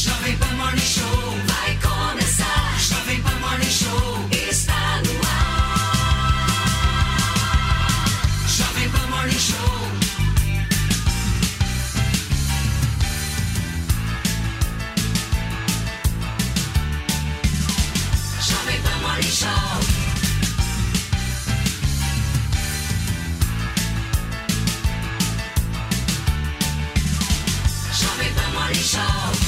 Jovem Pan Morning Show vai começar. Jovem Pan Morning Show está no ar. Jovem Pan Morning Show. Jovem Pan Morning Show. Jovem Pan Morning Show.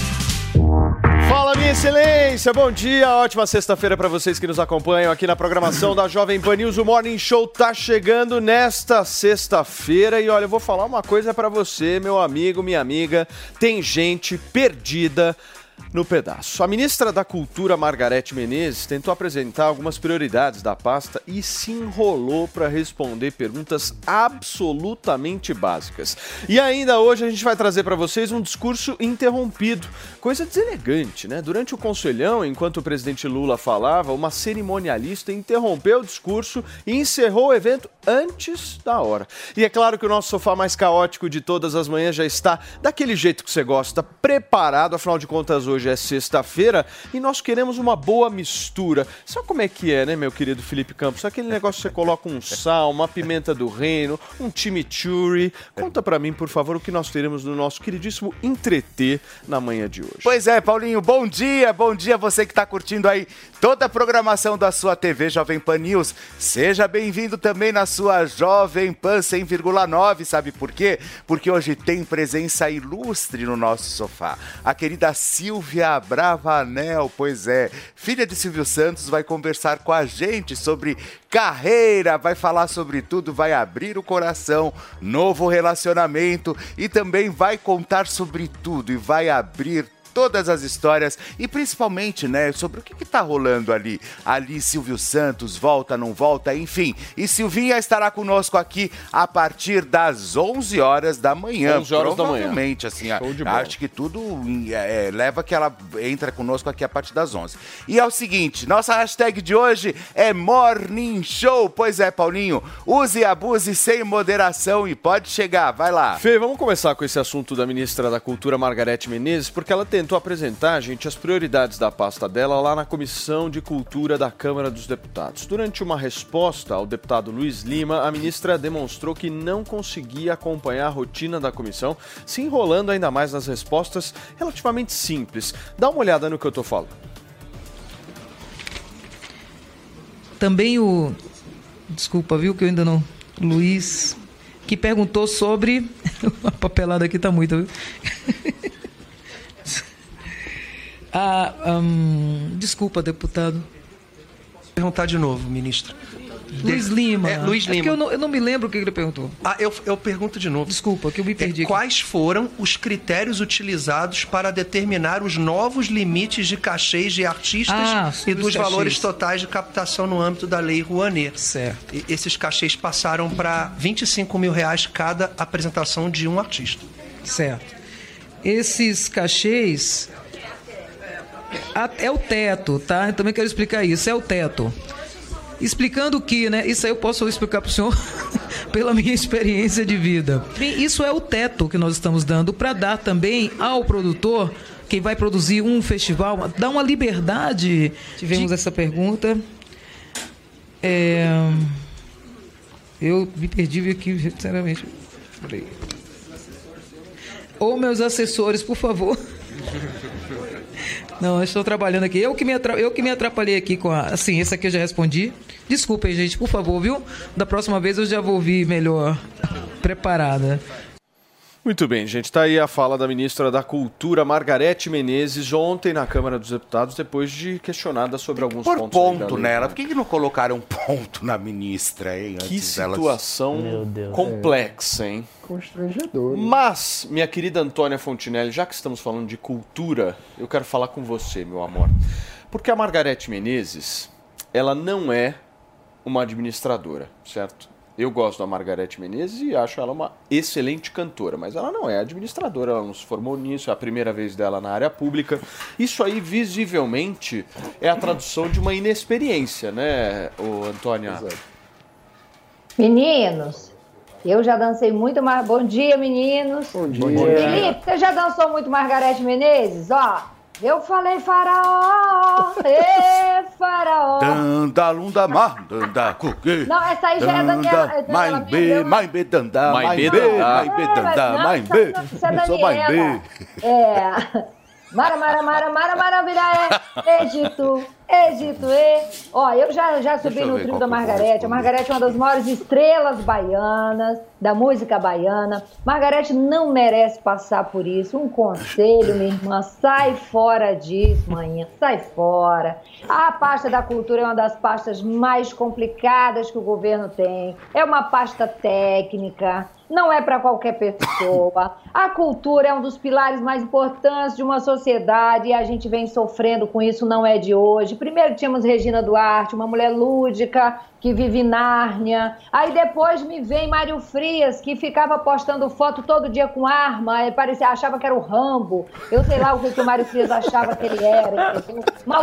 Fala, minha excelência, bom dia, ótima sexta-feira para vocês que nos acompanham aqui na programação da Jovem Pan News. O Morning Show tá chegando nesta sexta-feira e olha, eu vou falar uma coisa para você, meu amigo, minha amiga, tem gente perdida no pedaço. A ministra da Cultura, Margareth Menezes, tentou apresentar algumas prioridades da pasta e se enrolou para responder perguntas absolutamente básicas. E ainda hoje a gente vai trazer para vocês um discurso interrompido, coisa deselegante, né? Durante o conselhão, enquanto o presidente Lula falava, uma cerimonialista interrompeu o discurso e encerrou o evento antes da hora. E é claro que o nosso sofá mais caótico de todas as manhãs já está daquele jeito que você gosta, preparado, afinal de contas hoje é sexta-feira e nós queremos uma boa mistura. Sabe como é que é, né, meu querido Felipe Campos? Aquele negócio que você coloca um sal, uma pimenta do reino, um chimichurri. Conta pra mim, por favor, o que nós teremos no nosso queridíssimo Entreter na manhã de hoje. Pois é, Paulinho, bom dia você que tá curtindo aí toda a programação da sua TV Jovem Pan News. Seja bem-vindo também na sua Jovem Pan 100,9, sabe por quê? Porque hoje tem presença ilustre no nosso sofá. A querida Silvia Bravanel, pois é, filha de Silvio Santos, vai conversar com a gente sobre carreira, vai falar sobre tudo, vai abrir o coração, novo relacionamento e também vai contar sobre tudo e vai abrir todas as histórias e principalmente, né, sobre o que tá rolando ali. Ali Silvio Santos, volta, não volta, enfim. E Silvinha estará conosco aqui a partir das 11 horas da manhã. 11 horas provavelmente, da manhã. Assim, acho que tudo leva que ela entra conosco aqui a partir das 11. E é o seguinte, nossa hashtag de hoje é Morning Show. Pois é, Paulinho, use e abuse sem moderação e pode chegar, vai lá. Fê, vamos começar com esse assunto da ministra da Cultura, Margareth Menezes, porque ela tentou apresentar, gente, as prioridades da pasta dela lá na Comissão de Cultura da Câmara dos Deputados. Durante uma resposta ao deputado Luiz Lima, a ministra demonstrou que não conseguia acompanhar a rotina da comissão, se enrolando ainda mais nas respostas relativamente simples. Dá uma olhada no que eu tô falando. Também desculpa, viu, que eu ainda não... Luiz, que perguntou sobre... A papelada aqui tá muito, viu? Desculpa, deputado. Vou perguntar de novo, ministra. Luiz Lima. Luiz Lima. É porque eu não me lembro o que ele perguntou. Eu pergunto de novo. Desculpa, que eu me perdi aqui. Quais foram os critérios utilizados para determinar os novos limites de cachês de artistas e dos valores totais de captação no âmbito da Lei Rouanet? Certo. E esses cachês passaram para R$25 mil cada apresentação de um artista. Certo. Esses cachês... É o teto, tá? Eu também quero explicar isso, é o teto. Explicando que, né? Isso aí eu posso explicar para o senhor pela minha experiência de vida. Bem, isso é o teto que nós estamos dando para dar também ao produtor, quem vai produzir um festival, dar uma liberdade. Tivemos essa pergunta. Eu me perdi aqui, sinceramente. Ou meus assessores, por favor. Não, eu estou trabalhando aqui. Eu que me atrapalhei aqui com a... Assim, esse aqui eu já respondi. Desculpem, gente, por favor, viu? Da próxima vez eu já vou vir melhor preparada. Muito bem, gente. Tá aí a fala da ministra da Cultura, Margareth Menezes, ontem na Câmara dos Deputados, depois de questionada sobre alguns pontos. Ponto nela. Por que não colocaram ponto na ministra, hein? Que situação complexa, hein? Constrangedor. Mas, minha querida Antônia Fontinelli, já que estamos falando de cultura, eu quero falar com você, meu amor. Porque a Margareth Menezes, ela não é uma administradora, certo? Eu gosto da Margareth Menezes e acho ela uma excelente cantora, mas ela não é administradora, ela não se formou nisso, é a primeira vez dela na área pública. Isso aí, visivelmente, é a tradução de uma inexperiência, né, Antônia? Exato. Meninos, eu já dancei muito mais... Bom dia, meninos. Bom dia. Felipe, você já dançou muito Margareth Menezes? Ó, Eu falei faraó, faraó. Danda, mar, danda, cuque. Não, essa aí já é Daniela. Mãe B, danda, mãe B, danda, mãe B. Isso é Daniela. Maravilha, Egito, Ó, eu já subi no trio da Margareth. A Margareth é uma das maiores estrelas baianas, da música baiana. Margareth não merece passar por isso. Um conselho, minha irmã, sai fora disso, manhã, sai fora. A pasta da cultura é uma das pastas mais complicadas que o governo tem. É uma pasta técnica. Não é para qualquer pessoa. A cultura é um dos pilares mais importantes de uma sociedade e a gente vem sofrendo com isso, não é de hoje. Primeiro tínhamos Regina Duarte, uma mulher lúdica que vive em Nárnia. Aí depois me vem Mário Frias, que ficava postando foto todo dia com arma, achava que era o Rambo. Eu sei lá o que o Mário Frias achava que ele era, entendeu?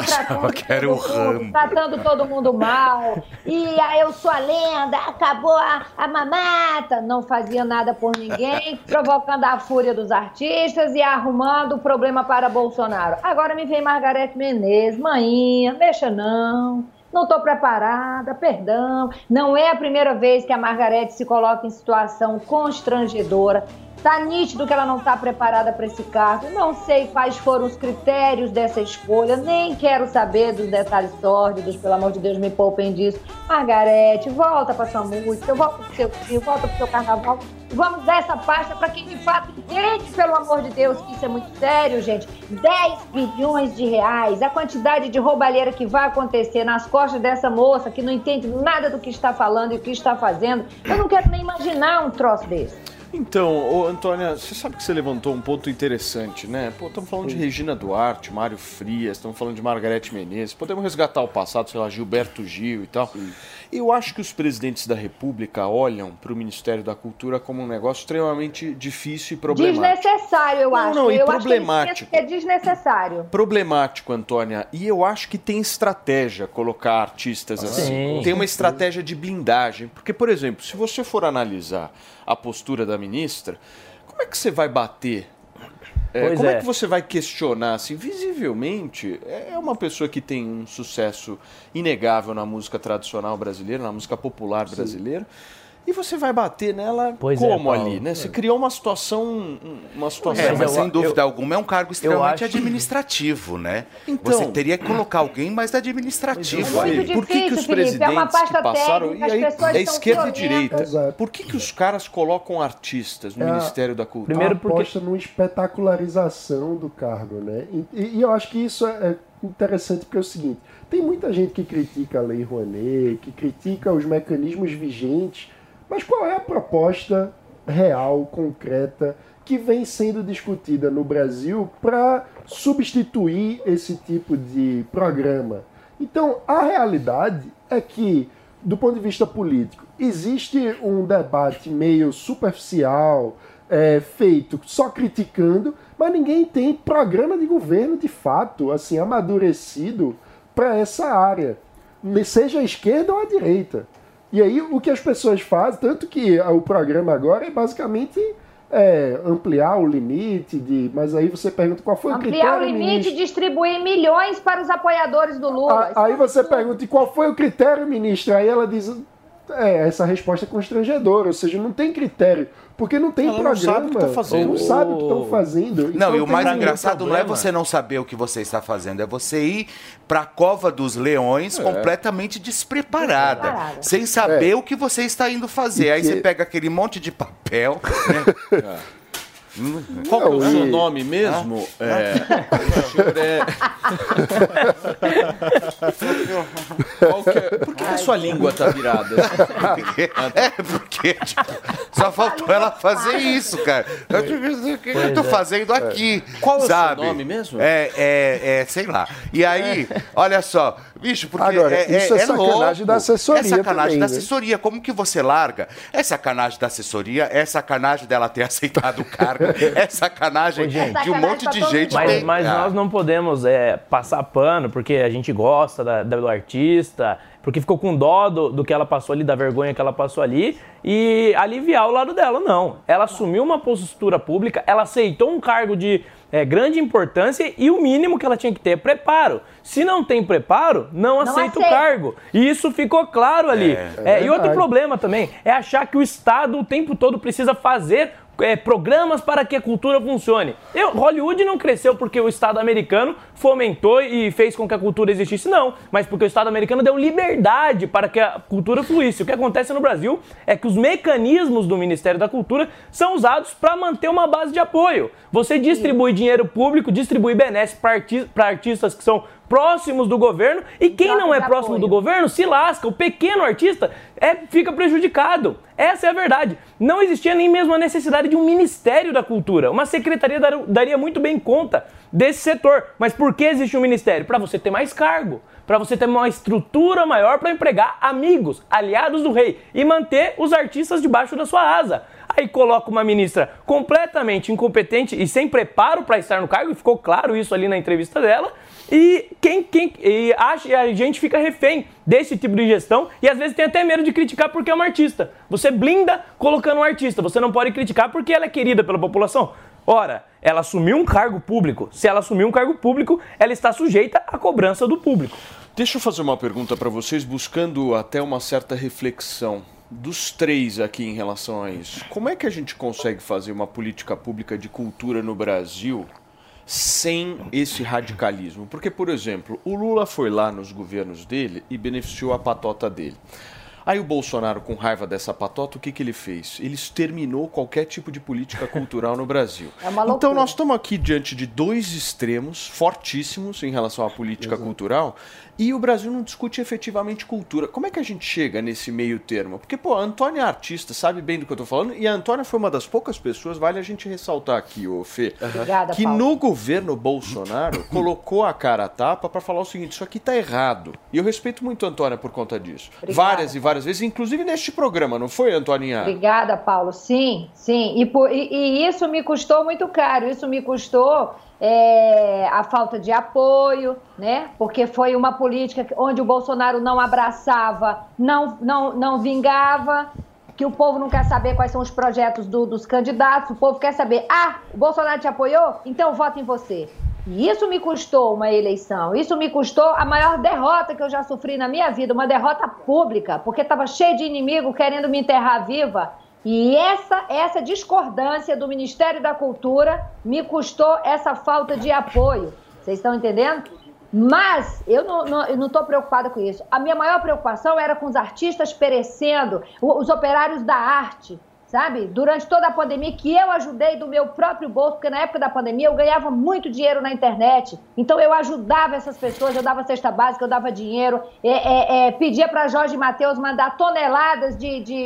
Tratando todo mundo mal. E aí eu sou a lenda, acabou a mamata. Não fazia nada por ninguém, provocando a fúria dos artistas e arrumando o problema para Bolsonaro. Agora me vem Margareth Menezes, maninha, mexa não estou preparada, perdão. Não é a primeira vez que a Margareth se coloca em situação constrangedora. Está nítido que ela não está preparada para esse cargo. Não sei quais foram os critérios dessa escolha, nem quero saber dos detalhes sórdidos, pelo amor de Deus, me poupem disso. Margareth, volta para sua música, volta para o seu trio, volta para o seu carnaval. Vamos dar essa pasta para quem de fato entende, pelo amor de Deus, que isso é muito sério, gente. 10 bilhões de reais, a quantidade de roubalheira que vai acontecer nas costas dessa moça que não entende nada do que está falando e o que está fazendo. Eu não quero nem imaginar um troço desse. Então, Antônia, você sabe que você levantou um ponto interessante, né? Pô, estamos falando de Regina Duarte, Mário Frias, estamos falando de Margareth Menezes, podemos resgatar o passado, sei lá, Gilberto Gil e tal. Sim. Eu acho que os presidentes da República olham para o Ministério da Cultura como um negócio extremamente difícil e problemático. Desnecessário, eu acho. Não, e eu problemático. Acho que é desnecessário. Problemático, Antônia. E eu acho que tem estratégia colocar artistas assim. Tem uma estratégia de blindagem. Porque, por exemplo, se você for analisar a postura da ministra, como é que você vai bater? Como é que você vai questionar? Assim, visivelmente, é uma pessoa que tem um sucesso inegável na música tradicional brasileira, na música popular brasileira. E você vai bater nela ali, né? Você criou uma situação... mas sem dúvida alguma é um cargo extremamente administrativo, né? Então, você teria que colocar alguém mais administrativo. É muito difícil, por que os presidentes é uma pasta que passaram... técnica, e aí, esquerda e direita. Exato. Por que os caras colocam artistas no Ministério da Cultura? Primeiro porque aposta numa espetacularização do cargo, né? E eu acho que isso é interessante porque é o seguinte, tem muita gente que critica a Lei Rouanet, que critica os mecanismos vigentes. Mas qual é a proposta real, concreta, que vem sendo discutida no Brasil para substituir esse tipo de programa? Então, a realidade é que, do ponto de vista político, existe um debate meio superficial, feito só criticando, mas ninguém tem programa de governo, de fato, assim, amadurecido para essa área, seja a esquerda ou a direita. E aí o que as pessoas fazem, tanto que o programa agora é basicamente ampliar o limite, mas aí você pergunta qual foi o critério... Ampliar o limite e distribuir milhões para os apoiadores do Lula. Aí você pergunta, e qual foi o critério, ministra? Aí ela diz, essa resposta é constrangedora, ou seja, não tem critério, porque não tem programa. Não sabe o que estão fazendo. Não sabe o que estão fazendo. Não, então, e o mais engraçado não é você não saber o que você está fazendo, é você ir para a cova dos leões completamente despreparada, sem saber o que você está indo fazer. Aí você pega aquele monte de papel, né? Qual que é o seu nome mesmo? Por que a sua língua tá virada? Porque só faltou ela fazer isso, cara. O que eu tô fazendo aqui? Qual é o seu nome mesmo? Sei lá. E aí, olha só, bicho, porque agora, isso é sacanagem da assessoria. É sacanagem também, da assessoria. Como que você larga? É sacanagem da assessoria, é sacanagem dela ter aceitado o cargo. É sacanagem de um monte de gente. Mas nós não podemos passar pano porque a gente gosta do artista, porque ficou com dó do que ela passou ali, da vergonha que ela passou ali, e aliviar o lado dela. Não. Ela assumiu uma postura pública, ela aceitou um cargo de grande importância e o mínimo que ela tinha que ter é preparo. Se não tem preparo, não aceita o cargo. E isso ficou claro ali. E outro problema também é achar que o Estado o tempo todo precisa fazer programas para que a cultura funcione. Hollywood não cresceu porque o Estado americano fomentou e fez com que a cultura existisse, não. Mas porque o Estado americano deu liberdade para que a cultura fluísse. O que acontece no Brasil é que os mecanismos do Ministério da Cultura são usados para manter uma base de apoio. Você distribui dinheiro público, distribui benesses para artistas que são próximos do governo, e quem não é próximo do governo se lasca. O pequeno artista fica prejudicado. Essa é a verdade. Não existia nem mesmo a necessidade de um Ministério da Cultura. Uma secretaria daria muito bem conta desse setor. Mas por que existe um ministério? Para você ter mais cargo, para você ter uma estrutura maior para empregar amigos, aliados do rei e manter os artistas debaixo da sua asa. Aí coloca uma ministra completamente incompetente e sem preparo para estar no cargo, e ficou claro isso ali na entrevista dela, e a gente fica refém desse tipo de gestão e às vezes tem até medo de criticar porque é uma artista. Você blinda colocando um artista, você não pode criticar porque ela é querida pela população. Ora, ela assumiu um cargo público. Se ela assumiu um cargo público, ela está sujeita à cobrança do público. Deixa eu fazer uma pergunta para vocês, buscando até uma certa reflexão dos três aqui em relação a isso. Como é que a gente consegue fazer uma política pública de cultura no Brasil sem esse radicalismo? Porque, por exemplo, o Lula foi lá nos governos dele e beneficiou a patota dele. Aí o Bolsonaro, com raiva dessa patota, o que ele fez? Ele exterminou qualquer tipo de política cultural no Brasil. Então nós estamos aqui diante de dois extremos fortíssimos em relação à política cultural, e o Brasil não discute efetivamente cultura. Como é que a gente chega nesse meio termo? Porque, a Antônia é artista, sabe bem do que eu estou falando, e a Antônia foi uma das poucas pessoas, vale a gente ressaltar aqui, Fê, Obrigada, que Paulo. no governo Bolsonaro colocou a cara a tapa para falar o seguinte: isso aqui está errado. E eu respeito muito a Antônia por conta disso. Obrigada. Várias e várias vezes, inclusive neste programa, não foi, Antoninha? Obrigada, Paulo. Sim. E isso me custou muito caro. Isso me custou a falta de apoio, né? Porque foi uma política onde o Bolsonaro não abraçava, não vingava, que o povo não quer saber quais são os projetos dos candidatos, o povo quer saber, o Bolsonaro te apoiou? Então eu voto em você. E isso me custou uma eleição, isso me custou a maior derrota que eu já sofri na minha vida, uma derrota pública, porque estava cheio de inimigo querendo me enterrar viva. E essa discordância do Ministério da Cultura me custou essa falta de apoio. Vocês estão entendendo? Mas eu não estou preocupada com isso. A minha maior preocupação era com os artistas perecendo, os operários da arte, sabe? Durante toda a pandemia, que eu ajudei do meu próprio bolso, porque na época da pandemia eu ganhava muito dinheiro na internet. Então eu ajudava essas pessoas, eu dava cesta básica, eu dava dinheiro, pedia para Jorge Mateus mandar toneladas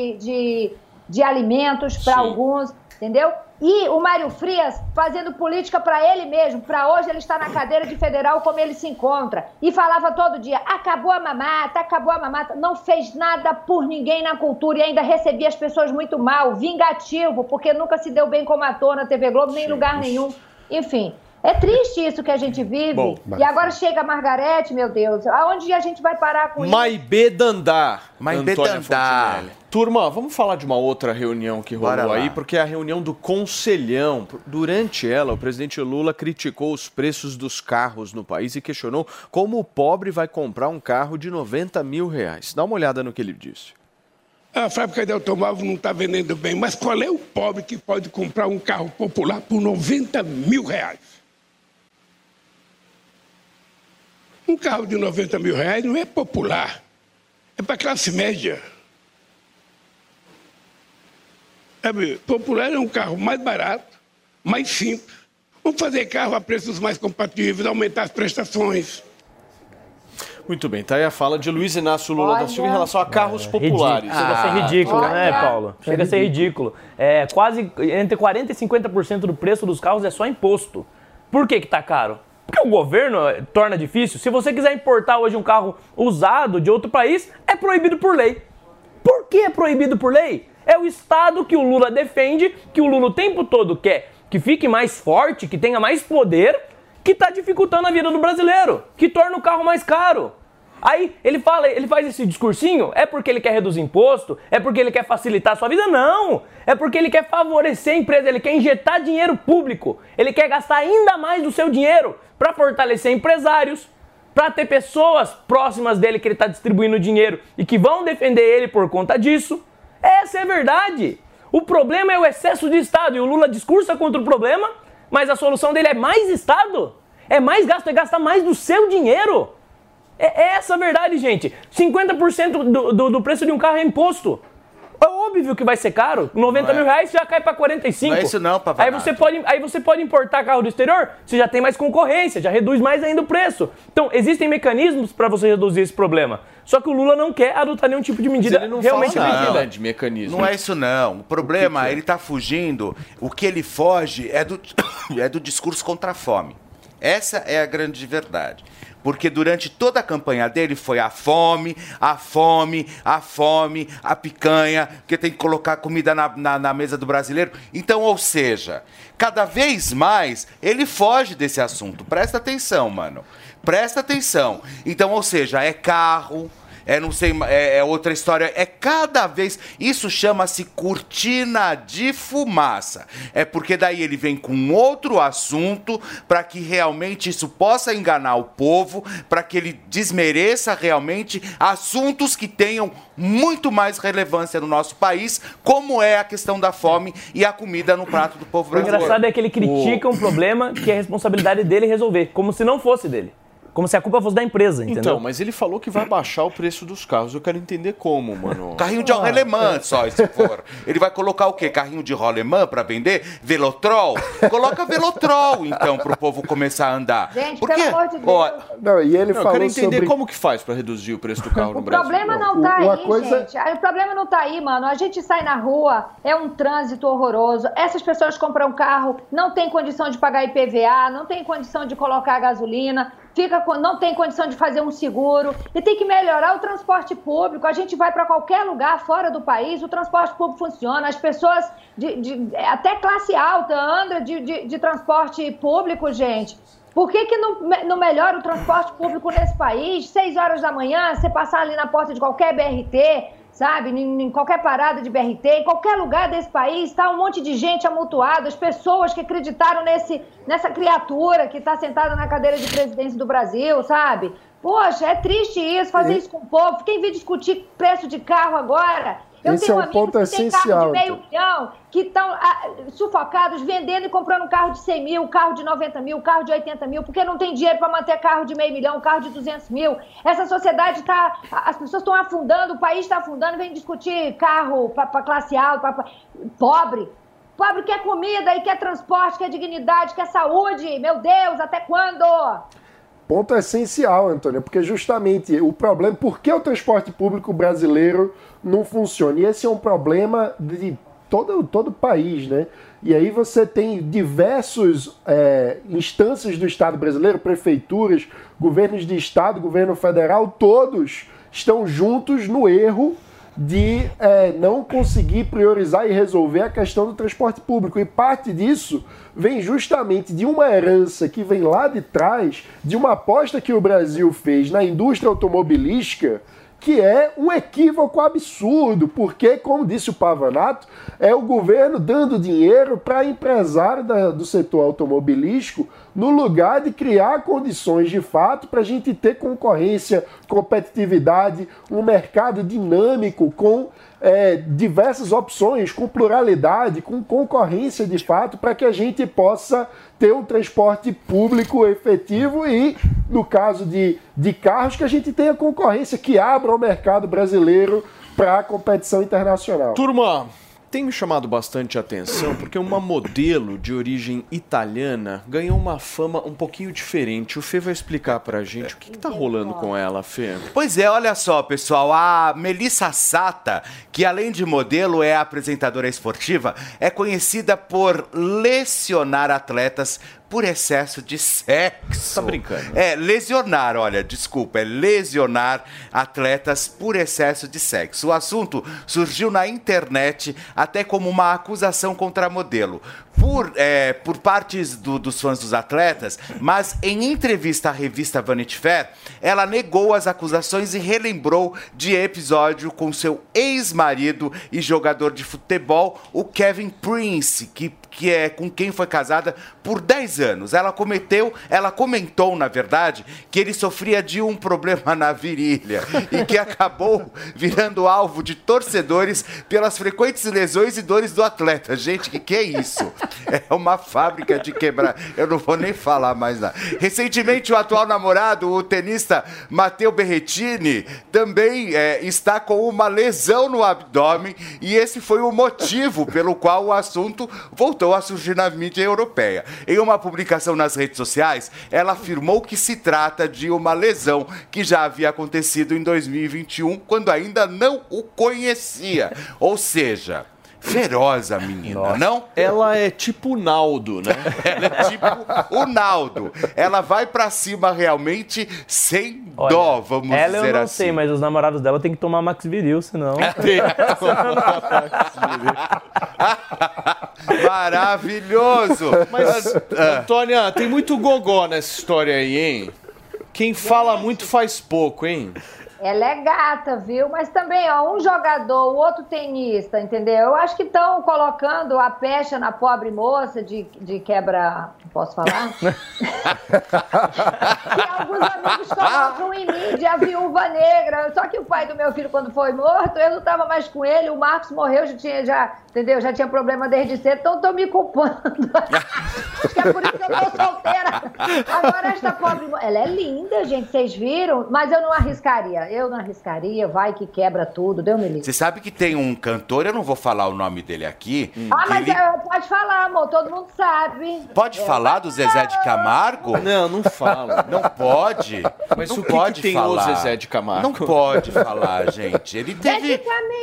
de alimentos para alguns, entendeu? E o Mário Frias fazendo política para ele mesmo, para hoje ele está na cadeira de federal como ele se encontra. E falava todo dia, acabou a mamata, não fez nada por ninguém na cultura e ainda recebia as pessoas muito mal, vingativo, porque nunca se deu bem como ator na TV Globo, nem em lugar nenhum. Enfim, é triste isso que a gente vive. Bom, e agora chega a Margarete, meu Deus, aonde a gente vai parar com isso? Maibê Dandá. Maibê Dandá. Turma, vamos falar de uma outra reunião que rolou aí, porque é a reunião do Conselhão. Durante ela, o presidente Lula criticou os preços dos carros no país e questionou como o pobre vai comprar um carro de R$90 mil. Dá uma olhada no que ele disse. A fábrica de automóvel não está vendendo bem, mas qual é o pobre que pode comprar um carro popular por R$90 mil? Um carro de R$90 mil não é popular, é para classe média. Popular é um carro mais barato, mais simples. Vamos fazer carro a preços mais compatíveis, aumentar as prestações. Muito bem, tá aí a fala de Luiz Inácio Lula da Silva em relação a carros populares. Chega a ser ridículo, né, Paulo? Chega a ser ridículo. Quase entre 40% e 50% do preço dos carros é só imposto. Por que tá caro? Porque o governo torna difícil. Se você quiser importar hoje um carro usado de outro país, é proibido por lei. Por que é proibido por lei? É o Estado que o Lula defende, que o Lula o tempo todo quer que fique mais forte, que tenha mais poder, que está dificultando a vida do brasileiro, que torna o carro mais caro. Aí ele faz esse discursinho, é porque ele quer reduzir imposto? É porque ele quer facilitar a sua vida? Não! É porque ele quer favorecer a empresa, ele quer injetar dinheiro público. Ele quer gastar ainda mais do seu dinheiro para fortalecer empresários, para ter pessoas próximas dele que ele está distribuindo dinheiro e que vão defender ele por conta disso. Essa é a verdade. O problema é o excesso de Estado e o Lula discursa contra o problema, mas a solução dele é mais Estado, é mais gasto, é gastar mais do seu dinheiro. É essa a verdade, gente. 50% do preço de um carro é imposto. É óbvio que vai ser caro. 90 mil reais já cai para 45. Não é isso não, Pavanato. Aí você pode importar carro do exterior, você já tem mais concorrência, já reduz mais ainda o preço. Então, existem mecanismos para você reduzir esse problema. Só que o Lula não quer adotar nenhum tipo de medida realmente efetiva. De mecanismo. Não é isso não. O problema, ele tá fugindo. O que ele foge é do discurso contra a fome. Essa é a grande verdade. Porque durante toda a campanha dele foi a fome, a picanha, porque tem que colocar comida na mesa do brasileiro. Então, ou seja, cada vez mais ele foge desse assunto. Presta atenção, mano. Presta atenção. Então, ou seja, é carro... é outra história, é cada vez... Isso chama-se cortina de fumaça. É porque daí ele vem com outro assunto para que realmente isso possa enganar o povo, para que ele desmereça realmente assuntos que tenham muito mais relevância no nosso país, como é a questão da fome e a comida no prato do povo brasileiro. O engraçado é que ele critica um problema que é responsabilidade dele resolver, como se não fosse dele. Como se a culpa fosse da empresa, entendeu? Então, mas ele falou que vai baixar o preço dos carros. Eu quero entender como, mano. Carrinho de rolemã só, se for. Ele vai colocar o quê? Carrinho de rolemã pra vender? Velotrol? Coloca Velotrol, então, pro povo começar a andar. Gente, pelo amor de Deus. Não, e ele falou eu quero entender sobre... como que faz pra reduzir o preço do carro no Brasil. O problema não tá aí, gente. O problema não tá aí, mano. A gente sai na rua, é um trânsito horroroso. Essas pessoas compram um carro, não tem condição de pagar IPVA, não tem condição de colocar gasolina, não tem condição de fazer um seguro, e tem que melhorar o transporte público. A gente vai para qualquer lugar fora do país, o transporte público funciona, as pessoas até classe alta andam de transporte público, gente. Por que não melhora o transporte público nesse país? 6 horas da manhã, você passar ali na porta de qualquer BRT, sabe, em qualquer parada de BRT, em qualquer lugar desse país, está um monte de gente amontoada, as pessoas que acreditaram nessa criatura que está sentada na cadeira de presidência do Brasil, sabe? Poxa, é triste isso, fazer isso com o povo. Quem vem discutir preço de carro agora? Eu tenho amigos que têm carro de $500 mil, que estão sufocados vendendo e comprando um carro de 100 mil, carro de 90 mil, carro de 80 mil, porque não tem dinheiro para manter carro de $500 mil, carro de 200 mil. Essa sociedade as pessoas estão afundando, o país está afundando, vem discutir carro para classe alta, pobre. Pobre quer comida e quer transporte, quer dignidade, quer saúde. Meu Deus, até quando? Ponto essencial, Antônio, porque justamente o problema, por que o transporte público brasileiro não funciona? E esse é um problema de todo o país, né? E aí você tem diversas instâncias do Estado brasileiro, prefeituras, governos de Estado, governo federal, todos estão juntos no erro de não conseguir priorizar e resolver a questão do transporte público. E parte disso vem justamente de uma herança que vem lá de trás, de uma aposta que o Brasil fez na indústria automobilística, que é um equívoco absurdo, porque, como disse o Pavanato, é o governo dando dinheiro para empresário do setor automobilístico, no lugar de criar condições de fato para a gente ter concorrência, competitividade, um mercado dinâmico com diversas opções, com pluralidade, com concorrência de fato, para que a gente possa ter um transporte público efetivo e, no caso de carros, que a gente tenha concorrência, que abra o mercado brasileiro para a competição internacional. Turma, tem me chamado bastante a atenção porque uma modelo de origem italiana ganhou uma fama um pouquinho diferente. O Fê vai explicar pra gente o que tá rolando com ela, Fê. Pois é, olha só, pessoal, a Melissa Satta, que além de modelo é apresentadora esportiva, é conhecida por lecionar atletas por excesso de sexo. Tá brincando? Lesionar atletas por excesso de sexo. O assunto surgiu na internet até como uma acusação contra a modelo. Por partes dos fãs dos atletas, mas em entrevista à revista Vanity Fair, ela negou as acusações e relembrou de episódio com seu ex-marido e jogador de futebol, o Kevin Prince, que é com quem foi casada por 10 anos. Ela comentou, na verdade, que ele sofria de um problema na virilha e que acabou virando alvo de torcedores pelas frequentes lesões e dores do atleta. Gente, que é isso? É uma fábrica de quebrar. Eu não vou nem falar mais nada. Recentemente, o atual namorado, o tenista Matteo Berrettini, também está com uma lesão no abdômen e esse foi o motivo pelo qual o assunto voltou a surgir na mídia europeia. Em uma publicação nas redes sociais, ela afirmou que se trata de uma lesão que já havia acontecido em 2021, quando ainda não o conhecia. Ou seja, feroz a menina. Nossa. Não? Ela é tipo o Naldo, né? Ela é tipo o Naldo. Ela vai pra cima realmente sem dó, vamos dizer assim. Ela eu não sei, mas os namorados dela tem que tomar Max Viril, senão... Maravilhoso! Mas, Antônia, tem muito gogó nessa história aí, hein? Quem fala muito faz pouco, hein? Ela é gata, viu? Mas também, ó, um jogador, o outro tenista, entendeu? Eu acho que estão colocando a pecha na pobre moça de quebra... Posso falar? Que alguns amigos colocam em mim de a viúva negra. Só que o pai do meu filho, quando foi morto, eu não estava mais com ele. O Marcos morreu, entendeu? Já tinha problema desde cedo, então estou me culpando. Acho que é por isso que eu estou solteira. Agora, esta pobre moça... Ela é linda, gente, vocês viram? Mas eu não arriscaria. Vai que quebra tudo, Deus me livre. Você sabe que tem um cantor, eu não vou falar o nome dele aqui. Mas pode falar, amor, todo mundo sabe. Pode falar do Zezé de Camargo? Não fala. Não pode. Mas não o pode que tem falar. o Zezé de Camargo? Não pode falar, gente. Ele teve...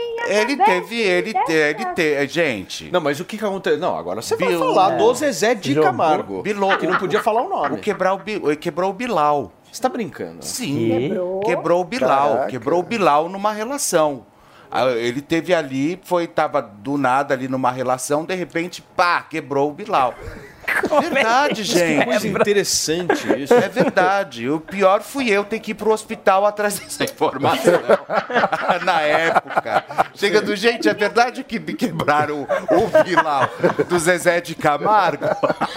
Gente... Não, mas o que aconteceu? Não, agora você vai falar do Zezé de Camargo. Que não podia falar o nome. Quebrou o Bilal. Você tá brincando? Sim, quebrou o Bilal. Caraca. Quebrou o Bilal numa relação. Ele teve ali, tava do nada ali numa relação, de repente, quebrou o Bilal. Verdade, gente. Que coisa interessante isso. É verdade. O pior fui eu ter que ir pro hospital atrás dessa informação. Na época. Chegando, gente, é verdade que me quebraram o Bilal do Zezé de Camargo?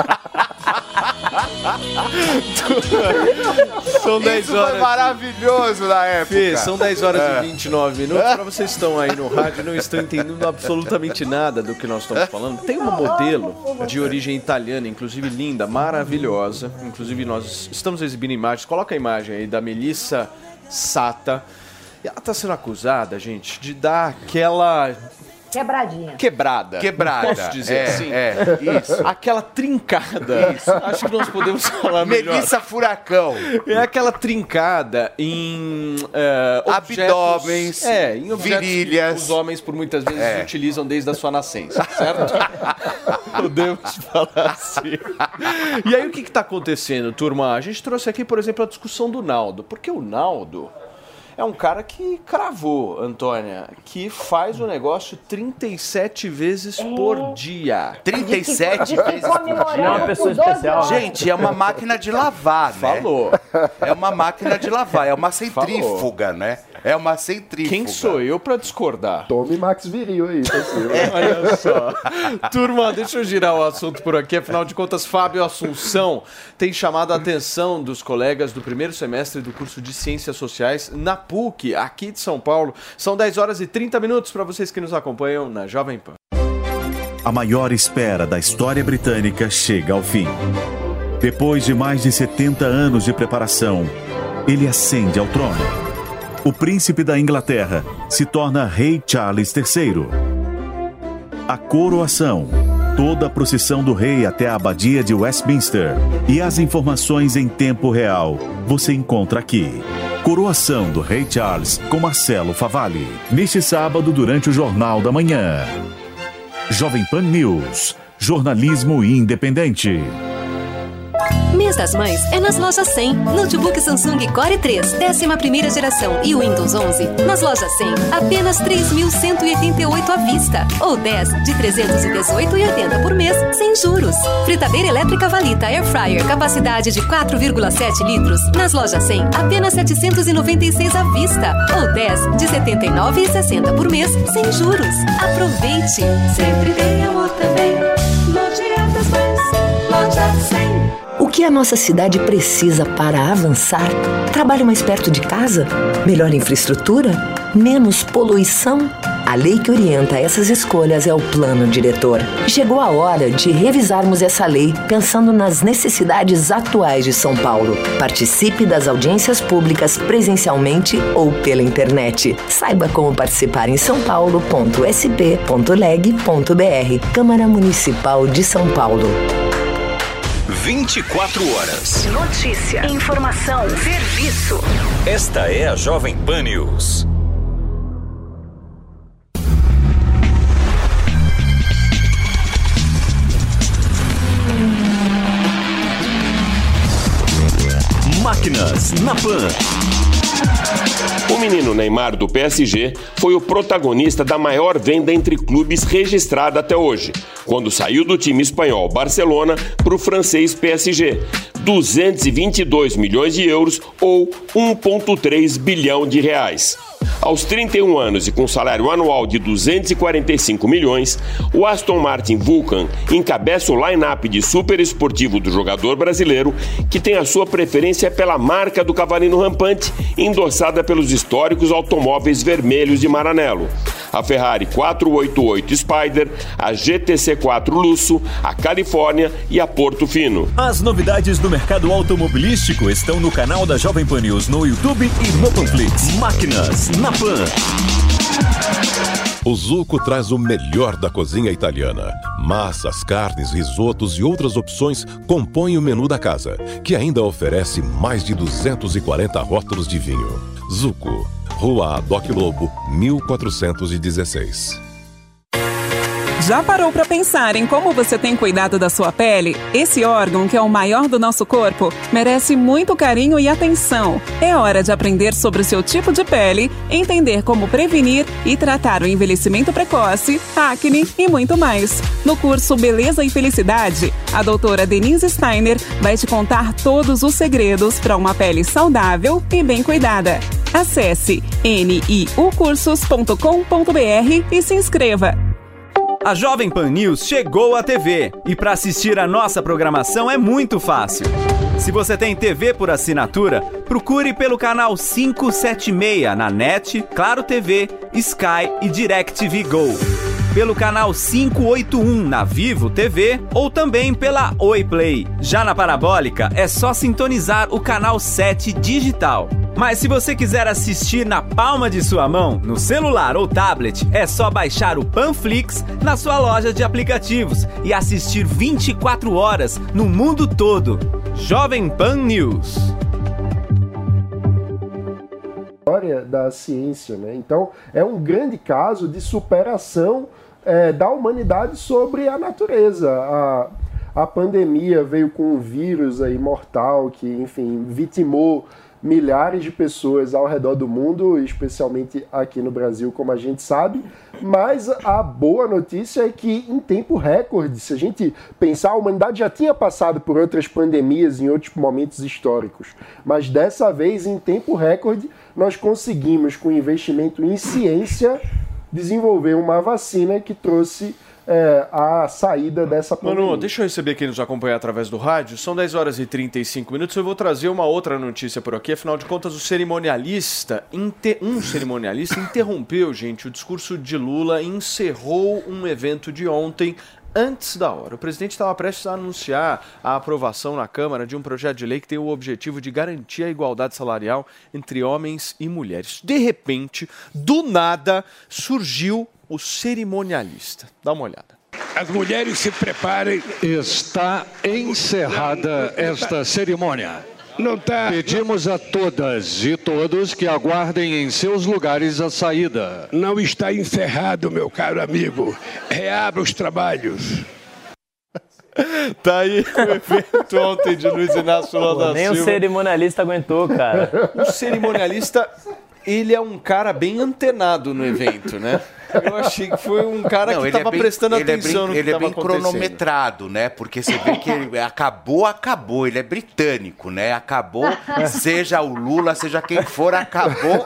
São 10 horas. Foi maravilhoso na época. Fê, são 10 horas e 29 minutos. Para vocês que estão aí no rádio e não estão entendendo absolutamente nada do que nós estamos falando, tem uma modelo de origem italiana, inclusive linda, maravilhosa. Inclusive nós estamos exibindo imagens. Coloca a imagem aí da Melissa Sata. E ela está sendo acusada, gente, de dar aquela... Quebrada. Posso dizer assim? Isso. Aquela trincada. Isso. Acho que nós podemos falar melhor. Melissa Furacão. É aquela trincada em abdômenes, em virilhas. Que os homens, por muitas vezes, utilizam desde a sua nascença, certo? Podemos falar assim. E aí, o que está acontecendo, turma? A gente trouxe aqui, por exemplo, a discussão do Naldo. Porque o Naldo... é um cara que cravou, Antônia, que faz o negócio 37 vezes por dia. 37 vezes por dia. Não é uma pessoa especial. Gente, é uma máquina de lavar, né? Falou. É uma máquina de lavar, é uma centrífuga, né? É uma centrífuga. Quem sou eu pra discordar? Tome Max Viril aí, Olha só. Turma, deixa eu girar o assunto por aqui. Afinal de contas, Fábio Assunção tem chamado a atenção dos colegas do primeiro semestre do curso de Ciências Sociais na PUC, aqui de São Paulo. São 10 horas e 30 minutos para vocês que nos acompanham na Jovem Pan. A maior espera da história britânica chega ao fim. Depois de mais de 70 anos de preparação, ele ascende ao trono. O príncipe da Inglaterra se torna rei Charles III. A coroação, toda a procissão do rei até a abadia de Westminster e as informações em tempo real você encontra aqui. Coroação do rei Charles com Marcelo Favalli, neste sábado durante o Jornal da Manhã. Jovem Pan News, jornalismo independente. Dias das Mães é nas lojas 100. Notebook Samsung Core 3, 11ª geração e Windows 11, nas lojas 100, apenas 3.188 à vista. Ou 10 de 318,80 por mês, sem juros. Fritadeira elétrica Valita Air Fryer, capacidade de 4,7 litros, nas lojas 100, apenas 796 à vista. Ou 10 de 79,60 por mês, sem juros. Aproveite! Sempre tem amor também. Loja das Mães, loja 100. O que a nossa cidade precisa para avançar? Trabalho mais perto de casa? Melhor infraestrutura? Menos poluição? A lei que orienta essas escolhas é o Plano Diretor. Chegou a hora de revisarmos essa lei pensando nas necessidades atuais de São Paulo. Participe das audiências públicas presencialmente ou pela internet. Saiba como participar em saopaulo.sp.leg.br. Câmara Municipal de São Paulo. 24 horas. Notícia, informação, serviço. Esta é a Jovem Pan News. Máquinas na Pan. O menino Neymar do PSG foi o protagonista da maior venda entre clubes registrada até hoje, quando saiu do time espanhol Barcelona para o francês PSG. 222 milhões de euros ou 1,3 bilhão de reais. Aos 31 anos e com salário anual de 245 milhões, o Aston Martin Vulcan encabeça o line-up de super esportivo do jogador brasileiro, que tem a sua preferência pela marca do cavalinho rampante, endossada pelos históricos automóveis vermelhos de Maranello. A Ferrari 488 Spider, a GTC4 Lusso, a Califórnia e a Portofino. As novidades do mercado automobilístico estão no canal da Jovem Pan News no YouTube e no Panflix. Máquinas na Pan. O Zucco traz o melhor da cozinha italiana. Massas, carnes, risotos e outras opções compõem o menu da casa, que ainda oferece mais de 240 rótulos de vinho. Zucco, Rua Adoc Lobo, 1416. Já parou para pensar em como você tem cuidado da sua pele? Esse órgão, que é o maior do nosso corpo, merece muito carinho e atenção. É hora de aprender sobre o seu tipo de pele, entender como prevenir e tratar o envelhecimento precoce, acne e muito mais. No curso Beleza e Felicidade, a doutora Denise Steiner vai te contar todos os segredos para uma pele saudável e bem cuidada. Acesse niucursos.com.br e se inscreva. A Jovem Pan News chegou à TV e para assistir a nossa programação é muito fácil. Se você tem TV por assinatura, procure pelo canal 576 na NET, Claro TV, Sky e DirecTV Go. Pelo canal 581 na Vivo TV ou também pela Oi Play. Já na parabólica é só sintonizar o canal 7 digital. Mas se você quiser assistir na palma de sua mão, no celular ou tablet, é só baixar o Panflix na sua loja de aplicativos e assistir 24 horas no mundo todo. Jovem Pan News. História da ciência, né? Então, é um grande caso de superação da humanidade sobre a natureza. A pandemia veio com um vírus aí mortal que, enfim, vitimou milhares de pessoas ao redor do mundo, especialmente aqui no Brasil, como a gente sabe, mas a boa notícia é que em tempo recorde, se a gente pensar, a humanidade já tinha passado por outras pandemias em outros momentos históricos, mas dessa vez, em tempo recorde, nós conseguimos, com investimento em ciência, desenvolver uma vacina que trouxe a saída dessa pandemia. Manu, deixa eu receber quem nos acompanha através do rádio. São 10 horas e 35 minutos. Eu vou trazer uma outra notícia por aqui. Afinal de contas, um cerimonialista interrompeu, gente, o discurso de Lula e encerrou um evento de ontem antes da hora. O presidente estava prestes a anunciar a aprovação na Câmara de um projeto de lei que tem o objetivo de garantir a igualdade salarial entre homens e mulheres. De repente, do nada, surgiu o cerimonialista. Dá uma olhada. As mulheres se preparem. Está encerrada esta cerimônia. Não tá. Pedimos a todas e todos que aguardem em seus lugares a saída. Não está encerrado, meu caro amigo. Reabra os trabalhos. Tá aí o evento ontem de Luiz Inácio Lula da Nem Silva. o cerimonialista aguentou, cara. O cerimonialista, ele é um cara bem antenado no evento, né? Eu achei que foi um cara que estava prestando atenção no que estava acontecendo. Ele é bem cronometrado, né? Porque você vê que ele acabou. Ele é britânico, né? Acabou, seja o Lula, seja quem for, acabou.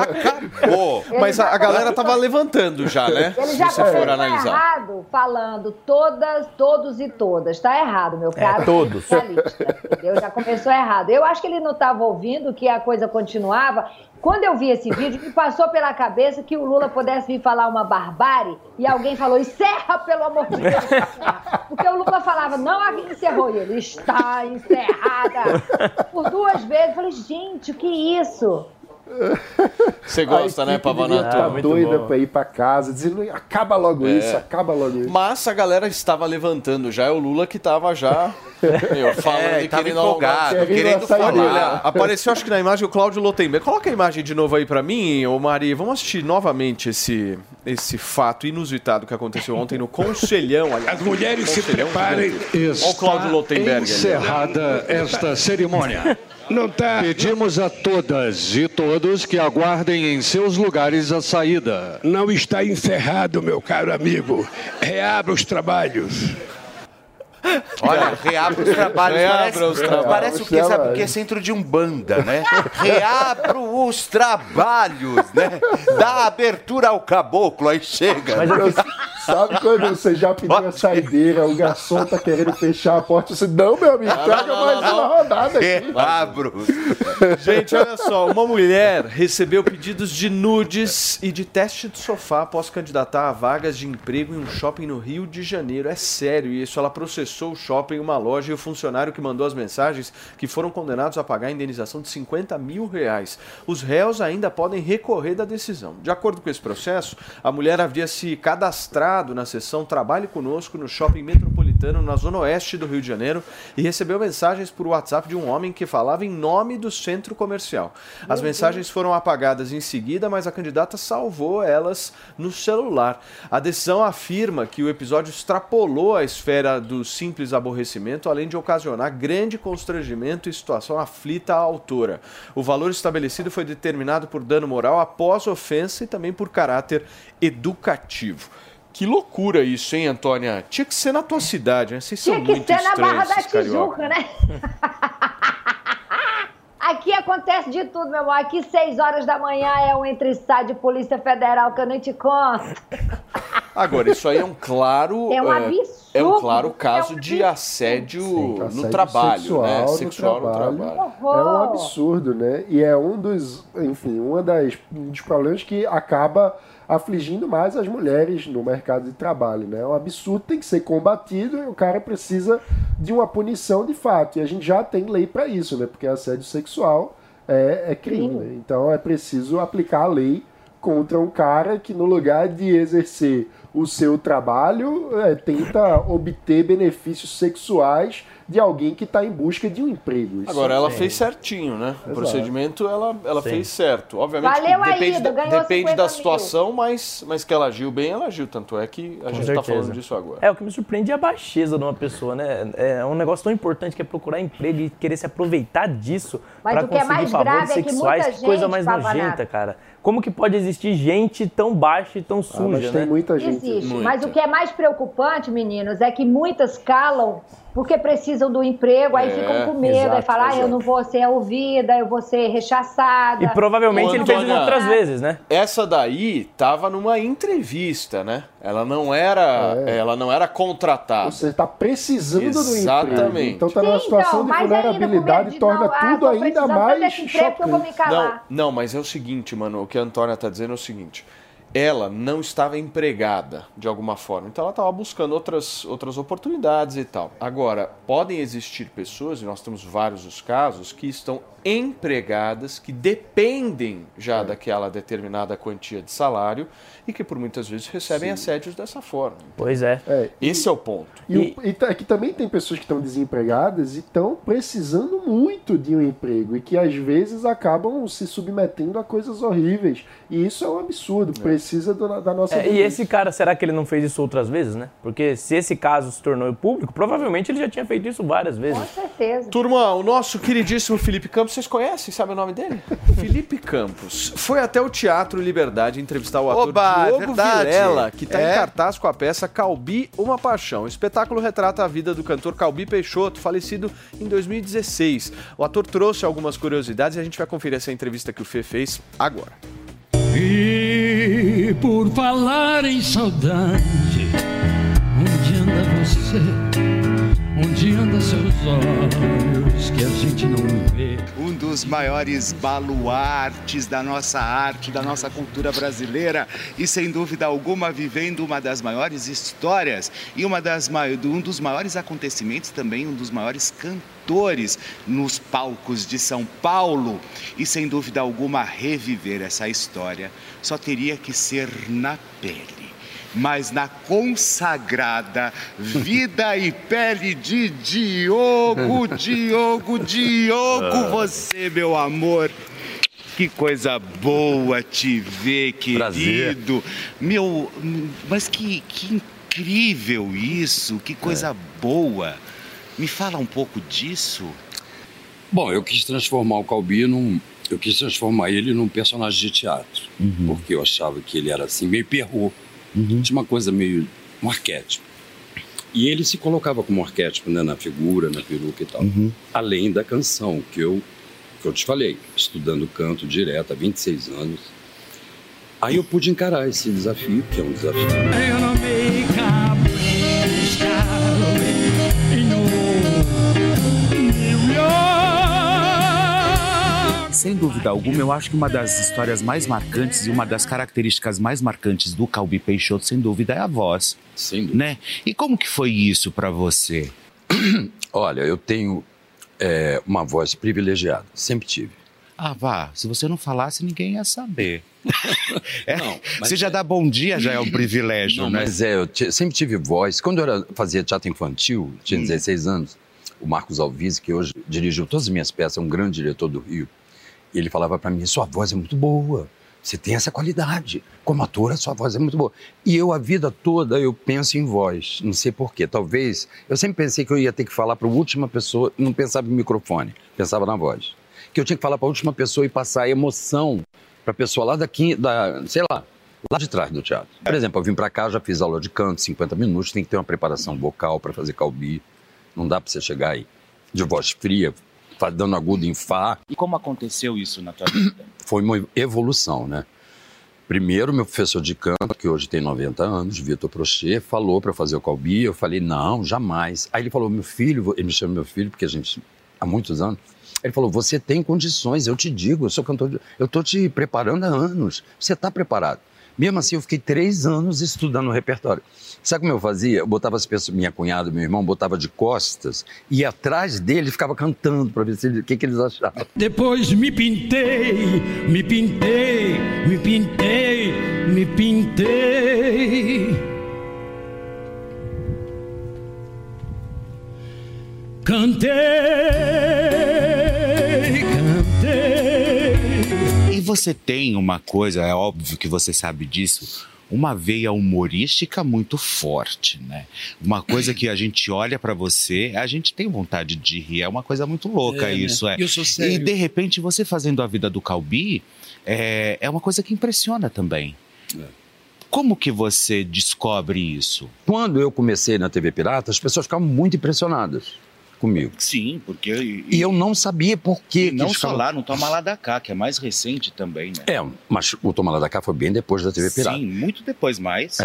Mas a galera tava levantando já, né? Ele Se já você for começou analisar. errado falando todos e todas. Tá errado, meu caro. Todos. Entendeu? Já começou errado. Eu acho que ele não estava ouvindo que a coisa continuava. Quando eu vi esse vídeo, me passou pela cabeça que o Lula pudesse vir falar uma barbárie e alguém falou, encerra, pelo amor de Deus, encerra. Porque o Lula falava, não encerrou, e ele está encerrada. Por 2 vezes, eu falei, gente, o que é isso? Você gosta, né, Pavanato? Tá doida pra ir pra casa, dizendo, acaba logo isso. Mas a galera estava levantando já, é o Lula que tava já falando e tava empolgado, querendo falar. Olha, apareceu acho que na imagem o Cláudio Lotenberg. Coloca a imagem de novo aí pra mim, ô Mari, vamos assistir novamente esse fato inusitado que aconteceu ontem no Conselhão. As mulheres se preparem. Olha o Cláudio Lotenberg. Encerrada esta cerimônia. Não tá. Pedimos a todas e todos que aguardem em seus lugares a saída. Não está encerrado, meu caro amigo. Reabra os trabalhos. Olha, reabra os trabalhos. Parece o quê? Sabe o que? Centro de Umbanda, né? Reabra os trabalhos, né? Dá abertura ao caboclo, aí chega. Sabe quando você já pediu a saideira, o garçom tá querendo fechar a porta, você, não, meu amigo, traga mais uma rodada aqui. Reabro. Gente, olha só, uma mulher recebeu pedidos de nudes e de teste de sofá após candidatar a vagas de emprego em um shopping no Rio de Janeiro. É sério isso, ela processou o shopping, uma loja e o funcionário que mandou as mensagens que foram condenados a pagar a indenização de R$50 mil. Os réus ainda podem recorrer da decisão. De acordo com esse processo, a mulher havia se cadastrado na seção Trabalhe Conosco no Shopping Metropolitano, na zona oeste do Rio de Janeiro, e recebeu mensagens por WhatsApp de um homem que falava em nome do centro comercial. As mensagens foram apagadas em seguida, mas a candidata salvou elas no celular. A decisão afirma que o episódio extrapolou a esfera do simples aborrecimento, além de ocasionar grande constrangimento e situação aflita à autora. O valor estabelecido foi determinado por dano moral após ofensa e também por caráter educativo. Que loucura isso, hein, Antônia? Tinha que ser na tua cidade, né? Vocês são muito estranhos. Tinha que ser na Barra da Tijuca, né? Aqui acontece de tudo, meu amor. Aqui 6 horas da manhã é um entre-sai de Polícia Federal que eu nem te conto. Agora, isso aí é um claro... É um absurdo. É um claro caso de assédio no trabalho, né? Sexual no trabalho. É um absurdo, né? E é um dos problemas que acaba afligindo mais as mulheres no mercado de trabalho, né? É um absurdo, tem que ser combatido e o cara precisa de uma punição de fato. E a gente já tem lei para isso, né? Porque assédio sexual é crime, né? Então é preciso aplicar a lei contra um cara que, no lugar de exercer o seu trabalho, tenta obter benefícios sexuais de alguém que está em busca de um emprego. Isso agora, ela fez certinho, né? O procedimento ela fez certo. Obviamente, depende da situação, mas que ela agiu bem, ela agiu. Tanto é que a gente está falando disso agora. O que me surpreende é a baixeza de uma pessoa, né? É um negócio tão importante que é procurar emprego e querer se aproveitar disso para conseguir favores sexuais. Que coisa mais nojenta, cara. Como que pode existir gente tão baixa e tão suja, mas tem muita gente. Existe. Mas o que é mais preocupante, meninos, é que muitas calam porque precisam do emprego, aí ficam com medo, aí falam, eu não vou ser ouvida, eu vou ser rechaçada. E provavelmente ele fez isso outras vezes, né? Essa daí tava numa entrevista, né? Ela não era contratada. Você está precisando do emprego. Exatamente. Então está numa situação de vulnerabilidade, torna tudo ainda mais chocante. Não, mas é o seguinte, mano, o que a Antônia está dizendo é o seguinte. Ela não estava empregada de alguma forma, então ela estava buscando outras oportunidades e tal. Agora, podem existir pessoas, e nós temos vários os casos, que estão empregadas, que dependem já daquela determinada quantia de salário e que por muitas vezes recebem assédios dessa forma. Pois é. Esse é o ponto. E que também tem pessoas que estão desempregadas e estão precisando muito de um emprego e que às vezes acabam se submetendo a coisas horríveis. E isso é um absurdo, precisa da nossa... E esse cara, será que ele não fez isso outras vezes, né? Porque se esse caso se tornou público, provavelmente ele já tinha feito isso várias vezes. Com certeza. Turma, o nosso queridíssimo Felipe Campos, vocês conhecem? Sabe o nome dele? Felipe Campos foi até o Teatro Liberdade entrevistar o ator Diogo Vilela, que está em cartaz com a peça Calbi, Uma Paixão. O espetáculo retrata a vida do cantor Calbi Peixoto, falecido em 2016. O ator trouxe algumas curiosidades e a gente vai conferir essa entrevista que o Fê fez agora. E por falar em saudade, onde anda você? Onde anda seus olhos que a gente não vê? Um dos maiores baluartes da nossa arte, da nossa cultura brasileira e, sem dúvida alguma, vivendo uma das maiores histórias e um dos maiores acontecimentos também, um dos maiores cantores nos palcos de São Paulo. E, sem dúvida alguma, reviver essa história só teria que ser na pele. Mas na consagrada vida e pele de Diogo, você, meu amor. Que coisa boa te ver, querido. Prazer. Meu, mas que incrível isso, que coisa boa. Me fala um pouco disso. Bom, eu quis transformar o Calbi eu quis transformar ele num personagem de teatro. Porque eu achava que ele era assim, meio perrô. Tinha uma coisa meio... um arquétipo. E ele se colocava como arquétipo, né, na figura, na peruca e tal. Além da canção, que eu te falei, estudando canto direto há 26 anos. Aí eu pude encarar esse desafio, que é um desafio. Sem dúvida alguma, eu acho que uma das histórias mais marcantes e uma das características mais marcantes do Calbi Peixoto, sem dúvida, é a voz. Sem dúvida. Né? E como que foi isso pra você? Olha, eu tenho uma voz privilegiada, sempre tive. Se você não falasse, ninguém ia saber. Você já dá bom dia, já é um privilégio, não, né? Mas eu sempre tive voz. Quando eu fazia teatro infantil, tinha 16 anos, o Marcos Alvise, que hoje dirigiu todas as minhas peças, é um grande diretor do Rio, e ele falava pra mim, sua voz é muito boa, você tem essa qualidade, como atora sua voz é muito boa. E eu, a vida toda, eu penso em voz, não sei porquê, talvez, eu sempre pensei que eu ia ter que falar pra última pessoa, não pensava em microfone, pensava na voz. Que eu tinha que falar pra última pessoa e passar a emoção pra pessoa lá sei lá, lá de trás do teatro. Por exemplo, eu vim pra cá, já fiz aula de canto, 50 minutos, tem que ter uma preparação vocal pra fazer Calbi, não dá pra você chegar aí de voz fria, dando agudo em Fá. E como aconteceu isso na tua vida? Foi uma evolução, né? Primeiro, meu professor de canto, que hoje tem 90 anos, Vitor Prochet, falou para eu fazer o Calbi. Eu falei, não, jamais. Aí ele falou, meu filho, ele me chama meu filho, porque a gente, há muitos anos, ele falou, você tem condições, eu te digo, eu sou cantor, eu tô te preparando há anos, você tá preparado. Mesmo assim, eu fiquei 3 anos estudando o repertório. Sabe como eu fazia? Eu botava as pessoas, minha cunhada, meu irmão, botava de costas e atrás dele ficava cantando para ver o que eles achavam. Depois me pintei, me pintei, me pintei, me pintei. Cantei, cantei. E você tem uma coisa, é óbvio que você sabe disso, uma veia humorística muito forte, né? Uma coisa que a gente olha pra você, a gente tem vontade de rir, é uma coisa muito louca isso, né? Eu sou sério. E de repente você fazendo a vida do Calbi, é uma coisa que impressiona também. Como que você descobre isso? Quando eu comecei na TV Pirata, as pessoas ficavam muito impressionadas comigo. Sim, porque... E eu não sabia por quê. Não só lá, no Toma Lá da Cá, que é mais recente também, né? Mas o Toma Lá da Cá foi bem depois da TV Pirata. Sim, muito depois, mas...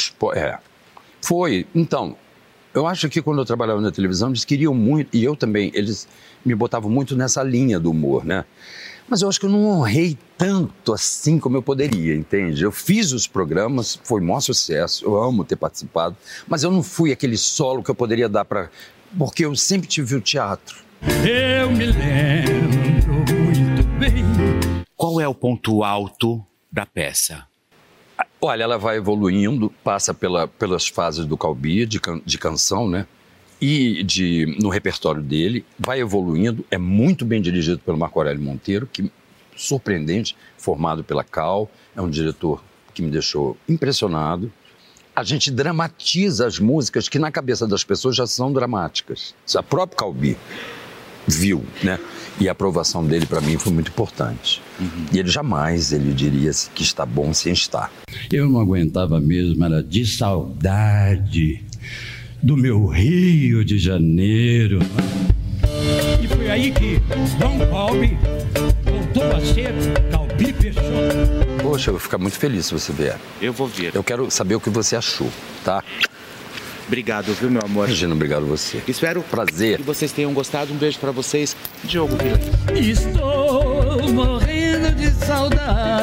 Foi. Então, eu acho que quando eu trabalhava na televisão, eles queriam muito, e eu também, eles me botavam muito nessa linha do humor, né? Mas eu acho que eu não honrei tanto assim como eu poderia, entende? Eu fiz os programas, foi um maior sucesso, eu amo ter participado, mas eu não fui aquele solo que eu poderia dar para... Porque eu sempre tive o teatro. Eu me lembro muito bem. Qual é o ponto alto da peça? Olha, ela vai evoluindo, passa pelas fases do Calbi, de canção, né? no repertório dele, vai evoluindo, é muito bem dirigido pelo Marco Aurélio Monteiro, que surpreendente, formado pela Cal, é um diretor que me deixou impressionado. A gente dramatiza as músicas que na cabeça das pessoas já são dramáticas. A própria Calbi viu, né? E a aprovação dele para mim foi muito importante. E ele jamais diria que está bom sem estar. Eu não aguentava mesmo, era de saudade do meu Rio de Janeiro. E foi aí que Dom Calbi voltou a ser Calbi Peixoto. Poxa, eu vou ficar muito feliz se você vier. Eu vou vir. Eu quero saber o que você achou, tá? Obrigado, viu, meu amor? Regina, obrigado a você. Espero prazer que vocês tenham gostado. Um beijo pra vocês. Diogo Vilela. Estou morrendo de saudade.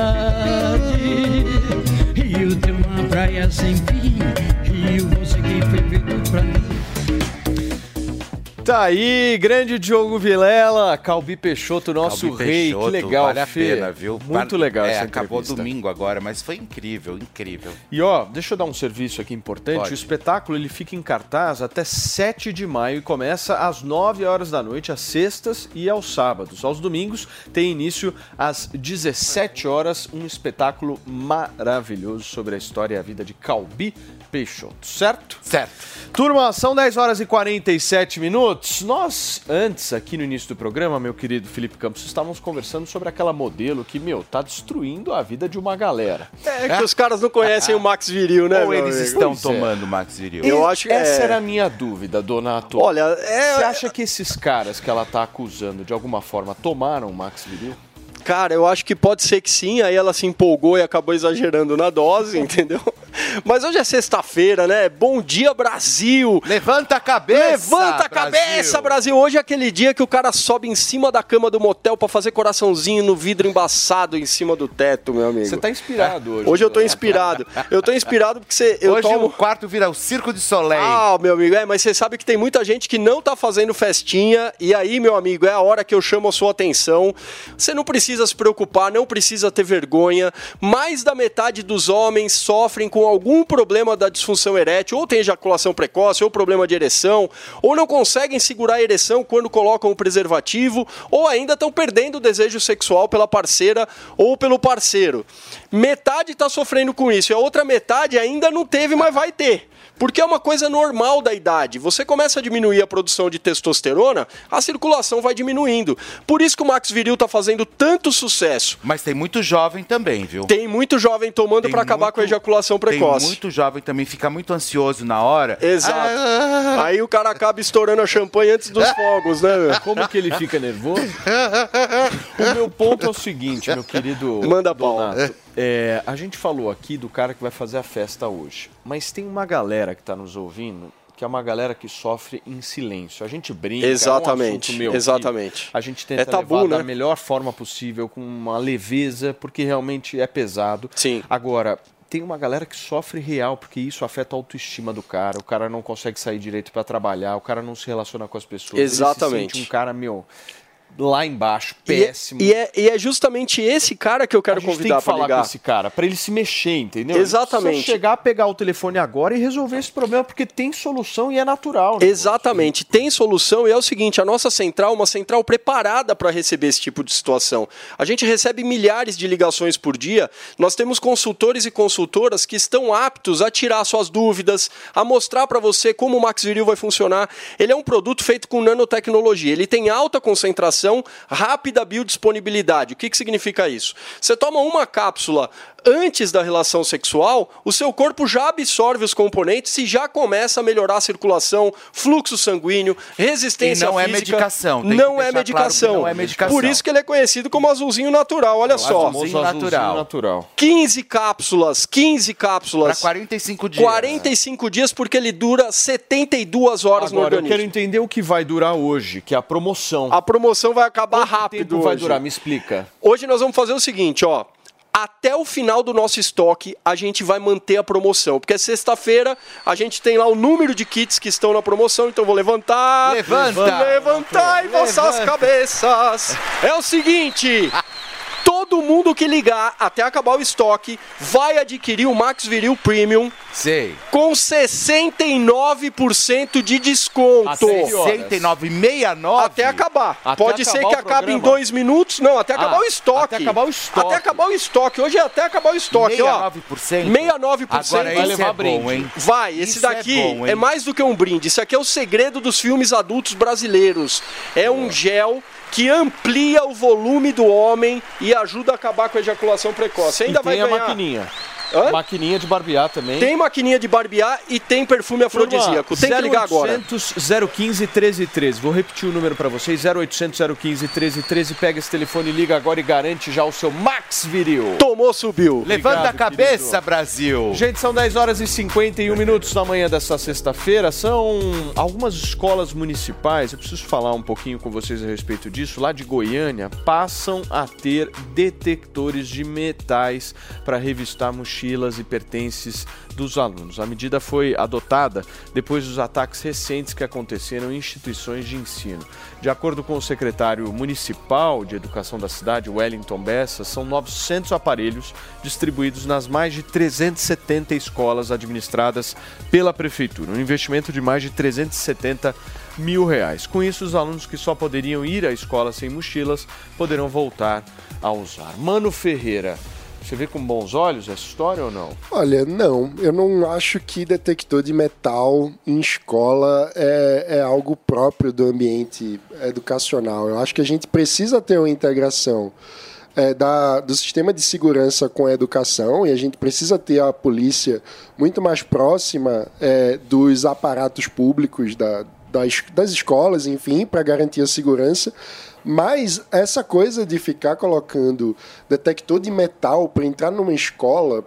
Rio tem uma praia sem fim. Rio, você que foi feito pra mim. Tá aí, grande Diogo Vilela, Calbi Peixoto, nosso Calbi rei, Peixoto, que legal, vale a Fê. pena, viu? Muito legal essa acabou entrevista. domingo agora, mas foi incrível, incrível. E ó, deixa eu dar um serviço aqui importante, Pode. O espetáculo ele fica em cartaz até 7 de maio e começa às 9 horas da noite, às sextas e aos sábados. Aos domingos tem início às 17 horas, um espetáculo maravilhoso sobre a história e a vida de Calbi Peixoto, certo? Certo. Turma, são 10 horas e 47 minutos. Nós, antes, aqui no início do programa, meu querido Felipe Campos, estávamos conversando sobre aquela modelo que, tá destruindo a vida de uma galera. É que os caras não conhecem o Max Viril, né, Ou meu eles amigo? estão tomando o Max Viril? Eu acho que Essa era a minha dúvida, Donato. Olha, Você acha que esses caras que ela tá acusando, de alguma forma, tomaram o Max Viril? Cara, eu acho que pode ser que sim, aí ela se empolgou e acabou exagerando na dose, entendeu? Mas hoje é sexta-feira, né? Bom dia, Brasil! Levanta a cabeça! Levanta a cabeça, Brasil! Hoje é aquele dia que o cara sobe em cima da cama do motel pra fazer coraçãozinho no vidro embaçado em cima do teto, meu amigo. Você tá inspirado hoje. Hoje eu tô inspirado. Eu tô inspirado porque Hoje o quarto vira o Circo de Soleil. Ah, meu amigo, mas você sabe que tem muita gente que não tá fazendo festinha, e aí, meu amigo, é a hora que eu chamo a sua atenção. Você não precisa se preocupar, não precisa ter vergonha. Mais da metade dos homens sofrem com algum problema da disfunção erétil, ou tem ejaculação precoce, ou problema de ereção, ou não conseguem segurar a ereção quando colocam o preservativo, ou ainda estão perdendo o desejo sexual pela parceira ou pelo parceiro. Metade está sofrendo com isso, e a outra metade ainda não teve, mas vai ter. Porque é uma coisa normal da idade. Você começa a diminuir a produção de testosterona, a circulação vai diminuindo. Por isso que o Max Viril tá fazendo tanto sucesso. Mas tem muito jovem também, viu? Tem muito jovem tomando para acabar com a ejaculação precoce. Tem muito jovem também, fica muito ansioso na hora. Exato. Aí o cara acaba estourando a champanhe antes dos fogos, né, meu? Como que ele fica nervoso? O meu ponto é o seguinte, meu querido Manda pau. Donato. A gente falou aqui do cara que vai fazer a festa hoje, mas tem uma galera que está nos ouvindo que é uma galera que sofre em silêncio. A gente brinca, exatamente, é um assunto, exatamente. A gente tenta tabu, levar né? da melhor forma possível, com uma leveza, porque realmente é pesado. Sim. Agora, tem uma galera que sofre real, porque isso afeta a autoestima do cara, o cara não consegue sair direito para trabalhar, o cara não se relaciona com as pessoas. Exatamente. Ele se sente um cara, lá embaixo, péssimo. E é justamente esse cara que eu quero convidar para ligar. Falar com esse cara, para ele se mexer, entendeu? Exatamente. Ele precisa chegar, pegar o telefone agora e resolver esse problema, porque tem solução e é natural. Né? Exatamente, tem solução, e é o seguinte, a nossa central é uma central preparada para receber esse tipo de situação. A gente recebe milhares de ligações por dia, nós temos consultores e consultoras que estão aptos a tirar suas dúvidas, a mostrar para você como o Max Viril vai funcionar. Ele é um produto feito com nanotecnologia, ele tem alta concentração, rápida biodisponibilidade. O que significa isso? Você toma uma cápsula antes da relação sexual, o seu corpo já absorve os componentes e já começa a melhorar a circulação, fluxo sanguíneo, resistência e não física. É medicação. Não é medicação. Claro, não é medicação. Por isso que ele é conhecido como azulzinho natural. Olha só. Azulzinho natural. 15 cápsulas. Para 45 dias. 45 dias porque ele dura 72 horas no organismo. Eu quero entender o que vai durar hoje, que é a promoção. A promoção vai acabar Quanto rápido tempo hoje. vai durar? Me explica. Hoje nós vamos fazer o seguinte, ó. Até o final do nosso estoque, a gente vai manter a promoção. Porque sexta-feira a gente tem lá o número de kits que estão na promoção. Então eu vou levantar. Levantar e vossas cabeças. É o seguinte... Todo mundo que ligar até acabar o estoque vai adquirir o Max Viril Premium. Sei. Com 69% de desconto. 69,69? Até acabar. Até Pode acabar ser que o acabe em programa? 2 minutos. Não, até acabar o estoque. Até acabar o estoque. Até acabar o estoque. Hoje é até acabar o estoque. 69%? 69%. Agora esse é bom, hein? Vai, esse daqui é mais do que um brinde. Isso aqui é o segredo dos filmes adultos brasileiros. É um gel que amplia o volume do homem e ajuda a acabar com a ejaculação precoce. Ainda vai ganhar. Tem a maquininha. Hã? Maquininha de barbear também. Tem maquininha de barbear e tem perfume afrodisíaco. Tem que ligar agora. 0800 015 1313. Vou repetir o número para vocês. 0800 015 1313. Pega esse telefone, liga agora e garante já o seu Max Viril. Tomou, subiu. Levanta a cabeça, Brasil. Gente, são 10 horas e 51 minutos da manhã desta sexta-feira. São algumas escolas municipais, eu preciso falar um pouquinho com vocês a respeito disso, lá de Goiânia, passam a ter detectores de metais para revistar mochilas e pertences dos alunos. A medida foi adotada depois dos ataques recentes que aconteceram em instituições de ensino. De acordo com o secretário municipal de educação da cidade, Wellington Bessa, são 900 aparelhos distribuídos nas mais de 370 escolas administradas pela prefeitura. Um investimento de mais de R$370 mil. Com isso, os alunos que só poderiam ir à escola sem mochilas poderão voltar a usar. Mano Ferreira, você vê com bons olhos essa história ou não? Olha, não. Eu não acho que detector de metal em escola é algo próprio do ambiente educacional. Eu acho que a gente precisa ter uma integração do sistema de segurança com a educação e a gente precisa ter a polícia muito mais próxima dos aparatos públicos, das escolas, enfim, para garantir a segurança. Mas essa coisa de ficar colocando detector de metal para entrar numa escola,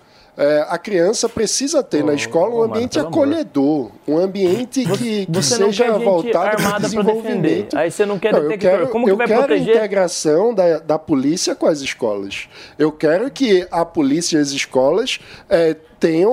a criança precisa ter na escola um ambiente acolhedor, um ambiente que seja voltado para o desenvolvimento. Aí você não quer detector. Como que vai proteger? Eu quero a integração da polícia com as escolas. Eu quero que a polícia e as escolas tenham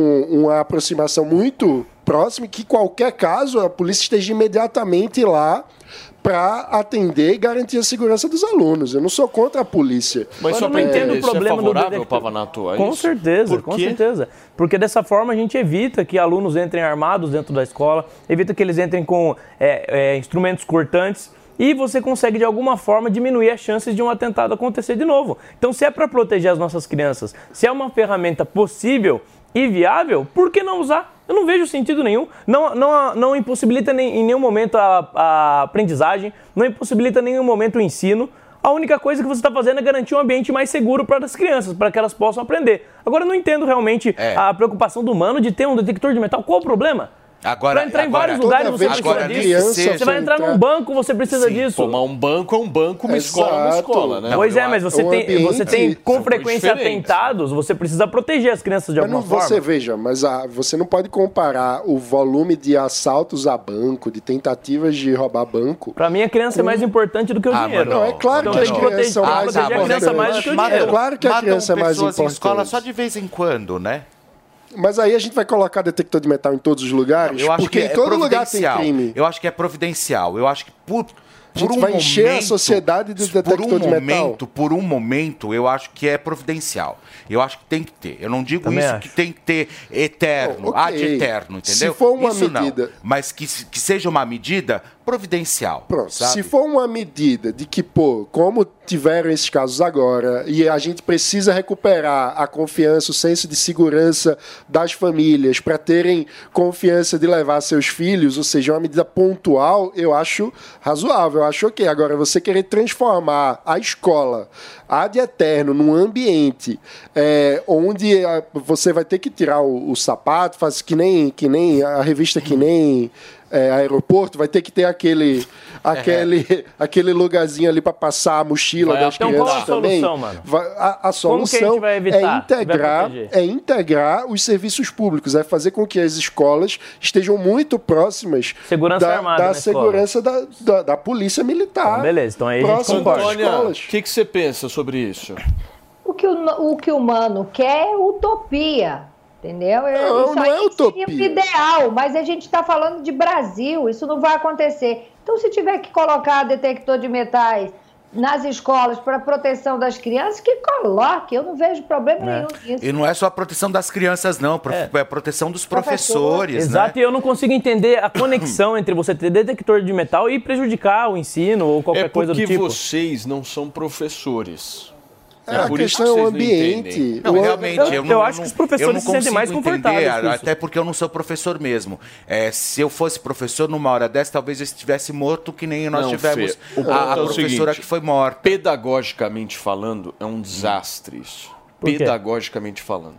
uma aproximação muito próxima e que, qualquer caso, a polícia esteja imediatamente lá para atender e garantir a segurança dos alunos. Eu não sou contra a polícia. Mas só para entender, isso é favorável, Pavanato? Com certeza, com certeza. Porque dessa forma a gente evita que alunos entrem armados dentro da escola, evita que eles entrem com instrumentos cortantes e você consegue, de alguma forma, diminuir as chances de um atentado acontecer de novo. Então, se é para proteger as nossas crianças, se é uma ferramenta possível e viável, por que não usar? Eu não vejo sentido nenhum, não impossibilita em nenhum momento a aprendizagem, não impossibilita em nenhum momento o ensino. A única coisa que você está fazendo é garantir um ambiente mais seguro para as crianças, para que elas possam aprender. Agora, eu não entendo realmente a preocupação do humano de ter um detector de metal. Qual o problema? Para entrar em vários lugares você precisa disso. Você vai entrar num banco, você precisa disso. Mas um banco é um banco, uma escola é uma escola, né? Pois mas você tem com frequência atentados, você precisa proteger as crianças de alguma forma. Você veja, mas você não pode comparar o volume de assaltos a banco, de tentativas de roubar banco. Para mim, a criança é mais importante do que o dinheiro. Não, é claro que a criança é mais importante. É claro que a criança é mais importante. Matam pessoas em escola só de vez em quando, né? Mas aí a gente vai colocar detector de metal em todos os lugares? Eu acho porque que em todo lugar tem crime. Eu acho que é providencial. Eu acho que a gente vai encher a sociedade de detector de metal. Por um momento, eu acho que é providencial. Eu acho que tem que ter. Eu não digo Também isso acho. que tem que ter eterno, ad eterno, entendeu? Se for uma isso medida... não. Mas que seja uma medida providencial. Pronto, sabe? Se for uma medida de que, como tiveram esses casos agora, e a gente precisa recuperar a confiança, o senso de segurança das famílias para terem confiança de levar seus filhos, ou seja, uma medida pontual, eu acho razoável, eu acho ok. Agora, você querer transformar a escola ad eterno num ambiente onde você vai ter que tirar o sapato, faz que nem a revista que nem... aeroporto, vai ter que ter aquele lugarzinho ali para passar a mochila das crianças também. Qual a solução, mano? A solução é integrar os serviços públicos, é fazer com que as escolas estejam muito próximas da segurança da polícia militar. Então, beleza, então aí a gente concorda. Antônia, o que você pensa sobre isso? O que o humano quer é utopia. Entendeu? Não é utopia. Seria o ideal, mas a gente está falando de Brasil, isso não vai acontecer. Então, se tiver que colocar detector de metais nas escolas para proteção das crianças, que coloque, eu não vejo problema nenhum nisso. E não é só a proteção das crianças, não, é a proteção dos professores. Exato, né? E eu não consigo entender a conexão entre você ter detector de metal e prejudicar o ensino ou qualquer coisa do tipo. É porque vocês não são professores. A questão é o ambiente. Não, realmente, eu acho que os professores se sentem mais confortáveis com isso. Até porque eu não sou professor mesmo. Se eu fosse professor, numa hora dessa, talvez eu estivesse morto, que nem nós tivemos a professora que foi morta. Pedagogicamente falando, é um desastre isso. Pedagogicamente falando.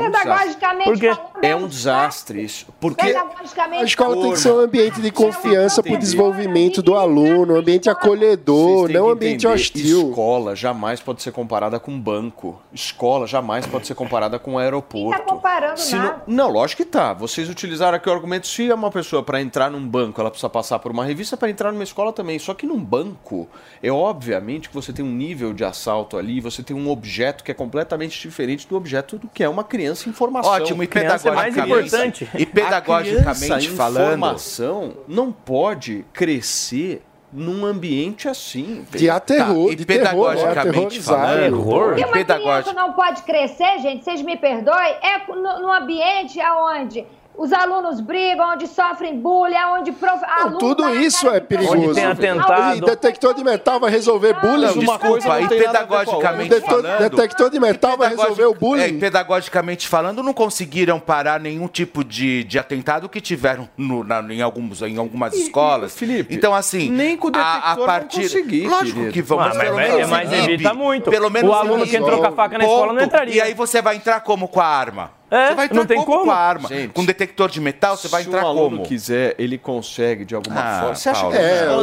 É um desastre isso. Porque a escola tem que ser um ambiente de confiança para o desenvolvimento do aluno, um ambiente acolhedor, não um ambiente hostil. Escola jamais pode ser comparada com banco. Escola jamais pode ser comparada com aeroporto. Não está comparando nada. Não, lógico que tá. Vocês utilizaram aqui o argumento, se é uma pessoa para entrar num banco, ela precisa passar por uma revista, para entrar numa escola também. Só que num banco, é obviamente que você tem um nível de assalto ali, você tem um objeto que é completamente diferente do objeto do que é uma criança em formação. Ótimo, e pedagogicamente, é mais importante. E pedagogicamente falando, informação não pode crescer num ambiente assim. De terror, e pedagogicamente falando, Porque uma criança não pode crescer, gente, vocês me perdoem, num ambiente onde os alunos brigam, onde sofrem bullying, onde tudo isso é perigoso. Onde tem atentado. E detector de metal vai resolver bullying? Desculpa, e pedagogicamente falando... Detector de metal vai resolver o bullying? Pedagogicamente falando, não conseguiram parar nenhum tipo de atentado que tiveram em algumas escolas. Felipe, então, assim... Nem com o detector vão conseguir, lógico que vão, mas evita muito. Pelo menos o aluno que entrou com a faca na escola não entraria. E aí você vai entrar como com a arma? Você vai entrar não tem como com a arma. Gente, com detector de metal, você vai entrar como? Se o aluno quiser, ele consegue de alguma forma. Você acha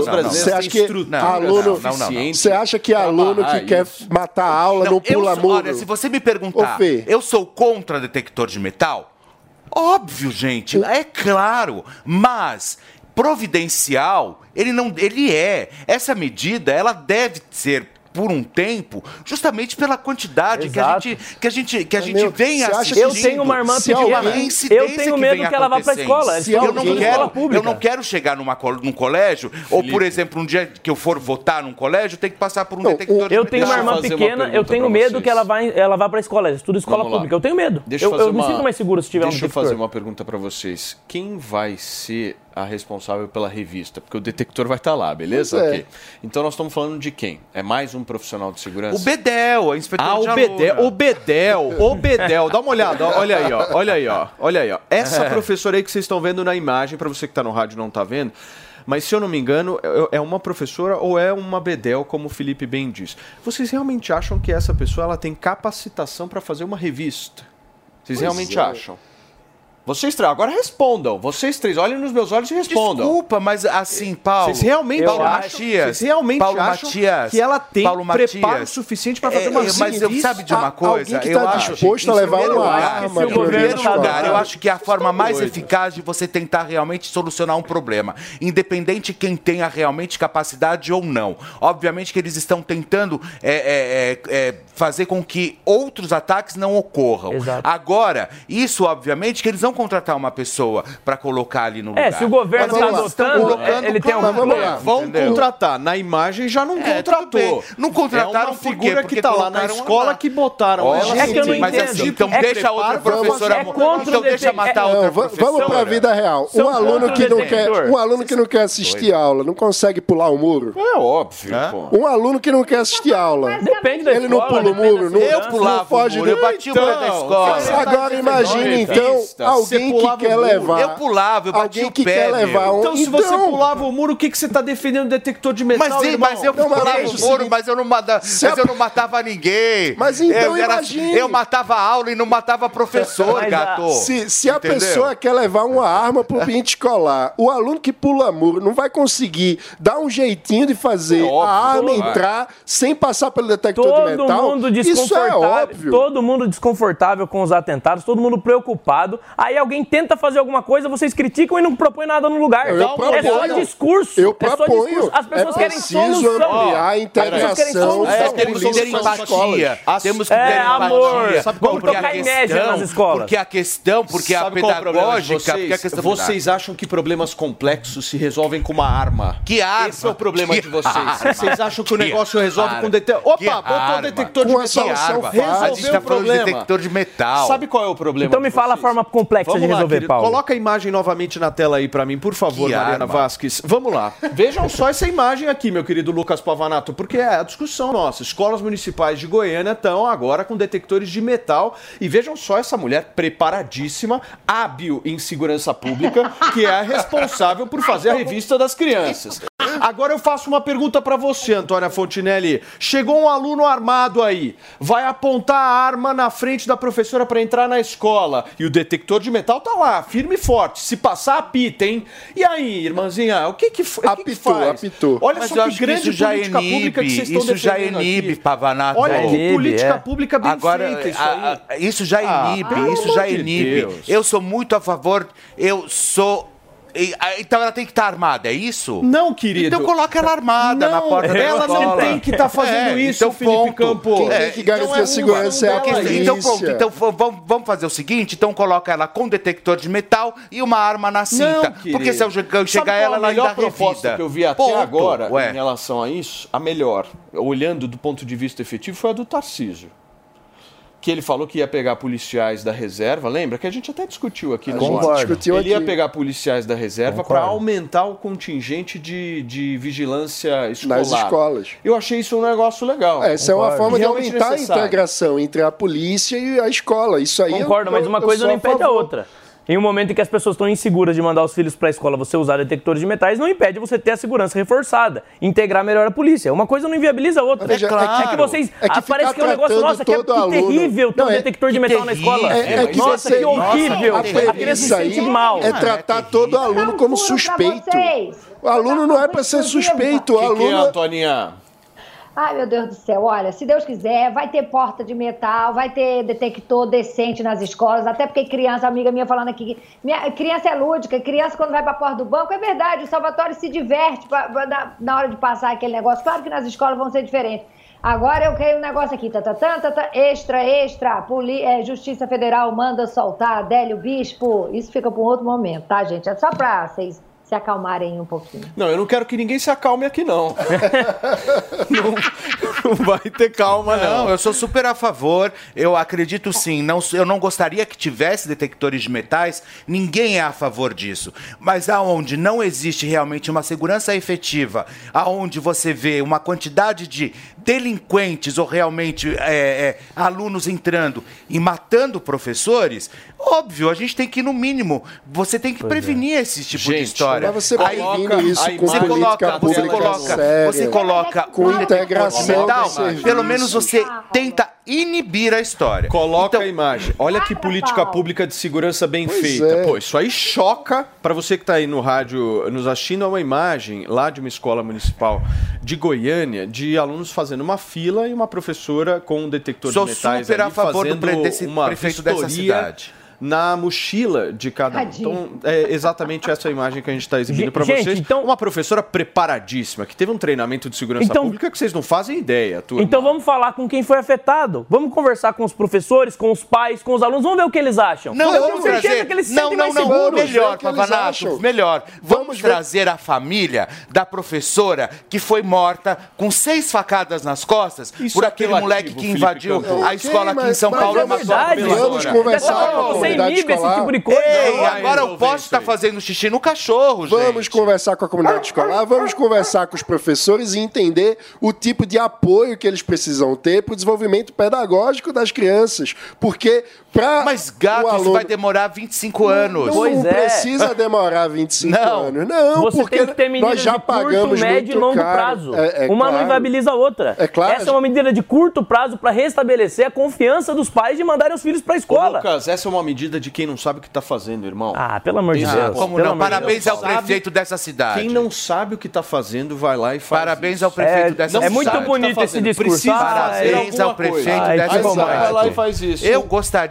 Você acha que aluno que quer matar a aula não pula muro? Olha, se você me perguntar, eu sou contra detector de metal? Óbvio, gente, é claro, mas providencial, ele é. Essa medida, ela deve ser por um tempo, justamente pela quantidade que a gente vem assistindo. Eu tenho uma irmã pequena, eu tenho medo que ela vá para a escola. Eu não quero chegar num colégio, ou, por exemplo, um dia que eu for votar num colégio, tem que passar por um detector de metal. Eu tenho uma irmã pequena, eu tenho medo que ela vá para a escola, estuda escola pública. Eu tenho medo. Eu me sinto mais seguro se tiver um detector. Deixa eu fazer uma pergunta para vocês. Quem vai ser a responsável pela revista? Porque o detector vai estar lá, beleza? Okay. Então nós estamos falando de quem? É mais um profissional de segurança? O Bedel, a inspetora de o Bedel. Dá uma olhada, olha aí, ó. Essa professora aí que vocês estão vendo na imagem, para você que está no rádio e não está vendo, mas se eu não me engano, é uma professora ou é uma Bedel, como o Felipe bem disse. Vocês realmente acham que essa pessoa ela tem capacitação para fazer uma revista? Vocês realmente acham? Vocês três, agora respondam. Vocês três, olhem nos meus olhos e respondam. Desculpa, mas assim, Paulo... Vocês realmente acham que ela tem preparo suficiente para fazer uma revista? Mas sabe de uma coisa? Alguém que está disposto a levar uma arma... Em primeiro lugar, eu acho que é a forma mais eficaz de você tentar realmente solucionar um problema. Independente quem tenha realmente capacidade ou não. Obviamente que eles estão tentando fazer com que outros ataques não ocorram. Exato. Agora, isso obviamente que eles não contratar uma pessoa para colocar ali no lugar. Se o governo está adotando, ele tem um problema. Vão contratar. Na imagem já não contratou. Não contrataram uma figura que está lá na escola que botaram ela. É que eu não entendo. Assim, então deixa outra professora... Então deixa matar outra professora. Vamos para a vida real. Um aluno que não quer assistir aula, não consegue pular o muro? É óbvio, pô. Um aluno que não quer assistir aula, depende da ele não pula o muro? Eu pulava o muro, eu bati o pé da escola. Agora imagine, então... Alguém que quer levar... Eu pulava, eu bati o pé, quer levar Então, se você pulava o muro, o que você está defendendo? Detector de metal, mas eu pulava o muro, mas eu não matava ninguém. Mas então imagine... Eu matava a aula e não matava professor, gato. Se a pessoa quer levar uma arma para o ambiente escolar, o aluno que pula muro não vai conseguir dar um jeitinho de fazer a arma entrar sem passar pelo detector de metal? Isso é óbvio. Todo mundo desconfortável com os atentados, todo mundo preocupado. Aí aí alguém tenta fazer alguma coisa, vocês criticam e não propõem nada no lugar. Eu proponho. É só discurso. Eu proponho. As pessoas querem preciso solução. ampliar a integração. Temos que ter empatia. Temos que ter amor. empatia. Vamos tocar em média nas escolas. Porque a questão, porque a pedagógica... Vocês acham que problemas complexos se resolvem com uma arma? Que arma? Esse é o problema de vocês. Vocês acham que o negócio resolve com detector... Opa, botou um detector de metal. A gente tá falando de detector de metal. Sabe qual é o problema? Então me fala a forma complexa de resolver, querido. Paulo. Coloca a imagem novamente na tela aí pra mim, por favor, Mariana Vasquez. Vamos lá. Vejam só essa imagem aqui, meu querido Lucas Pavanato, porque é a discussão nossa. Escolas municipais de Goiânia estão agora com detectores de metal. E vejam só essa mulher preparadíssima, hábil em segurança pública, que é a responsável por fazer a revista das crianças. Agora eu faço uma pergunta pra você, Antônia Fontinelli. Chegou um aluno armado aí, vai apontar a arma na frente da professora pra entrar na escola e o detector de metal tá lá, firme e forte. Se passar, apita, hein? E aí, irmãzinha, o que foi? Apitou. Olha Mas só que grande política pública que vocês estão defendendo. Isso já inibe, Pavanato. Olha que política pública bem feita isso aí. Isso já inibe. Eu sou muito a favor, então ela tem que estar armada, é isso? Não, querido. Então coloca ela armada na porta da escola. Ela não tem que estar fazendo isso, então Felipe Campos. Quem tem que garantir a segurança é a polícia. Então pronto, então vamos fazer o seguinte, então coloca ela com detector de metal e uma arma na cinta. Não, porque se eu chegar ela ainda a melhor proposta revida. que eu vi até agora em relação a isso, a melhor, olhando do ponto de vista efetivo, foi a do Tarcísio. Que ele falou que ia pegar policiais da reserva, lembra? Que a gente até discutiu aqui. Ele ia pegar policiais da reserva para aumentar o contingente de vigilância escolar. Nas escolas. Eu achei isso um negócio legal. Essa é uma forma de aumentar a integração entre a polícia e a escola. Isso aí Concordo, mas uma coisa não impede a outra. Em um momento em que as pessoas estão inseguras de mandar os filhos para a escola, você usar detectores de metais não impede você ter a segurança reforçada, integrar melhor a polícia. Uma coisa não inviabiliza a outra. Veja, é que vocês... parece que é um negócio, nossa, que terrível ter um detector de metal na escola. Nossa, que horrível. A criança se sente mal. É tratar todo aluno como suspeito. O aluno não é para ser suspeito. O aluno... que é, Antoninha? Ai, meu Deus do céu, olha, se Deus quiser, vai ter porta de metal, vai ter detector decente nas escolas, até porque criança, amiga minha falando aqui, criança é lúdica, criança quando vai pra porta do banco, é verdade, o Salvatore se diverte na hora de passar aquele negócio, claro que nas escolas vão ser diferentes. Agora eu quero um negócio aqui, extra, Justiça Federal manda soltar Adélio Bispo, isso fica para um outro momento, tá, gente? É só pra vocês se acalmarem um pouquinho. Não, eu não quero que ninguém se acalme aqui, não. Não vai ter calma, não. Eu sou super a favor, eu acredito sim. Eu não gostaria que tivesse detectores de metais, ninguém é a favor disso. Mas aonde não existe realmente uma segurança efetiva, aonde você vê uma quantidade de delinquentes ou realmente alunos entrando e matando professores, óbvio, a gente tem que, no mínimo, você tem que prevenir esse tipo de história. Mas você previne isso com política pública séria, você coloca com integração metal, pelo menos você tenta inibir a história. Coloca a imagem. Olha que política pública de segurança bem feita. Pô, isso aí choca. Para você que tá aí no rádio nos assistindo, é uma imagem lá de uma escola municipal de Goiânia, de alunos fazendo uma fila e uma professora com um detector de metais. Sou super a favor desse uma prefeito dessa cidade. Na mochila de cada um. Então, é exatamente essa imagem que a gente está exibindo para vocês. Então, uma professora preparadíssima, que teve um treinamento de segurança pública que vocês não fazem ideia, turma. Então vamos falar com quem foi afetado. Vamos conversar com os professores, com os pais, com os alunos. Vamos ver o que eles acham. Não, eu tenho certeza que eles se sentem mais seguros. Melhor, Pavanato, melhor. Vamos trazer a família da professora que foi morta com 6 facadas nas costas por aquele moleque que invadiu a escola aqui em São Paulo. É verdade. Vamos conversar com a comunidade escolar. Esse tipo de coisa. Ei, agora eu posso estar fazendo xixi no cachorro, gente. Vamos conversar com a comunidade escolar, vamos conversar com os professores e entender o tipo de apoio que eles precisam ter para o desenvolvimento pedagógico das crianças. Porque Mas gato, isso vai demorar 25 anos. Não precisa demorar 25 anos. Não, você porque tem que ter medidas nós já de pagamos curto, médio e longo caro. prazo. Uma não inviabiliza a outra. É claro. Essa é uma medida de curto prazo para restabelecer a confiança dos pais de mandarem os filhos para a escola. Lucas, essa é uma medida escondida de quem não sabe o que está fazendo, irmão. Ah, pelo amor de Deus. Como não? Parabéns ao prefeito dessa cidade. Quem não sabe o que está fazendo, vai lá e faz. Parabéns ao prefeito dessa cidade. É muito bonito esse discurso. Parabéns ao prefeito dessa cidade. Vai lá e faz isso. Eu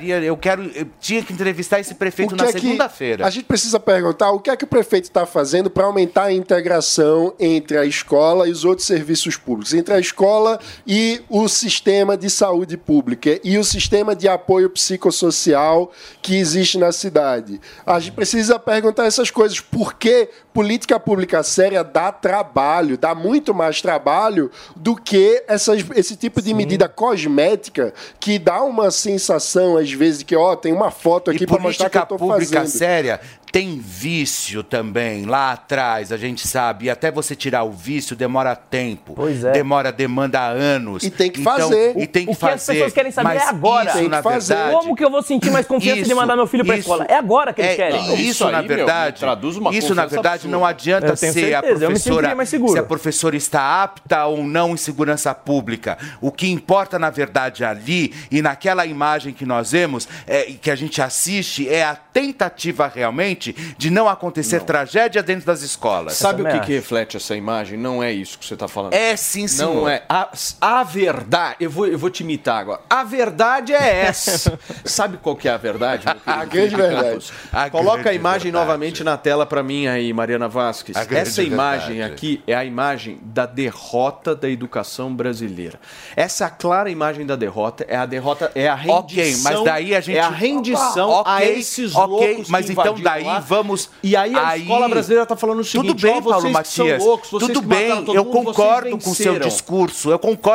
tinha que entrevistar esse prefeito na segunda-feira. A gente precisa perguntar o que é que o prefeito está fazendo para aumentar a integração entre a escola e os outros serviços públicos, entre a escola e o sistema de saúde pública e o sistema de apoio psicossocial que existe na cidade. A gente precisa perguntar essas coisas, porque política pública séria dá trabalho, dá muito mais trabalho do que esse tipo de medida cosmética que dá uma sensação, às vezes, de que tem uma foto aqui para mostrar que eu estou fazendo. Política séria tem vício também, lá atrás, a gente sabe. E até você tirar o vício demora tempo. Pois é. Demanda anos. E tem que fazer. E tem que o que as pessoas querem saber é agora. Isso, na verdade, como que eu vou sentir mais confiança de mandar meu filho para a escola? É agora que eles querem. Isso, na verdade, não adianta ser se a professora está apta ou não em segurança pública. O que importa, na verdade, ali e naquela imagem que nós vemos, que a gente assiste, é a tentativa realmente de não acontecer tragédia dentro das escolas. Sabe o que reflete essa imagem? Não é isso que você está falando. É sim, senhor. Não é. A verdade... Eu vou te imitar agora. A verdade é essa. Sabe qual que é a verdade? A grande verdade. Coloca a imagem novamente na tela para mim aí, Mariana Vasquez. Essa imagem aqui é a imagem da derrota da educação brasileira. Essa clara imagem da derrota, é a rendição. Ok, mas daí a gente... É a rendição a esses loucos mas então daí lá. Vamos... E aí a escola brasileira está falando o seguinte... Tudo bem, Paulo Matias. Tudo bem, eu concordo com o seu discurso.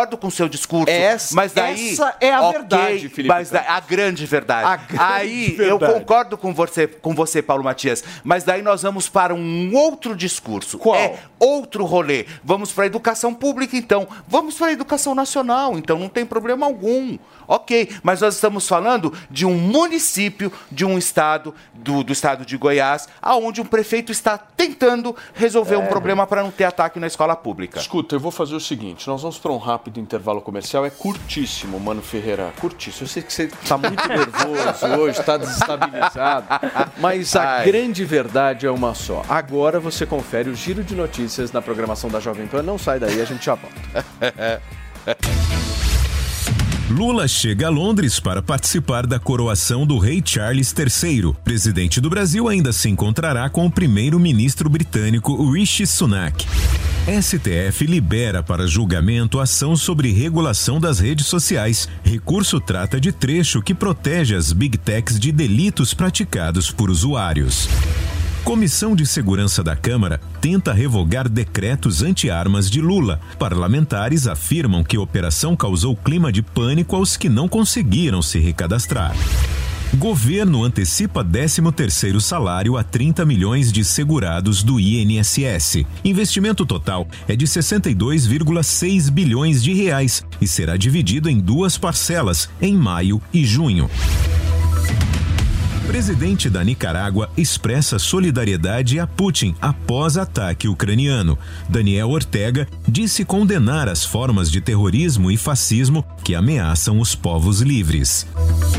Mas daí... Essa é a verdade, Felipe. Mas a grande verdade. Eu concordo com você, Paulo Matias. Mas daí nós vamos para um outro discurso. Qual? É outro rolê. Vamos para a educação pública, então. Vamos para a educação nacional, então não tem problema algum. Ok, mas nós estamos falando de um município, de um estado, do estado de Goiás, onde um prefeito está tentando resolver um problema para não ter ataque na escola pública. Escuta, eu vou fazer o seguinte, nós vamos para um rápido intervalo comercial, é curtíssimo, Mano Ferreira, curtíssimo. Eu sei que você está muito nervoso hoje, está desestabilizado, mas a grande verdade é uma só. Agora você confere o giro de notícias na programação da Jovem Pan, não sai daí, a gente já volta. Lula chega a Londres para participar da coroação do rei Charles III. Presidente do Brasil ainda se encontrará com o primeiro-ministro britânico Rishi Sunak. STF libera para julgamento ação sobre regulação das redes sociais. Recurso trata de trecho que protege as Big Techs de delitos praticados por usuários. Comissão de Segurança da Câmara tenta revogar decretos anti-armas de Lula. Parlamentares afirmam que a operação causou clima de pânico aos que não conseguiram se recadastrar. Governo antecipa 13º salário a 30 milhões de segurados do INSS. Investimento total é de 62,6 bilhões de reais e será dividido em 2 parcelas, em maio e junho. Presidente da Nicarágua expressa solidariedade a Putin após ataque ucraniano. Daniel Ortega disse condenar as formas de terrorismo e fascismo que ameaçam os povos livres.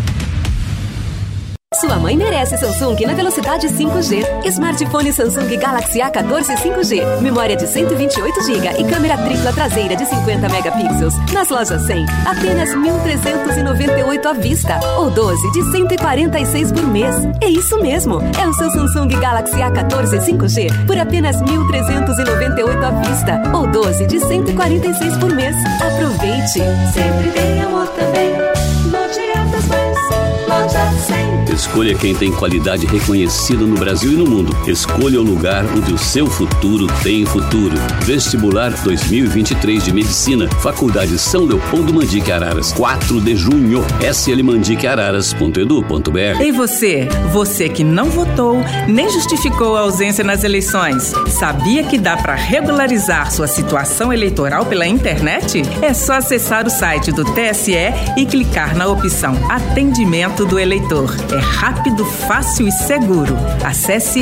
Sua mãe merece Samsung na velocidade 5G. Smartphone Samsung Galaxy A14 5G. Memória de 128GB e câmera tripla traseira de 50 megapixels. Nas lojas 100, apenas 1.398 à vista. Ou 12 de 146 por mês. É isso mesmo. É o seu Samsung Galaxy A14 5G por apenas 1.398 à vista. Ou 12 de 146 por mês. Aproveite. Sempre tem amor também. Loja das Mães. Loja 100. Escolha quem tem qualidade reconhecida no Brasil e no mundo. Escolha o lugar onde o seu futuro tem futuro. Vestibular 2023 de Medicina. Faculdade São Leopoldo Mandique Araras. 4 de junho. slmandiqueararas.edu.br. E você? Você que não votou, nem justificou a ausência nas eleições. Sabia que dá para regularizar sua situação eleitoral pela internet? É só acessar o site do TSE e clicar na opção Atendimento do Eleitor. É rápido, fácil e seguro. Acesse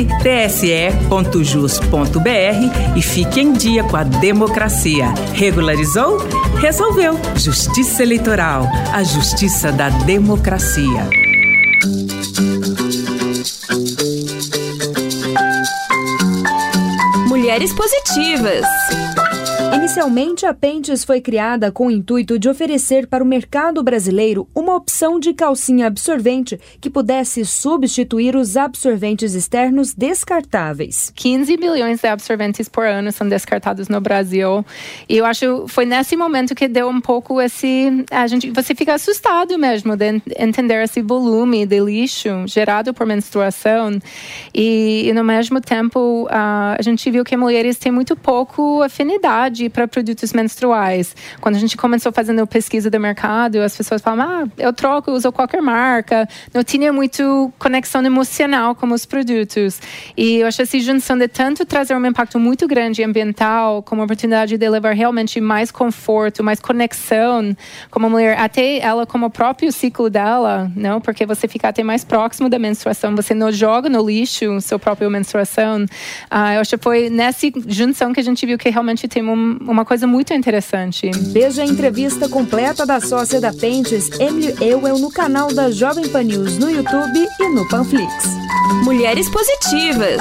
tse.jus.br e fique em dia com a democracia. Regularizou? Resolveu. Justiça Eleitoral. A justiça da democracia. Mulheres Positivas. Inicialmente, a Pentes foi criada com o intuito de oferecer para o mercado brasileiro uma opção de calcinha absorvente que pudesse substituir os absorventes externos descartáveis. 15 milhões de absorventes por ano são descartados no Brasil. E eu acho que foi nesse momento que deu um pouco você fica assustado mesmo de entender esse volume de lixo gerado por menstruação. E no mesmo tempo, a gente viu que mulheres têm muito pouco afinidade para produtos menstruais. Quando a gente começou fazendo pesquisa do mercado, as pessoas falavam, eu troco, eu uso qualquer marca. Não tinha muito conexão emocional com os produtos. E eu acho essa junção de tanto trazer um impacto muito grande ambiental, como a oportunidade de levar realmente mais conforto, mais conexão como a mulher, até ela como o próprio ciclo dela, não? Porque você fica até mais próximo da menstruação, você não joga no lixo sua própria menstruação. Eu acho que foi nessa junção que a gente viu que realmente tem uma coisa muito interessante. Veja a entrevista completa da sócia da Pentes, Emily Ewell, no canal da Jovem Pan News no YouTube e no Panflix. Mulheres Positivas.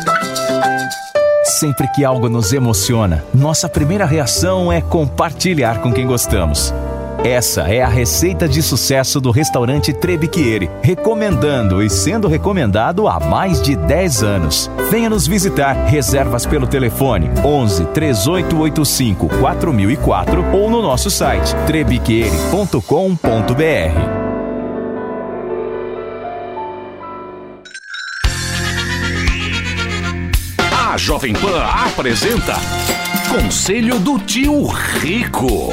Sempre que algo nos emociona, nossa primeira reação é compartilhar com quem gostamos. Essa é a receita de sucesso do restaurante Trebicchieri, recomendando e sendo recomendado há mais de 10 anos. Venha nos visitar. Reservas pelo telefone 11 3885 4004 ou no nosso site trebicchieri.com.br. A Jovem Pan apresenta Conselho do Tio Rico.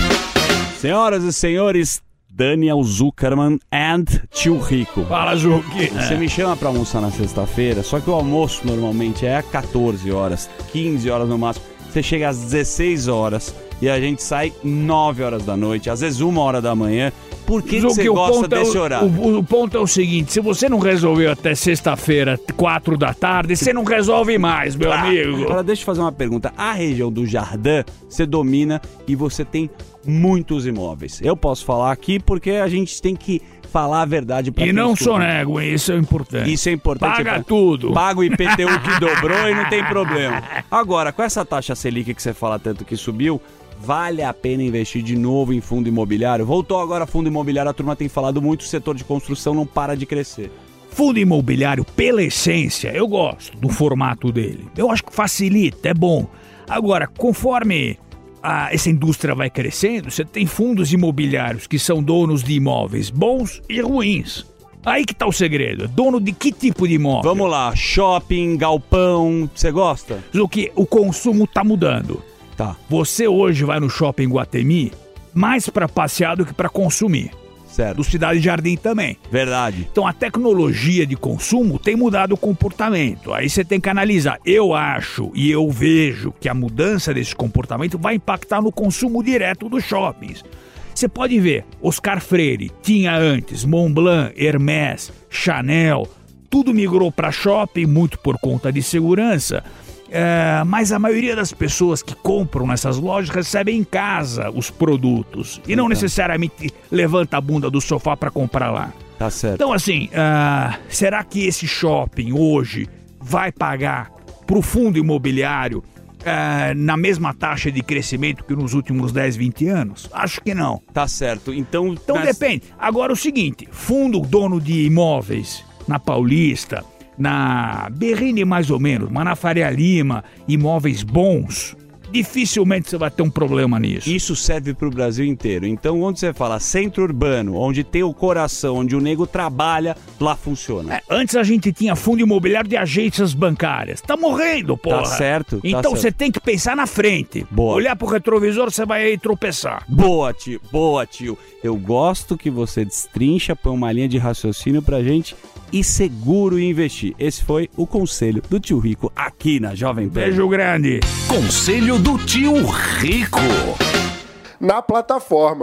Senhoras e senhores, Daniel Zuckerman and Tio Rico. Fala, Zuki. Você me chama pra almoçar na sexta-feira, só que o almoço normalmente é 14 horas, 15 horas no máximo. Você chega às 16 horas e a gente sai 9 horas da noite, às vezes 1 hora da manhã. Por que você gosta desse horário? O ponto é o seguinte, se você não resolveu até sexta-feira, 4 da tarde, você não resolve mais, meu amigo. Agora deixa eu fazer uma pergunta. A região do Jardim, você domina e você tem muitos imóveis. Eu posso falar aqui porque a gente tem que falar a verdade pra E não sonego, isso é importante. Isso é importante. Paga tudo. Paga o IPTU que dobrou e não tem problema. Agora, com essa taxa Selic que você fala tanto que subiu, vale a pena investir de novo em fundo imobiliário? Voltou agora fundo imobiliário, a turma tem falado muito, o setor de construção não para de crescer. Fundo imobiliário, pela essência, eu gosto do formato dele. Eu acho que facilita, é bom. Agora, conforme essa indústria vai crescendo, você tem fundos imobiliários que são donos de imóveis bons e ruins. Aí que tá o segredo. Dono de que tipo de imóvel? Vamos lá, shopping, galpão, você gosta? O consumo tá mudando. Tá. Você hoje vai no shopping Guatemi mais para passear do que para consumir. Certo. Do Cidade Jardim também. Verdade. Então a tecnologia de consumo tem mudado o comportamento. Aí você tem que analisar. Eu acho e eu vejo que a mudança desse comportamento vai impactar no consumo direto dos shoppings. Você pode ver, Oscar Freire tinha antes Montblanc, Hermès, Chanel, tudo migrou para shopping, muito por conta de segurança. Mas a maioria das pessoas que compram nessas lojas recebem em casa os produtos e não necessariamente levanta a bunda do sofá para comprar lá. Tá certo. Então assim, será que esse shopping hoje vai pagar pro fundo imobiliário na mesma taxa de crescimento que nos últimos 10, 20 anos? Acho que não. Tá certo. Então depende. Agora o seguinte, fundo dono de imóveis na Paulista, na Berrini mais ou menos, mas na Faria Lima, imóveis bons, dificilmente você vai ter um problema nisso. Isso serve para o Brasil inteiro. Então, onde você fala centro urbano, onde tem o coração, onde o nego trabalha, lá funciona. Antes a gente tinha fundo imobiliário de agências bancárias. Tá morrendo, porra. Tá certo. Então você tem que pensar na frente. Boa. Olhar pro retrovisor, você vai aí tropeçar. Boa, tio. Boa, tio. Eu gosto que você destrincha, põe uma linha de raciocínio pra gente e seguro investir. Esse foi o conselho do tio Rico aqui na Jovem Pan. Beijo grande. Conselho do Tio Rico. Na plataforma,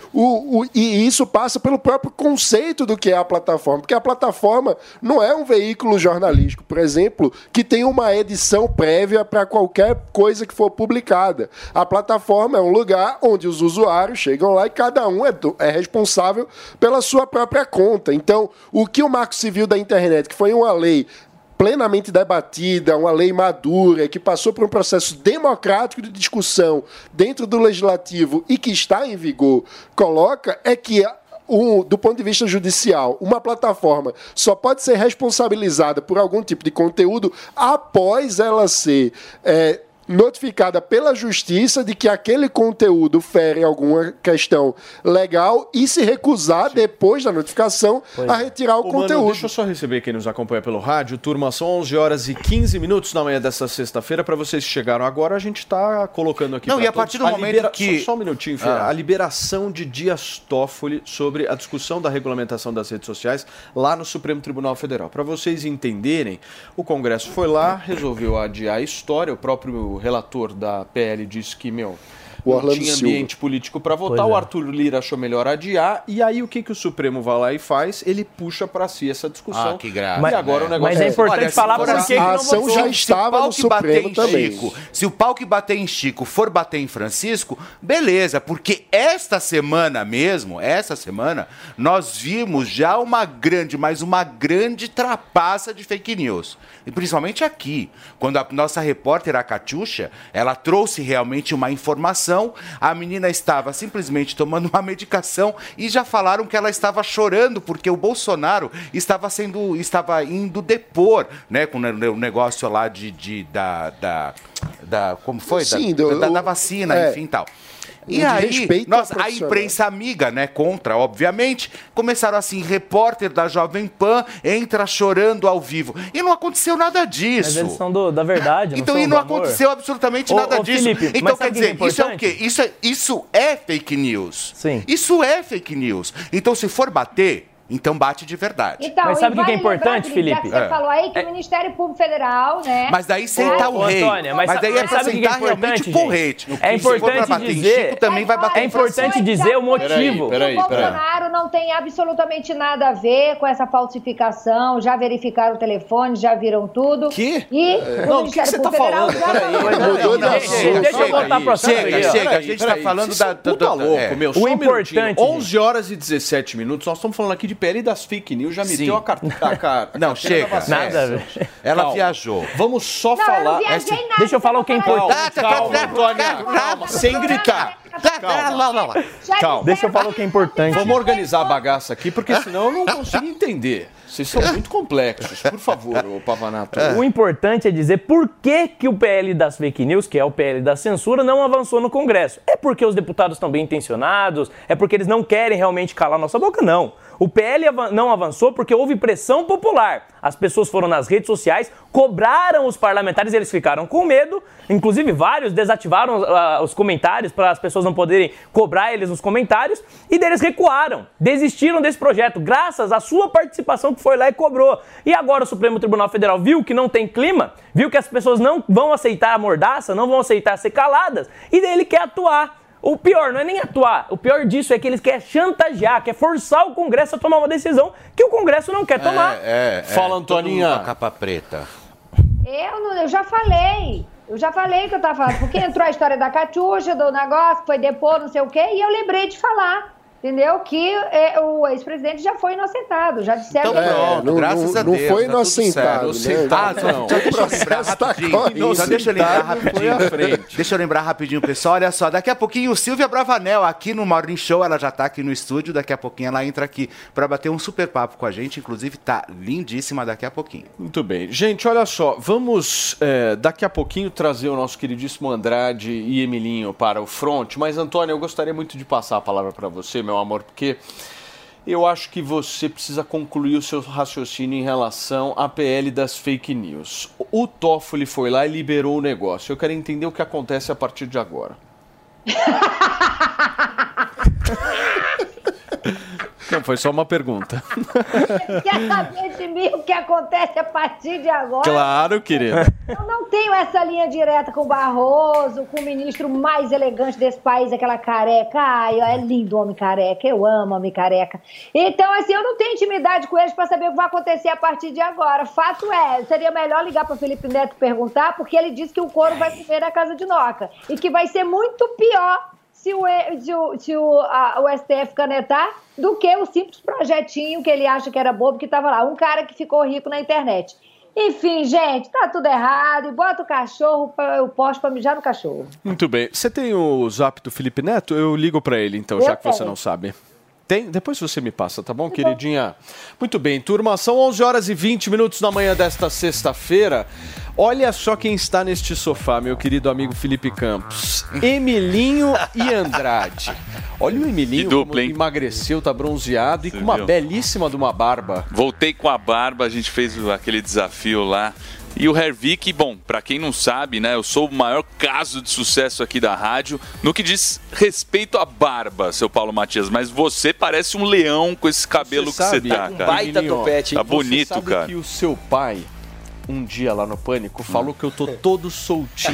E isso passa pelo próprio conceito do que é a plataforma, porque a plataforma não é um veículo jornalístico, por exemplo, que tem uma edição prévia para qualquer coisa que for publicada. A plataforma é um lugar onde os usuários chegam lá e cada um é responsável pela sua própria conta. Então, o que o Marco Civil da Internet, que foi uma lei plenamente debatida, uma lei madura, que passou por um processo democrático de discussão dentro do Legislativo e que está em vigor, coloca é que, do ponto de vista judicial, uma plataforma só pode ser responsabilizada por algum tipo de conteúdo após ela ser notificada pela justiça de que aquele conteúdo fere alguma questão legal e se recusar, depois da notificação, a retirar o conteúdo. Mano, deixa eu só receber quem nos acompanha pelo rádio. Turma, são 11 horas e 15 minutos na manhã dessa sexta-feira. Para vocês que chegaram agora, a gente está colocando aqui. Não, e a partir do momento que... Só um minutinho, Fê. A liberação de Dias Toffoli sobre a discussão da regulamentação das redes sociais lá no Supremo Tribunal Federal. Para vocês entenderem, o Congresso foi lá, resolveu adiar a história, o próprio relator da PL disse que, não tinha ambiente político para votar, o Arthur Lira achou melhor adiar, e aí o que o Supremo vai lá e faz? Ele puxa para si essa discussão. Que grave. E agora o negócio Mas é importante falar por que a ação já estava no Supremo também. Se o pau que bater em Chico for bater em Francisco, beleza, porque esta semana, nós vimos já uma grande trapaça de fake news. E principalmente aqui, quando a nossa repórter, a Catiuxa, ela trouxe realmente uma informação, a menina estava simplesmente tomando uma medicação e já falaram que ela estava chorando porque o Bolsonaro estava indo depor, né, com o negócio lá como foi? Sim, da vacina, enfim, tal. E aí, a imprensa amiga, né, contra, obviamente, começaram assim, repórter da Jovem Pan entra chorando ao vivo. E não aconteceu nada disso. Mas eles são da verdade, não então, são e não aconteceu absolutamente nada disso. Felipe, então, quer dizer, isso é o quê? Isso é fake news. Sim. Isso é fake news. Então, se for bater, então bate de verdade. Então, mas sabe o que é importante, Felipe? Você falou aí que o Ministério Público Federal, né? Mas daí sentar o rei. Antônia, mas daí é pra sentar realmente o rei. É importante dizer... também vai bater dizer o motivo. O Bolsonaro não tem absolutamente nada a ver com essa falsificação. Já verificaram o telefone, já viram tudo. Que? E o Ministério Público Federal Deixa eu voltar pra Chega, a gente tá falando da... Puta louco, meu. O importante... 11 horas e 17 minutos, nós estamos falando aqui de PL das fake news, já meteu a carta. Não, chega. Nada. Ela viajou. Vamos só falar. Eu não viajei nada. Deixa eu falar o que é importante. Calma, sem gritar. Calma. Deixa eu falar o que é importante. Vamos organizar a bagaça aqui, porque senão eu não consigo entender. Vocês são muito complexos. Por favor, Pavanato. O importante é dizer por que o PL das fake news, que é o PL da censura, não avançou no Congresso. É porque os deputados estão bem intencionados? É porque eles não querem realmente calar nossa boca? Não. O PL não avançou porque houve pressão popular. As pessoas foram nas redes sociais, cobraram os parlamentares, eles ficaram com medo. Inclusive, vários desativaram os comentários para as pessoas não poderem cobrar eles nos comentários. E deles recuaram, desistiram desse projeto, graças à sua participação que foi lá e cobrou. E agora o Supremo Tribunal Federal viu que não tem clima, viu que as pessoas não vão aceitar a mordaça, não vão aceitar ser caladas, e daí ele quer atuar. O pior não é nem atuar, o pior disso é que eles querem chantagear, quer forçar o Congresso a tomar uma decisão que o Congresso não quer tomar. Fala, Antoninha. A capa preta. Eu já falei que eu tava falando, porque entrou a história da Catiuxa, do negócio, foi depor, não sei o quê, e eu lembrei de falar. Entendeu? Que o ex-presidente já foi inocentado. Já disseram então, pronto, graças a Deus. Não foi inocentado. Deixa eu lembrar rapidinho, pessoal. Olha só, daqui a pouquinho, Silvia Bravanel, aqui no Morning Show, ela já tá aqui no estúdio. Daqui a pouquinho ela entra aqui para bater um super papo com a gente. Inclusive, tá lindíssima daqui a pouquinho. Muito bem. Gente, olha só. Vamos daqui a pouquinho trazer o nosso queridíssimo Andrade e Emilinho para o front. Mas, Antônio, eu gostaria muito de passar a palavra para você, meu amor, porque eu acho que você precisa concluir o seu raciocínio em relação à PL das fake news. O Toffoli foi lá e liberou o negócio. Eu quero entender o que acontece a partir de agora. Não, foi só uma pergunta. Quer saber de assumir o que acontece a partir de agora. Claro, querida. Eu não tenho essa linha direta com o Barroso, com o ministro mais elegante desse país, aquela careca. Ai, é lindo o homem careca, eu amo homem careca. Então, assim, eu não tenho intimidade com eles para saber o que vai acontecer a partir de agora. Fato é, seria melhor ligar para Felipe Neto e perguntar, porque ele disse que o couro vai comer na casa de Noca. E que vai ser muito pior se o STF canetar do que o simples projetinho que ele acha que era bobo, que estava lá. Um cara que ficou rico na internet. Enfim, gente, tá tudo errado. E bota o cachorro, eu posto pra mijar no cachorro. Muito bem. Você tem o zap do Felipe Neto? Eu ligo pra ele, então, já que você não sabe. Tem? Depois você me passa, tá bom, queridinha? Muito bem, turma, são 11 horas e 20 minutos da manhã desta sexta-feira. Olha só quem está neste sofá, meu querido amigo Felipe Campos. Emilinho e Andrade. Olha o Emilinho, como emagreceu, tá bronzeado e com uma belíssima de uma barba. Voltei com a barba, a gente fez aquele desafio lá. E o Hervik, bom, pra quem não sabe, né, eu sou o maior caso de sucesso aqui da rádio no que diz respeito à barba, seu Paulo Matias, mas você parece um leão com esse cabelo que você tá, cara. Baita topete. Tá bonito, você sabe cara. Que o seu pai, um dia lá no Pânico, falou que eu tô todo soltinho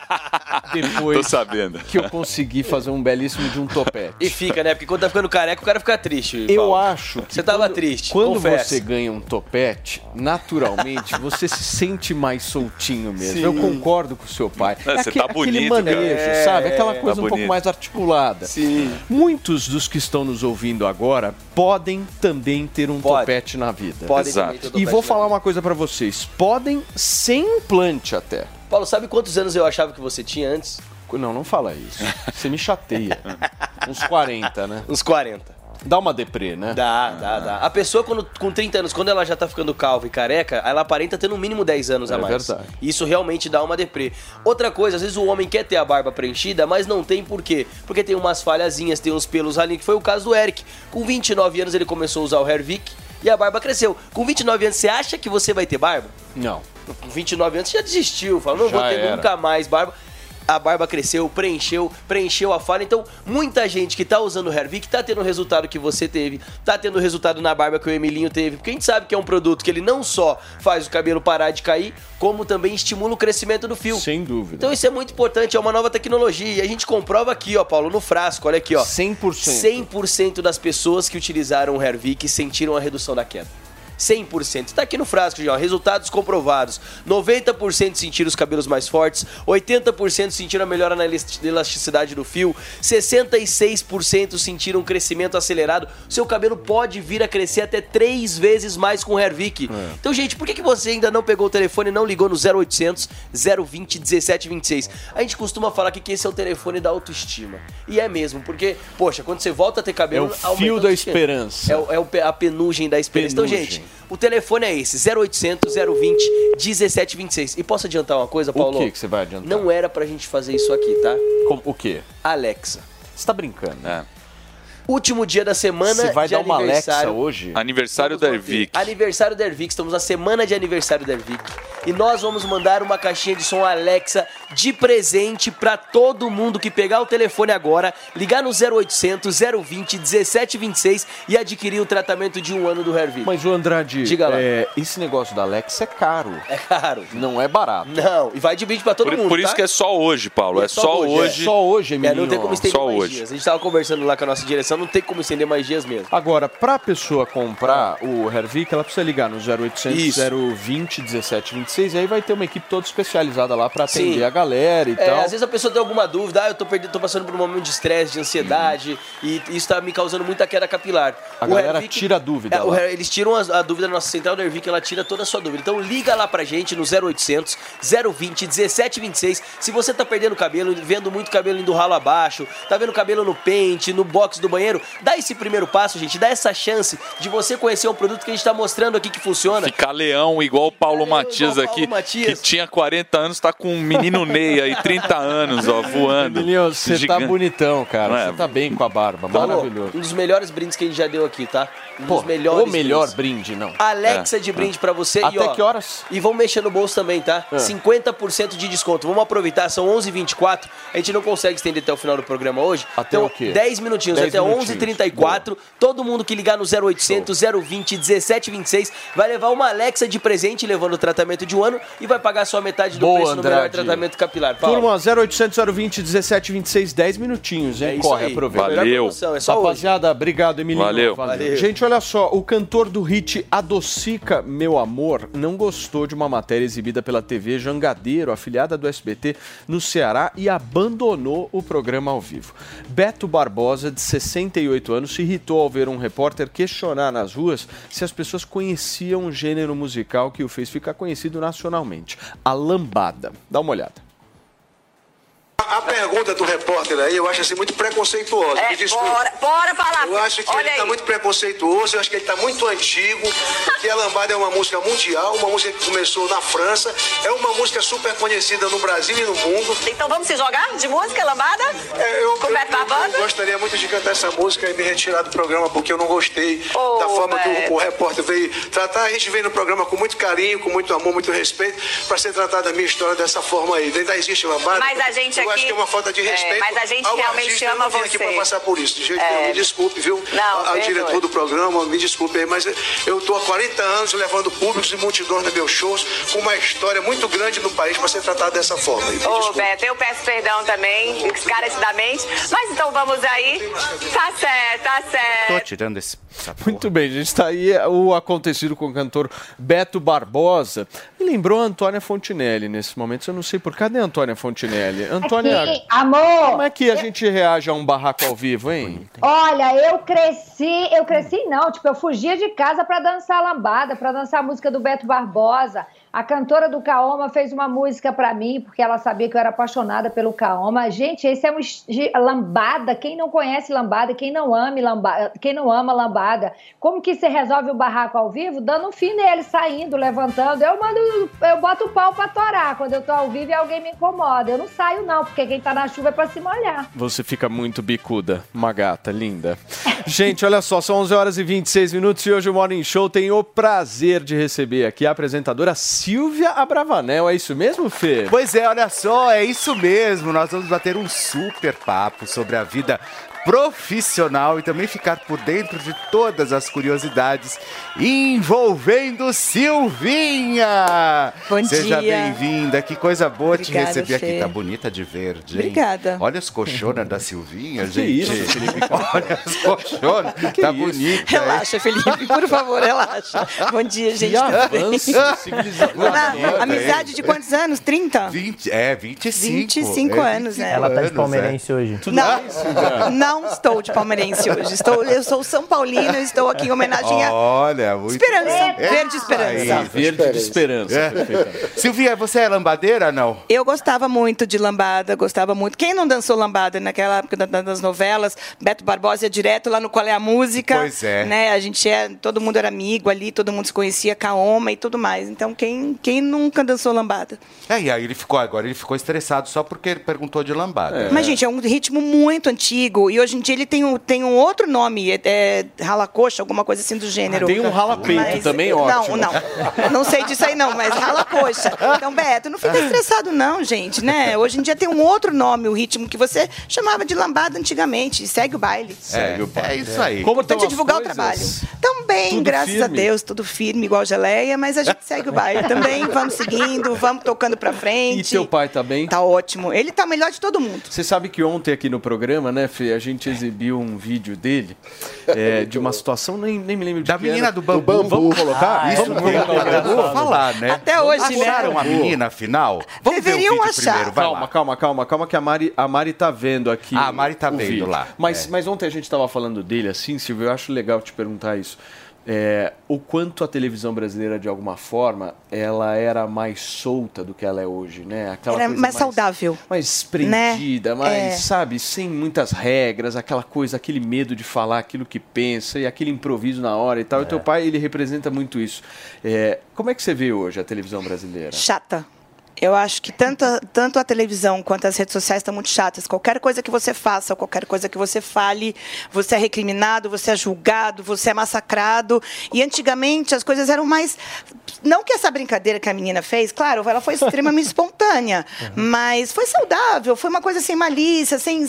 depois Tô sabendo. que eu consegui fazer um belíssimo de um topete. E fica, né? Porque quando tá ficando careca, o cara fica triste. Eu Paulo. acho que você tava triste, quando confesso. você ganha um topete, naturalmente você se sente mais soltinho mesmo. Sim. Eu concordo com o seu pai. Você tá bonito, aquele manejo, cara. sabe? Aquela coisa tá um pouco bonito. mais articulada. Sim. Muitos dos que estão nos ouvindo agora podem também ter um topete na vida. Podem também ter um E topete vou na falar uma coisa pra vocês. Podem sem implante até. Paulo, sabe quantos anos eu achava que você tinha antes? Não fala isso. Você me chateia. Uns 40, né? Uns 40. Dá uma deprê, né? Dá. A pessoa, com 30 anos, quando ela já tá ficando calva e careca, ela aparenta ter no mínimo 10 anos a mais. É verdade. Isso realmente dá uma deprê. Outra coisa, às vezes o homem quer ter a barba preenchida, mas não tem por quê? Porque tem umas falhazinhas, tem uns pelos ali, que foi o caso do Eric. Com 29 anos ele começou a usar o Hervik e a barba cresceu. Com 29 anos, você acha que você vai ter barba? Não. Com 29 anos, você já desistiu. Falou, não vou ter nunca mais barba. A barba cresceu, preencheu a falha. Então, muita gente que tá usando o Hervik tá tendo o resultado que você teve, tá tendo o resultado na barba que o Emilinho teve. Porque a gente sabe que é um produto que ele não só faz o cabelo parar de cair, como também estimula o crescimento do fio. Sem dúvida. Então isso é muito importante, é uma nova tecnologia. E a gente comprova aqui, ó, Paulo, no frasco, olha aqui, ó. 100%. 100% das pessoas que utilizaram o Hervik sentiram a redução da queda. 100%. Está aqui no frasco, já. Resultados comprovados. 90% sentiram os cabelos mais fortes, 80% sentiram a melhora na elasticidade do fio, 66% sentiram um crescimento acelerado. Seu cabelo pode vir a crescer até 3 vezes mais com o Hervik. Então, gente, por que você ainda não pegou o telefone e não ligou no 0800 020 1726? A gente costuma falar que esse é o telefone da autoestima. E é mesmo, porque, poxa, quando você volta a ter cabelo... É o fio da esperança. É a penugem da esperança. Então, gente, o telefone é esse, 0800 020 1726. E posso adiantar uma coisa, Paulo? O que você vai adiantar? Não era pra gente fazer isso aqui, tá? O quê? Alexa. Você tá brincando? Último dia da semana. Você vai de dar uma aniversário. Alexa hoje? Aniversário da Hervik. Aniversário da Hervik. Estamos na semana de aniversário da Hervik. E nós vamos mandar uma caixinha de som Alexa de presente pra todo mundo que pegar o telefone agora, ligar no 0800 020 1726 e adquirir o tratamento de 1 ano do Hervik. Mas o Andrade, diga lá. Esse negócio da Alexa é caro. É caro. Não é barato. Não, e vai de brinde pra todo mundo, Por isso tá? que é só hoje, Paulo. É só hoje. Só hoje, Emilinho. Não tem como estender Só mais hoje. dias. A gente tava conversando lá com a nossa direção, não tem como estender mais dias mesmo. Agora, pra pessoa comprar o Hervik, ela precisa ligar no 0800 Isso. 020 1726 e aí vai ter uma equipe toda especializada lá pra atender Sim. a galera e tal. Às vezes a pessoa tem alguma dúvida, eu tô passando por um momento de estresse, de ansiedade, e isso tá me causando muita queda capilar. A galera tira a dúvida lá. Eles tiram a dúvida da nossa central da Hervik, ela tira toda a sua dúvida. Então liga lá pra gente no 0800 020 1726. Se você tá perdendo cabelo, vendo muito cabelo indo ralo abaixo, tá vendo cabelo no pente, no box do banheiro, dá esse primeiro passo, gente, dá essa chance de você conhecer um produto que a gente tá mostrando aqui que funciona. Ficar leão igual o Paulo Matias aqui que tinha 40 anos, tá com um menino Ney aí, 30 anos, ó, voando. Emilio, você Gigante. tá bonitão, cara. É. Você tá bem com a barba, Paulo, maravilhoso. Um dos melhores brindes que a gente já deu aqui, tá? Um Pô, dos melhores o melhor brindes. brinde, não. Alexa de brinde pra você. Até e, ó, que horas? E vamos mexer no bolso também, tá? 50% de desconto. Vamos aproveitar, são 11h24. A gente não consegue estender até o final do programa hoje. Até então, o quê? 10 minutinhos, 10 até minutinhos. 11h34. Todo mundo que ligar no 0800 020 1726 vai levar uma Alexa de presente, levando o tratamento de um ano e vai pagar só a metade do Boa, preço no melhor Andrade. tratamento capilar. Paulo. Turma, 0800 020 1726, 10 minutinhos, hein? É isso Corre, aí. aproveita. Valeu. É só Rapaziada, obrigado, Emilio. Valeu. Gente, olha só, o cantor do hit Adocica, Meu Amor, não gostou de uma matéria exibida pela TV Jangadeiro, afiliada do SBT, no Ceará, e abandonou o programa ao vivo. Beto Barbosa, de 68 anos, se irritou ao ver um repórter questionar nas ruas se as pessoas conheciam um gênero musical que o fez ficar conhecido nacionalmente, a lambada. Dá uma olhada. A pergunta do repórter aí, eu acho assim muito preconceituosa. Me desculpa. Bora falar. Eu acho que Olha ele está aí. muito preconceituoso, eu acho que ele está muito antigo, porque a lambada é uma música mundial, uma música que começou na França, é uma música super conhecida no Brasil e no mundo. Então vamos se jogar de música, lambada? Eu Barbada? gostaria muito de cantar essa música e me retirar do programa, porque eu não gostei da forma que o repórter veio tratar. A gente veio no programa com muito carinho, com muito amor, muito respeito, para ser tratada a minha história dessa forma aí. Ainda existe lambada. Mas a gente eu aqui... acho que é uma falta de respeito. Mas a gente ao realmente artista. ama eu não vim você. aqui para passar por isso. De jeito nenhum. Me desculpe, viu? Ao diretor do programa, me desculpe aí, mas eu estou há 40 anos levando públicos e multidões nos meus shows, com uma história muito grande no país para ser tratado dessa forma. Ô, Beto, eu peço perdão também, encarecidamente. Mas então vamos aí. Tá certo. Tô tirando esse... Muito bem, gente, está aí o acontecido com o cantor Beto Barbosa. Me lembrou a Antônia Fontinelli nesse momento, eu não sei por cadê a Antônia Fontinelli? Antônia, Aqui, amor! como é que a gente reage a um barraco ao vivo, hein? Olha, eu cresci não, tipo, eu fugia de casa pra dançar lambada, pra dançar a música do Beto Barbosa. A cantora do Kaoma fez uma música pra mim, porque ela sabia que eu era apaixonada pelo Kaoma. Gente, esse é um lambada. Quem não conhece lambada, quem não ama lambada, como que você resolve o barraco ao vivo? Dando um fim nele, saindo, levantando. Eu boto o pau pra torar quando eu tô ao vivo e alguém me incomoda. Eu não saio não, porque quem tá na chuva é pra se molhar. Você fica muito bicuda, uma gata linda. Gente, olha só, são 11 horas e 26 minutos e hoje o Morning Show tem o prazer de receber aqui a apresentadora Silvia Abravanel. É isso mesmo, Fê? Pois é, olha só, é isso mesmo. Nós vamos bater um super papo sobre a vida profissional e também ficar por dentro de todas as curiosidades envolvendo Silvinha. Bom Seja dia. bem-vinda, que coisa boa te Obrigada, receber Fê. aqui. Tá bonita de verde, hein? Obrigada. Olha as colchonas da Silvinha, Que gente. isso, Felipe? Olha as colchonas, tá bonita. Relaxa, Felipe, por favor, relaxa. Bom dia, gente. tudo bem? Amizade de quantos anos? 30? 25 anos, né? Ela tá de palmeirense hoje. Não estou de palmeirense hoje. Eu sou São Paulino e estou aqui em homenagem a Olha, muito Esperança. Verde Esperança. Aí, verde de esperança. Silvinha, você é lambadeira, não? Eu gostava muito de lambada, gostava muito. Quem não dançou lambada naquela época das novelas? Beto Barbosa ia direto lá no Qual é a Música. Pois é. Né? Todo mundo era amigo ali, todo mundo se conhecia, Kaoma e tudo mais. Então, quem nunca dançou lambada? E aí ele ficou estressado só porque ele perguntou de lambada. Mas, gente, é um ritmo muito antigo e hoje em dia ele tem um outro nome, rala coxa, alguma coisa assim do gênero. Tem um rala peito também, ótimo. Não sei disso aí não, mas rala coxa. Então, Beto, não fica estressado não, gente, né? Hoje em dia tem um outro nome, o ritmo que você chamava de lambada antigamente. Segue o baile. É isso aí. Como Importante divulgar o trabalho. Também, Tudo graças firme? a Deus, tudo firme, igual geleia, mas a gente segue o baile também. Vamos seguindo, vamos tocando pra frente. E teu pai tá bem? Tá ótimo. Ele tá melhor de todo mundo. Você sabe que ontem aqui no programa, né, Fê, a gente exibiu um vídeo dele de uma situação, nem me lembro de Da que menina era. do bambu. Vamos colocar? Isso Vamos tem colocar que falar, né? Até hoje, né? Acharam a menina, afinal? Vamos ver o Deveriam vídeo achar. primeiro, vai lá. Calma, que a Mari tá vendo aqui. A Mari tá o vendo vídeo. lá. Mas ontem a gente tava falando dele assim, Silvio, eu acho legal te perguntar isso. o quanto a televisão brasileira, de alguma forma, ela era mais solta do que ela é hoje, né? Aquela era coisa mais saudável. Mais desprendida, mais, sabe, sem muitas regras, aquela coisa, aquele medo de falar aquilo que pensa e aquele improviso na hora e tal. E o teu pai, ele representa muito isso. Como é que você vê hoje a televisão brasileira? Chata. Eu acho que tanto a televisão quanto as redes sociais estão muito chatas. Qualquer coisa que você faça, qualquer coisa que você fale, você é recriminado, você é julgado, você é massacrado. E antigamente as coisas eram mais... Não que essa brincadeira que a menina fez, claro, ela foi extremamente espontânea, mas foi saudável, foi uma coisa sem malícia, sem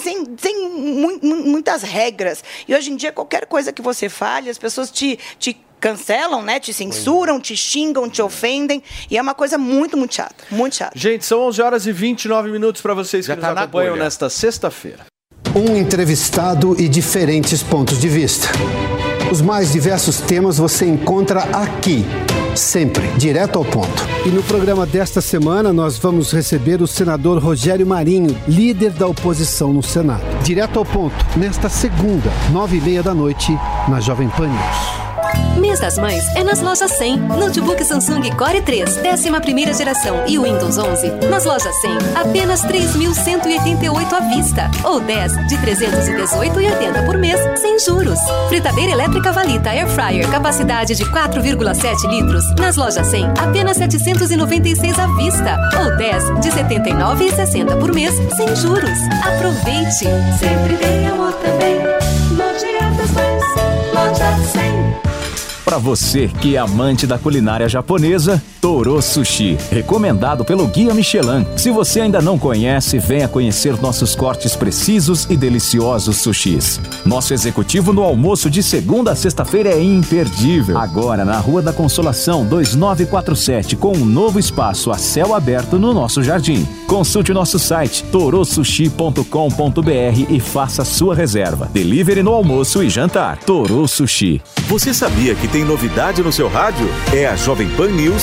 muitas regras. E hoje em dia, qualquer coisa que você fale, as pessoas te cancelam, né? Te censuram, te xingam, te ofendem. E é uma coisa muito, muito chata. Muito chata. Gente, são 11 horas e 29 minutos para vocês que nos acompanham nesta sexta-feira. Um entrevistado e diferentes pontos de vista. Os mais diversos temas você encontra aqui. Sempre, direto ao ponto. E no programa desta semana, nós vamos receber o senador Rogério Marinho, líder da oposição no Senado. Direto ao ponto, nesta segunda, 9h30 da noite, na Jovem Pan News. Mês das Mães é nas lojas 100. Notebook Samsung Core 3, 11ª geração e Windows 11. Nas lojas 100, apenas 3.188 à vista. Ou 10 de 318,80 por mês, sem juros. Fritadeira elétrica Valita Air Fryer, capacidade de 4,7 litros. Nas lojas 100, apenas 796 à vista. Ou 10 de 79,60 por mês, sem juros. Aproveite! Sempre tem amor também. No Dia das Mães, loja 100. Para você que é amante da culinária japonesa, Toro Sushi, recomendado pelo Guia Michelin. Se você ainda não conhece, venha conhecer nossos cortes precisos e deliciosos sushis. Nosso executivo no almoço de segunda a sexta-feira é imperdível. Agora na Rua da Consolação 2947, com um novo espaço a céu aberto no nosso jardim. Consulte o nosso site torosushi.com.br e faça sua reserva. Delivery no almoço e jantar. Toro Sushi. Você sabia que tem novidade no seu rádio? É a Jovem Pan News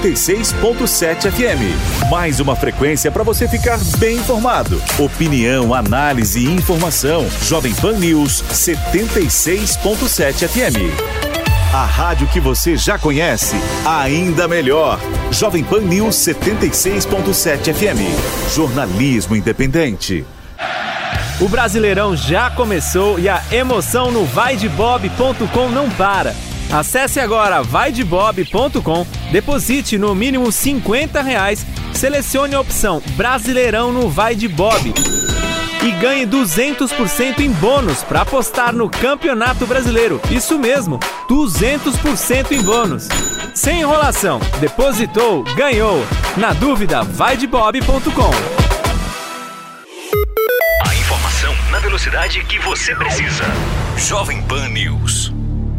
76.7 FM. Mais uma frequência para você ficar bem informado. Opinião, análise e informação. Jovem Pan News 76.7 FM. A rádio que você já conhece, ainda melhor. Jovem Pan News 76.7 FM. Jornalismo independente. O Brasileirão já começou e a emoção no vaidebob.com não para. Acesse agora vaidebob.com, deposite no mínimo R$50, selecione a opção Brasileirão no Vai de Bob e ganhe 200% em bônus para apostar no Campeonato Brasileiro. Isso mesmo, 200% em bônus. Sem enrolação, depositou, ganhou. Na dúvida, vaidebob.com. A informação na velocidade que você precisa. Jovem Pan News.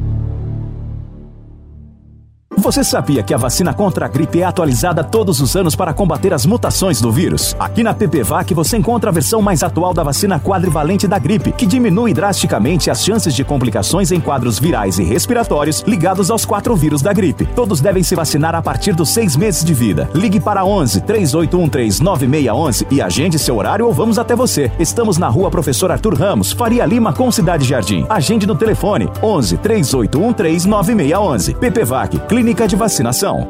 Você sabia que a vacina contra a gripe é atualizada todos os anos para combater as mutações do vírus? Aqui na PPVAC você encontra a versão mais atual da vacina quadrivalente da gripe, que diminui drasticamente as chances de complicações em quadros virais e respiratórios ligados aos 4 vírus da gripe. Todos devem se vacinar a partir dos 6 meses de vida. Ligue para 11 3813 9611 e agende seu horário ou vamos até você. Estamos na Rua Professor Arthur Ramos, Faria Lima com Cidade Jardim. Agende no telefone 11 3813 9611. PPVAC, Clínica de Vacinação.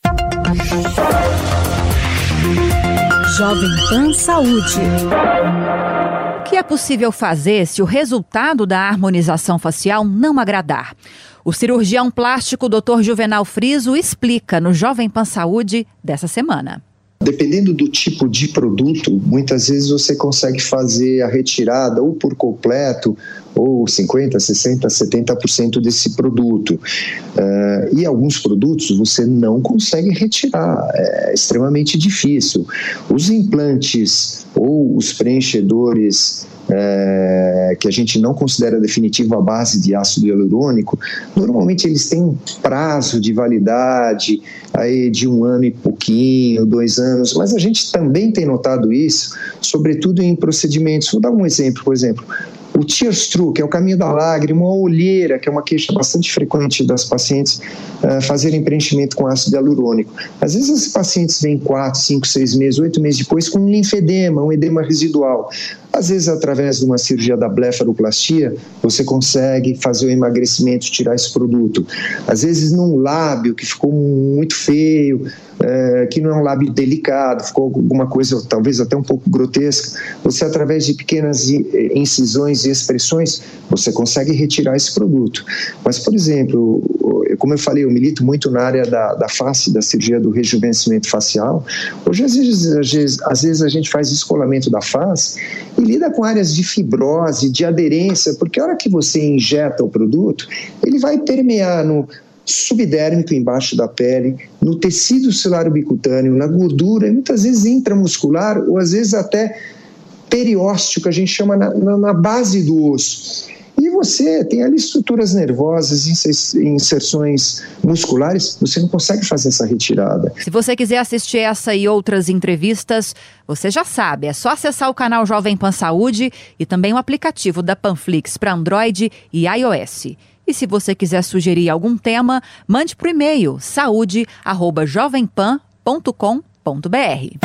Jovem Pan Saúde. O que é possível fazer se o resultado da harmonização facial não agradar? O cirurgião plástico Dr. Juvenal Friso explica no Jovem Pan Saúde dessa semana. Dependendo do tipo de produto, muitas vezes você consegue fazer a retirada ou por completo, ou 50%, 60%, 70% desse produto. E alguns produtos você não consegue retirar, é extremamente difícil. Os implantes ou os preenchedores que a gente não considera definitivo à base de ácido hialurônico, normalmente eles têm um prazo de validade aí de 1 ano e pouquinho, 2 anos, mas a gente também tem notado isso, sobretudo em procedimentos. Vou dar um exemplo, por exemplo, O tear-through, que é o caminho da lágrima, ou a olheira, que é uma queixa bastante frequente das pacientes fazerem preenchimento com ácido hialurônico. Às vezes esses pacientes vêm 4, 5, 6 meses, 8 meses depois com um linfedema, um edema residual. Às vezes, através de uma cirurgia da blefaroplastia, você consegue fazer o emagrecimento, tirar esse produto. Às vezes, num lábio que ficou muito feio, que não é um lábio delicado, ficou alguma coisa talvez até um pouco grotesca, você, através de pequenas incisões e expressões, você consegue retirar esse produto. Mas, por exemplo, como eu falei, eu milito muito na área da face, da cirurgia do rejuvenescimento facial. Hoje, às vezes a gente faz descolamento da face e lida com áreas de fibrose, de aderência, porque a hora que você injeta o produto, ele vai permear no subdérmico embaixo da pele, no tecido celular bicutâneo, na gordura, e muitas vezes intramuscular, ou às vezes até periósteo, a gente chama na base do osso. E você tem ali estruturas nervosas, inserções musculares, você não consegue fazer essa retirada. Se você quiser assistir essa e outras entrevistas, você já sabe, é só acessar o canal Jovem Pan Saúde e também o aplicativo da Panflix para Android e iOS. E se você quiser sugerir algum tema, mande por e-mail saúde@jovempan.com.br.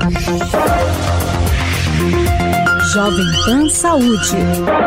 Jovem Pan Saúde.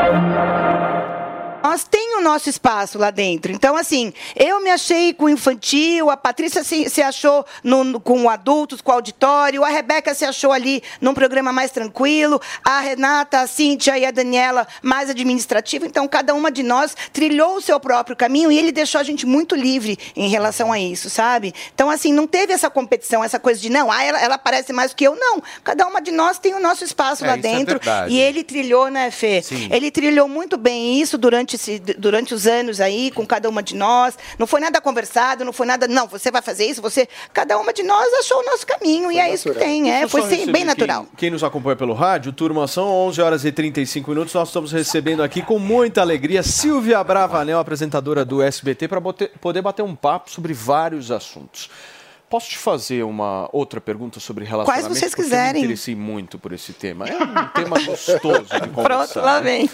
Nós temos o nosso espaço lá dentro. Então, assim, eu me achei com o infantil, a Patrícia se achou com adultos, com o auditório, a Rebeca se achou ali num programa mais tranquilo, a Renata, a Cíntia e a Daniela mais administrativa. Então, cada uma de nós trilhou o seu próprio caminho e ele deixou a gente muito livre em relação a isso, sabe? Então, assim, não teve essa competição, essa coisa de, não, ela aparece mais do que eu. Não, cada uma de nós tem o nosso espaço lá dentro. E ele trilhou, né, Fê? Sim. Ele trilhou muito bem isso durante os anos aí, com cada uma de nós. Não foi nada conversado, não foi nada, não, você vai fazer isso, cada uma de nós achou o nosso caminho, foi e é natural. Isso que tem, foi bem natural. Quem nos acompanha pelo rádio, turma, são 11 horas e 35 minutos, nós estamos recebendo aqui com muita alegria Silvia Bravanel, apresentadora do SBT, para poder bater um papo sobre vários assuntos. Posso te fazer uma outra pergunta sobre relacionamento? Quais vocês quiserem. Eu me interessei muito por esse tema. É um tema gostoso de conversar. Pronto, lá vem.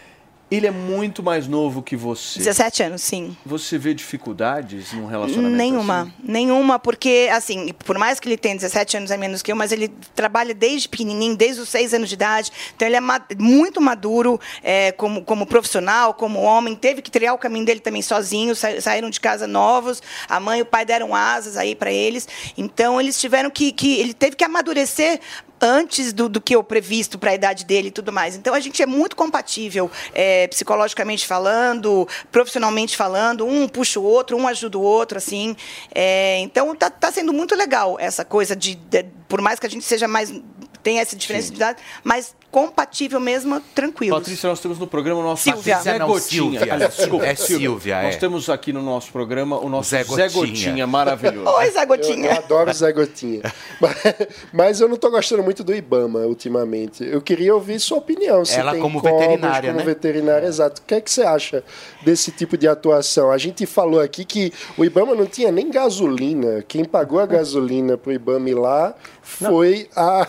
Ele é muito mais novo que você. 17 anos, sim. Você vê dificuldades num relacionamento Nenhuma, porque, assim, por mais que ele tenha 17 anos a menos que eu, mas ele trabalha desde pequenininho, desde os 6 anos de idade, então ele é muito maduro como profissional, como homem, teve que trilhar o caminho dele também sozinho, saíram de casa novos, a mãe e o pai deram asas aí para eles, então eles tiveram ele teve que amadurecer antes do que o previsto para a idade dele e tudo mais. Então, a gente é muito compatível, psicologicamente falando, profissionalmente falando, um puxa o outro, um ajuda o outro, assim. Então, tá sendo muito legal essa coisa por mais que a gente seja mais... tem essa diferença de idade, mas compatível mesmo, tranquilo. Patrícia, nós temos no programa o nosso Silvia. Zé Gotinha. Aliás, desculpa, é Silvia. Nós temos aqui no nosso programa o nosso Zé Gotinha maravilhoso. Oi, Zé Gotinha. Eu adoro Zé Gotinha. Mas eu não estou gostando muito do Ibama ultimamente. Eu queria ouvir sua opinião. Se ela tem como cobras, veterinária, como veterinária, exato. O que é que você acha desse tipo de atuação? A gente falou aqui que o Ibama não tinha nem gasolina. Quem pagou a gasolina para o Ibama ir lá foi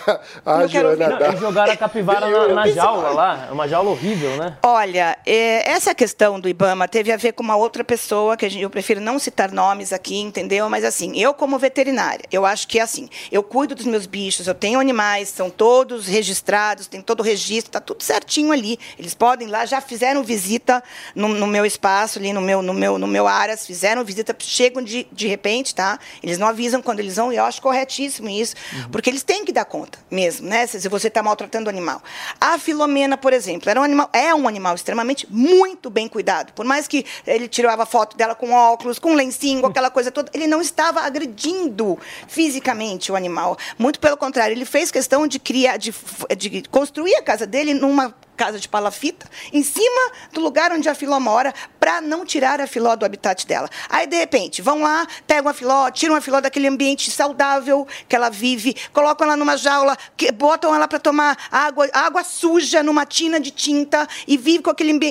a Joana Dark. Eles jogaram a capivara na jaula lá, é uma jaula horrível, né? Olha, essa questão do Ibama teve a ver com uma outra pessoa, que eu prefiro não citar nomes aqui, entendeu? Mas assim, eu como veterinária, eu acho que assim, eu cuido dos meus bichos, eu tenho animais, são todos registrados, tem todo o registro, tá tudo certinho ali. Eles podem ir lá, já fizeram visita no meu espaço, ali no meu Aras, fizeram visita, chegam de repente, tá? Eles não avisam quando eles vão, e eu acho corretíssimo isso, porque eles têm que dar conta mesmo, né? Se você está maltratando o animal. A Filomena, por exemplo, é um animal extremamente muito bem cuidado. Por mais que ele tirava foto dela com óculos, com lencinho, aquela coisa toda, ele não estava agredindo fisicamente o animal. Muito pelo contrário, ele fez questão de construir a casa dele numa casa de palafita, em cima do lugar onde a Filó mora, para não tirar a Filó do habitat dela. Aí, de repente, vão lá, pegam a Filó, tiram a Filó daquele ambiente saudável que ela vive, colocam ela numa jaula, botam ela para tomar água suja numa tina de tinta e vive com aquele ambiente.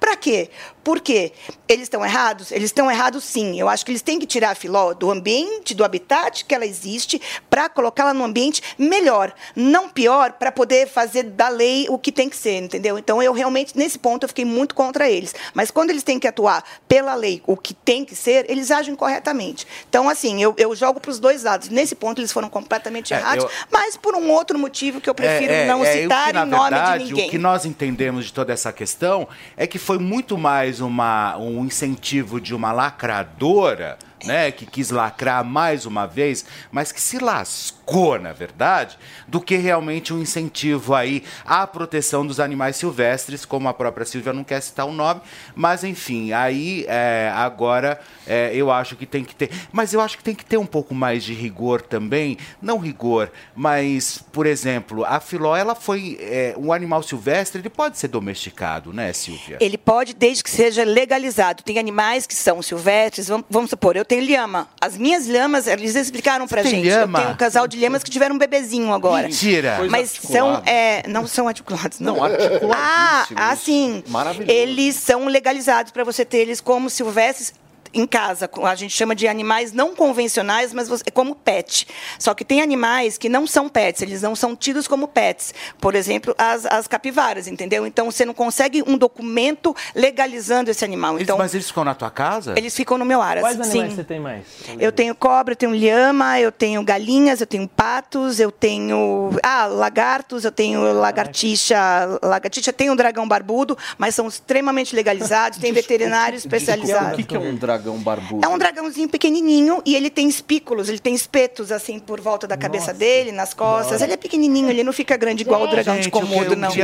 Para quê? Por quê? Eles estão errados? Eles estão errados, sim. Eu acho que eles têm que tirar a filó do ambiente, do habitat que ela existe, para colocá-la num ambiente melhor, não pior, para poder fazer da lei o que tem que ser, entendeu? Então, eu realmente, nesse ponto, eu fiquei muito contra eles. Mas quando eles têm que atuar pela lei, o que tem que ser, eles agem corretamente. Então, assim, eu jogo para os dois lados. Nesse ponto, eles foram completamente errados, mas por um outro motivo que eu prefiro não citar em nome de ninguém. O que nós entendemos de toda essa questão é que foi muito mais um incentivo de uma lacradora, né, que quis lacrar mais uma vez, mas que se lascou, na verdade, do que realmente um incentivo aí à proteção dos animais silvestres, como a própria Silvia não quer citar o nome, mas enfim, aí agora eu acho que tem que ter, mas eu acho que tem que ter um pouco mais de rigor também, não rigor, mas, por exemplo, a filó, ela foi um animal silvestre, ele pode ser domesticado, né, Silvia? Ele pode, desde que seja legalizado. Tem animais que são silvestres, vamos supor, eu tenho lhama. As minhas lhamas, eles explicaram pra gente. Lhama? Eu tenho um casal de lhamas que tiveram um bebezinho agora. Mentira! Mas são, não são articulados. Não, articuladíssimos. Sim. Maravilhoso. Eles são legalizados para você ter eles como silvestres em casa. A gente chama de animais não convencionais, mas como pet. Só que tem animais que não são pets, eles não são tidos como pets. Por exemplo, as capivaras, entendeu? Então, você não consegue um documento legalizando esse animal. Então, mas eles ficam na tua casa? Eles ficam no meu aras. Quais animais você tem mais? Eu tenho cobra, eu tenho lhama, eu tenho galinhas, eu tenho patos, eu tenho lagartos, eu tenho lagartixa, tenho um dragão barbudo, mas são extremamente legalizados, tem veterinário especializado. O que é um dragão barbudo? É um dragãozinho pequenininho e ele tem espículos, ele tem espetos assim por volta da cabeça dele, nas costas. Nossa. Ele é pequenininho, ele não fica grande igual o dragão de Komodo, não.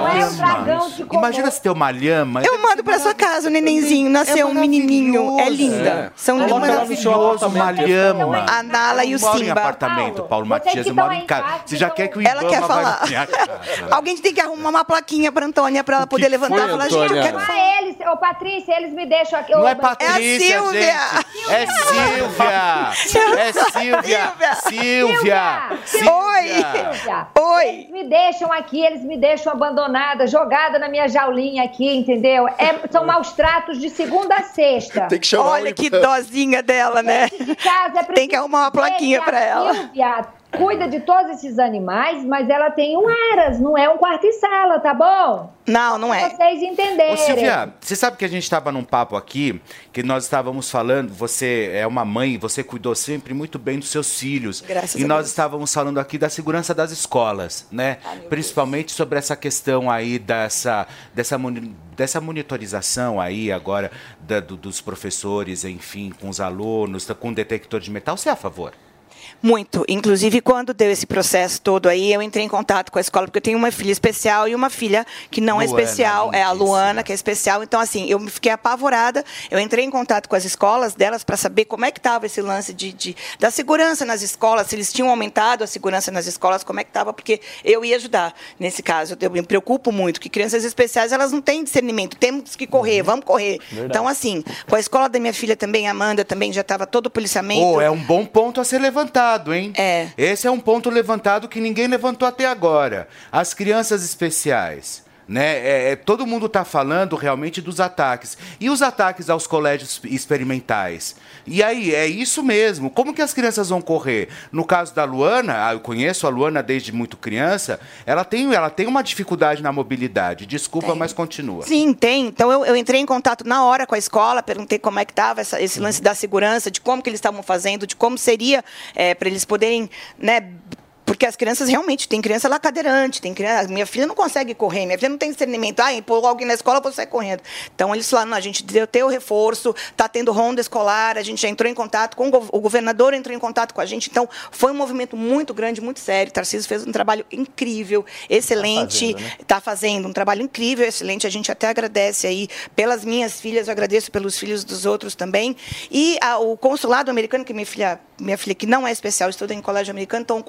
Imagina se ter uma lhama. Eu mando pra sua casa o nenenzinho, nasceu um menininho, é linda. São maravilhosos, uma lhama. A Nala e o Simba. Em Simba. apartamento, Paulo Matias, eu moro em casa. Você já quer que o Ibama ela quer falar. Vai na casa. Alguém tem que arrumar uma plaquinha pra Antônia, pra ela poder levantar e falar, gente, eu quero falar. Eles, Patrícia, eles me deixam aqui. Não é Patrícia, Silvia. gente. É Silvia. É Silvia. Oi. Eles me deixam aqui, eles me deixam abandonada, jogada na minha jaulinha aqui, entendeu? São maus tratos de segunda a sexta. Tem que chamar Olha que dozinha dela, né? Tem que arrumar uma plaquinha pra ela. Silvia cuida de todos esses animais, mas ela tem um aras, não é um quarto e sala, tá bom? Não é. Pra vocês entenderem. Ô, Silvia, você sabe que a gente estava num papo aqui, que nós estávamos falando, você é uma mãe, você cuidou sempre muito bem dos seus filhos. Graças a Deus. Nós estávamos falando aqui da segurança das escolas, né? Principalmente sobre essa questão aí dessa monitorização aí agora dos professores, enfim, com os alunos, com o detector de metal. Você é a favor? Muito. Inclusive, quando deu esse processo todo aí, eu entrei em contato com a escola, porque eu tenho uma filha especial e uma filha que não é especial, é a Luana, que é especial. Então, assim, eu fiquei apavorada. Eu entrei em contato com as escolas delas para saber como é que estava esse lance da segurança nas escolas, se eles tinham aumentado a segurança nas escolas, como é que estava, porque eu ia ajudar nesse caso. Eu me preocupo muito, que crianças especiais, elas não têm discernimento. Temos que correr, vamos correr. Verdade. Então, assim, com a escola da minha filha também, a Amanda, também já estava todo o policiamento. É um bom ponto a ser levantado. Hein? É. Esse é um ponto levantado que ninguém levantou até agora. As crianças especiais. Né? Todo mundo está falando realmente dos ataques. E os ataques aos colégios experimentais? E aí, é isso mesmo. Como que as crianças vão correr? No caso da Luana, eu conheço a Luana desde muito criança, ela tem uma dificuldade na mobilidade. Desculpa, mas continua. Sim, tem. Então, eu entrei em contato na hora com a escola, perguntei como é que estava esse lance da segurança, de como que eles estavam fazendo, de como seria para eles poderem... né, porque as crianças realmente, tem criança lá cadeirante, minha filha não consegue correr, minha filha não tem discernimento, pôr alguém na escola, você sai correndo. Então, eles falaram, não, a gente deu o reforço, está tendo ronda escolar, a gente já entrou em contato com o governador, entrou em contato com a gente, então, foi um movimento muito grande, muito sério. Tarcísio fez um trabalho incrível, excelente, está fazendo um trabalho incrível, excelente, a gente até agradece aí pelas minhas filhas, eu agradeço pelos filhos dos outros também, e o consulado americano, que minha filha que não é especial, estuda em colégio americano, então o consulado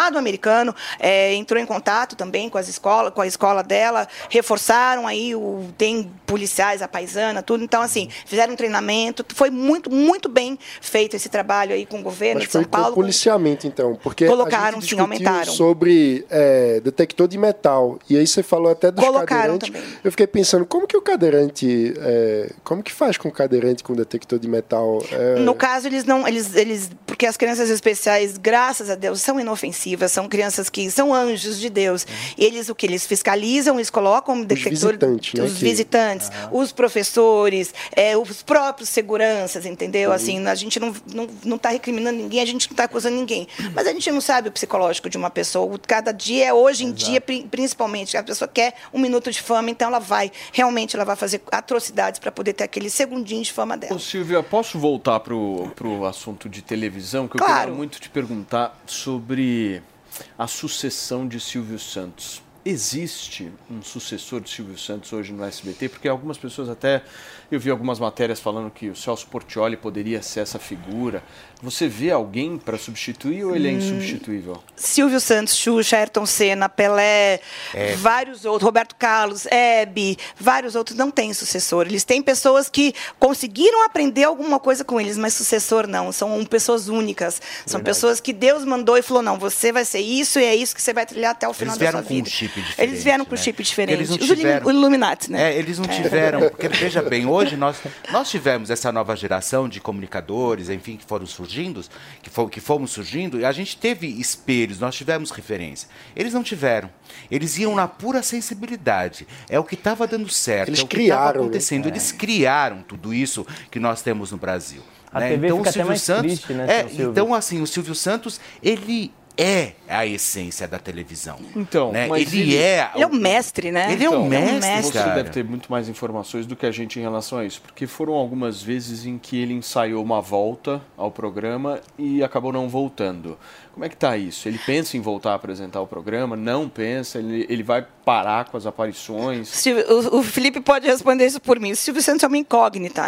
Estado americano entrou em contato também com a escola dela, reforçaram aí, tem policiais, a paisana, tudo. Então, assim, fizeram um treinamento. Foi muito, muito bem feito esse trabalho aí com o governo de São Paulo. Com policiamento, então, porque colocaram, a gente sim, aumentaram. sobre detector de metal, e aí você falou até dos cadeirantes. Também. Eu fiquei pensando, como que o cadeirante, como que faz com o cadeirante com detector de metal? No caso, eles não, porque as crianças especiais, graças a Deus, são inofensivas, são crianças que são anjos de Deus. E eles eles colocam detector, os visitantes, os professores, os próprios seguranças, entendeu? Assim, a gente não está recriminando ninguém, a gente não está acusando ninguém, mas a gente não sabe o psicológico de uma pessoa. Cada dia, hoje em dia, principalmente, a pessoa quer um minuto de fama, então ela vai fazer atrocidades para poder ter aquele segundinho de fama dela. Ô, Silvia, posso voltar pro assunto de televisão? Que eu queria muito te perguntar sobre a sucessão de Silvio Santos. Existe um sucessor de Silvio Santos hoje no SBT? Porque algumas pessoas até... Eu vi algumas matérias falando que o Celso Portiolli poderia ser essa figura. Você vê alguém para substituir ou ele é insubstituível? Silvio Santos, Xuxa, Ayrton Senna, Pelé, vários outros, Roberto Carlos, Hebe, vários outros não têm sucessor. Eles têm pessoas que conseguiram aprender alguma coisa com eles, mas sucessor não. São pessoas únicas. São pessoas que Deus mandou e falou, não, você vai ser isso e é isso que você vai trilhar até o final da sua vida. Eles vieram com um chip diferente. Eles não tiveram... Os Illuminati, né? Eles não tiveram... Porque, veja bem, hoje nós tivemos essa nova geração de comunicadores, enfim, que foram surgindo, que fomos surgindo, e a gente teve espelhos, nós tivemos referência. Eles não tiveram. Eles iam na pura sensibilidade. É o que estava dando certo, eles é o que estava acontecendo. Eles criaram tudo isso que nós temos no Brasil. A TV então, fica o Silvio até mais Santos, triste, né, então, assim, o Silvio Santos, ele é a essência da televisão. Então, né? mas ele é o mestre, né? Ele é o mestre. Você deve ter muito mais informações do que a gente em relação a isso, porque foram algumas vezes em que ele ensaiou uma volta ao programa e acabou não voltando. Como é que tá isso? Ele pensa em voltar a apresentar o programa? Não pensa? Ele vai parar com as aparições? O Felipe pode responder isso por mim. O Silvio Santos é uma incógnita.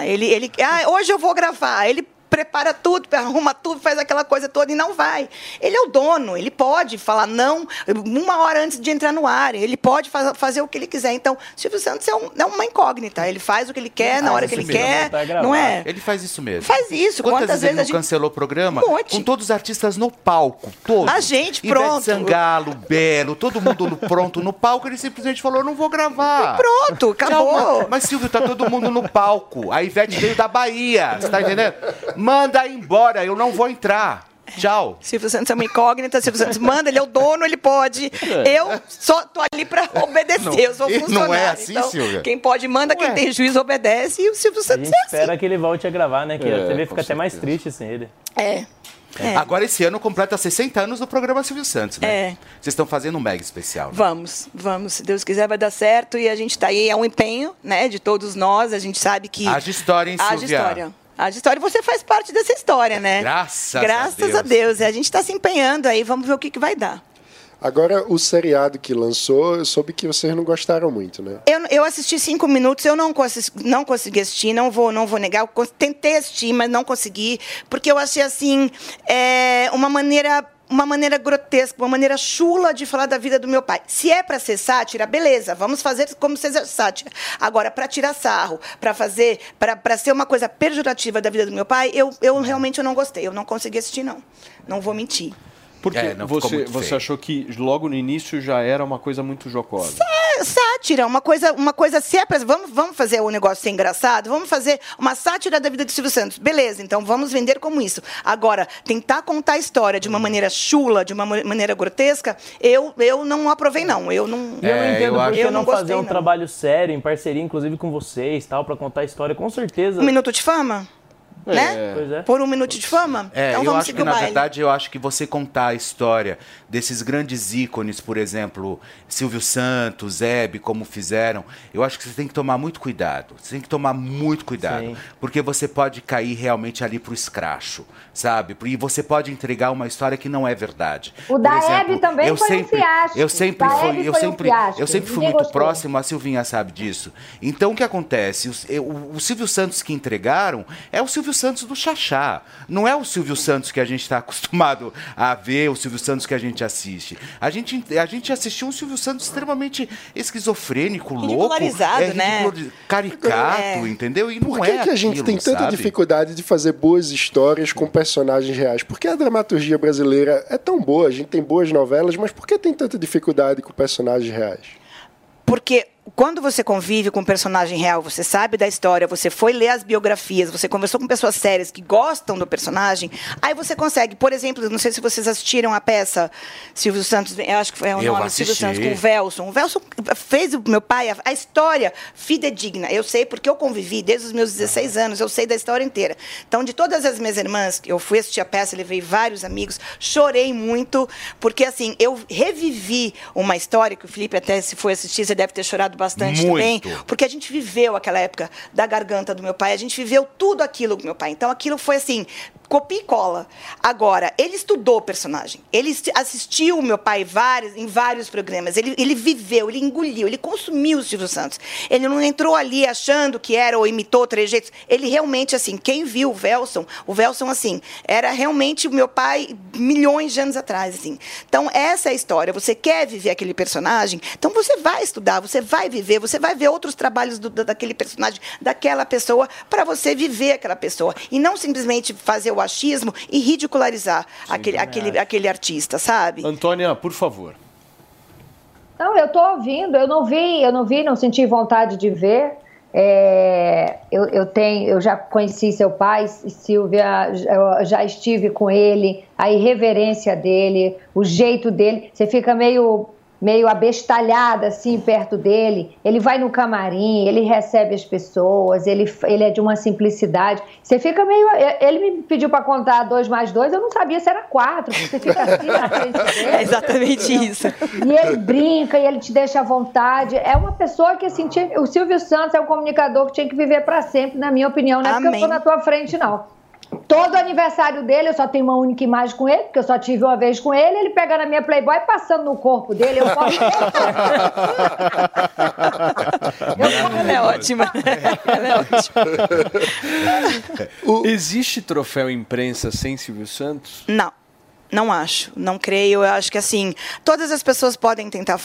Hoje eu vou gravar. Ele prepara tudo, arruma tudo, faz aquela coisa toda e não vai. Ele é o dono, ele pode falar não 1 hora antes de entrar no ar, ele pode fazer o que ele quiser. Então, Silvio Santos é uma incógnita, ele faz o que ele quer, na hora que ele quer, não é? Ele faz isso mesmo. Faz isso. Quantas vezes ele não cancelou o programa? Com todos os artistas no palco, todos. A gente, pronto. Ivete Sangalo, Belo, todo mundo pronto no palco, ele simplesmente falou, não vou gravar. E pronto, acabou. Mas Silvio, tá todo mundo no palco, a Ivete veio da Bahia, você tá entendendo? Manda embora, eu não vou entrar. Tchau. Silvio Santos é uma incógnita, Silvio Santos manda, ele é o dono, ele pode. Eu só tô ali pra obedecer, eu sou funcionário. Não é assim, então, Silvia? Quem pode manda, quem tem juízo obedece, e o Silvio Santos é assim. espera que ele volte a gravar, né? Que a TV fica até mais triste sem ele. Agora, esse ano, completa 60 anos do programa Silvio Santos, né? Vocês estão fazendo um mega especial. Né? Vamos. Se Deus quiser, vai dar certo. E a gente tá aí, é um empenho, né, de todos nós. A gente sabe que... Haja história, hein, Silvia? Haja história. Você faz parte dessa história, né? Graças a Deus. E a gente está se empenhando aí. Vamos ver o que vai dar. Agora, o seriado que lançou, eu soube que vocês não gostaram muito, né? Eu assisti 5 minutos, eu não consegui assistir, não vou negar. Eu tentei assistir, mas não consegui, porque eu achei, assim, uma maneira grotesca, uma maneira chula de falar da vida do meu pai. Se é para ser sátira, beleza, vamos fazer como seja sátira. Agora, para tirar sarro, para ser uma coisa pejorativa da vida do meu pai, eu realmente não gostei. Eu não consegui assistir, não. Não vou mentir. Porque você achou que logo no início já era uma coisa muito jocosa? Sátira, uma coisa se é pra, vamos fazer o negócio ser engraçado, vamos fazer uma sátira da vida de Silvio Santos. Beleza, então vamos vender como isso. Agora, tentar contar a história de uma maneira chula, de uma maneira grotesca, eu não aprovei, não. Eu não entendo porque não fazer um não. trabalho sério, em parceria, inclusive com vocês, tal, para contar a história, com certeza. 1 minuto de fama? Né? Pois é. Por 1 minuto de fama? Então eu vamos acho seguir que, o baile. na verdade, eu acho que você contar a história desses grandes ícones, por exemplo, Silvio Santos, Hebe, como fizeram, eu acho que você tem que tomar muito cuidado. Você tem que tomar muito cuidado. Sim. Porque você pode cair realmente ali pro escracho, sabe? E você pode entregar uma história que não é verdade. O da Hebe também foi um fiasco. Eu sempre fui muito próximo, a Silvinha sabe disso. Então, o que acontece? O Silvio Santos que entregaram é o Silvio Santos do Xaxá. Não é o Silvio Santos que a gente está acostumado a ver, o Silvio Santos que a gente assiste. A gente assistiu um Silvio Santos extremamente esquizofrênico, louco. Ridicularizado, né? Caricato, entendeu? E Por que a gente tem tanta dificuldade de fazer boas histórias com personagens reais? Por que a dramaturgia brasileira é tão boa? A gente tem boas novelas, mas por que tem tanta dificuldade com personagens reais? Porque quando você convive com um personagem real, você sabe da história, você foi ler as biografias, você conversou com pessoas sérias que gostam do personagem, aí você consegue, por exemplo, não sei se vocês assistiram a peça Silvio Santos, eu acho que foi o nome, Silvio Santos, com o Velson. O Velson fez o meu pai, a história fidedigna. Eu sei porque eu convivi desde os meus 16 anos, eu sei da história inteira. Então, de todas as minhas irmãs, eu fui assistir a peça, levei vários amigos, chorei muito, porque assim, eu revivi uma história que o Felipe até se foi assistir, você deve ter chorado bastante também, porque a gente viveu aquela época da garganta do meu pai, a gente viveu tudo aquilo com meu pai. Então, aquilo foi assim, copia e cola. Agora, ele estudou o personagem, ele assistiu o meu pai em vários programas, ele viveu, ele engoliu, ele consumiu o Silvio Santos. Ele não entrou ali achando que era ou imitou trejeitos. Ele realmente, assim, quem viu o Velson, assim, era realmente o meu pai milhões de anos atrás, assim. Então, essa é a história. Você quer viver aquele personagem, então você vai estudar, você vai viver, você vai ver outros trabalhos daquele personagem, daquela pessoa, para você viver aquela pessoa. E não simplesmente fazer o achismo e ridicularizar aquele artista, sabe? Antônia, por favor. Não, eu estou ouvindo, eu não vi, não senti vontade de ver. Eu já conheci seu pai, Silvia, eu já estive com ele, a irreverência dele, o jeito dele, você fica meio abestalhada assim perto dele. Ele vai no camarim, ele recebe as pessoas, ele é de uma simplicidade. Você fica meio... Ele me pediu para contar 2 mais 2, eu não sabia se era 4, você fica assim na frente dele. É exatamente isso. E ele brinca, e ele te deixa à vontade. É uma pessoa que, assim, o Silvio Santos é um comunicador que tinha que viver para sempre, na minha opinião, não é porque eu estou na tua frente, não. Todo aniversário dele, eu só tenho uma única imagem com ele, porque eu só tive uma vez com ele pega na minha Playboy passando no corpo dele, eu posso... Ela é ótima. Ela é ótima. Existe troféu imprensa sem Silvio Santos? Não acho, não creio. Eu acho que, assim, todas as pessoas podem tentar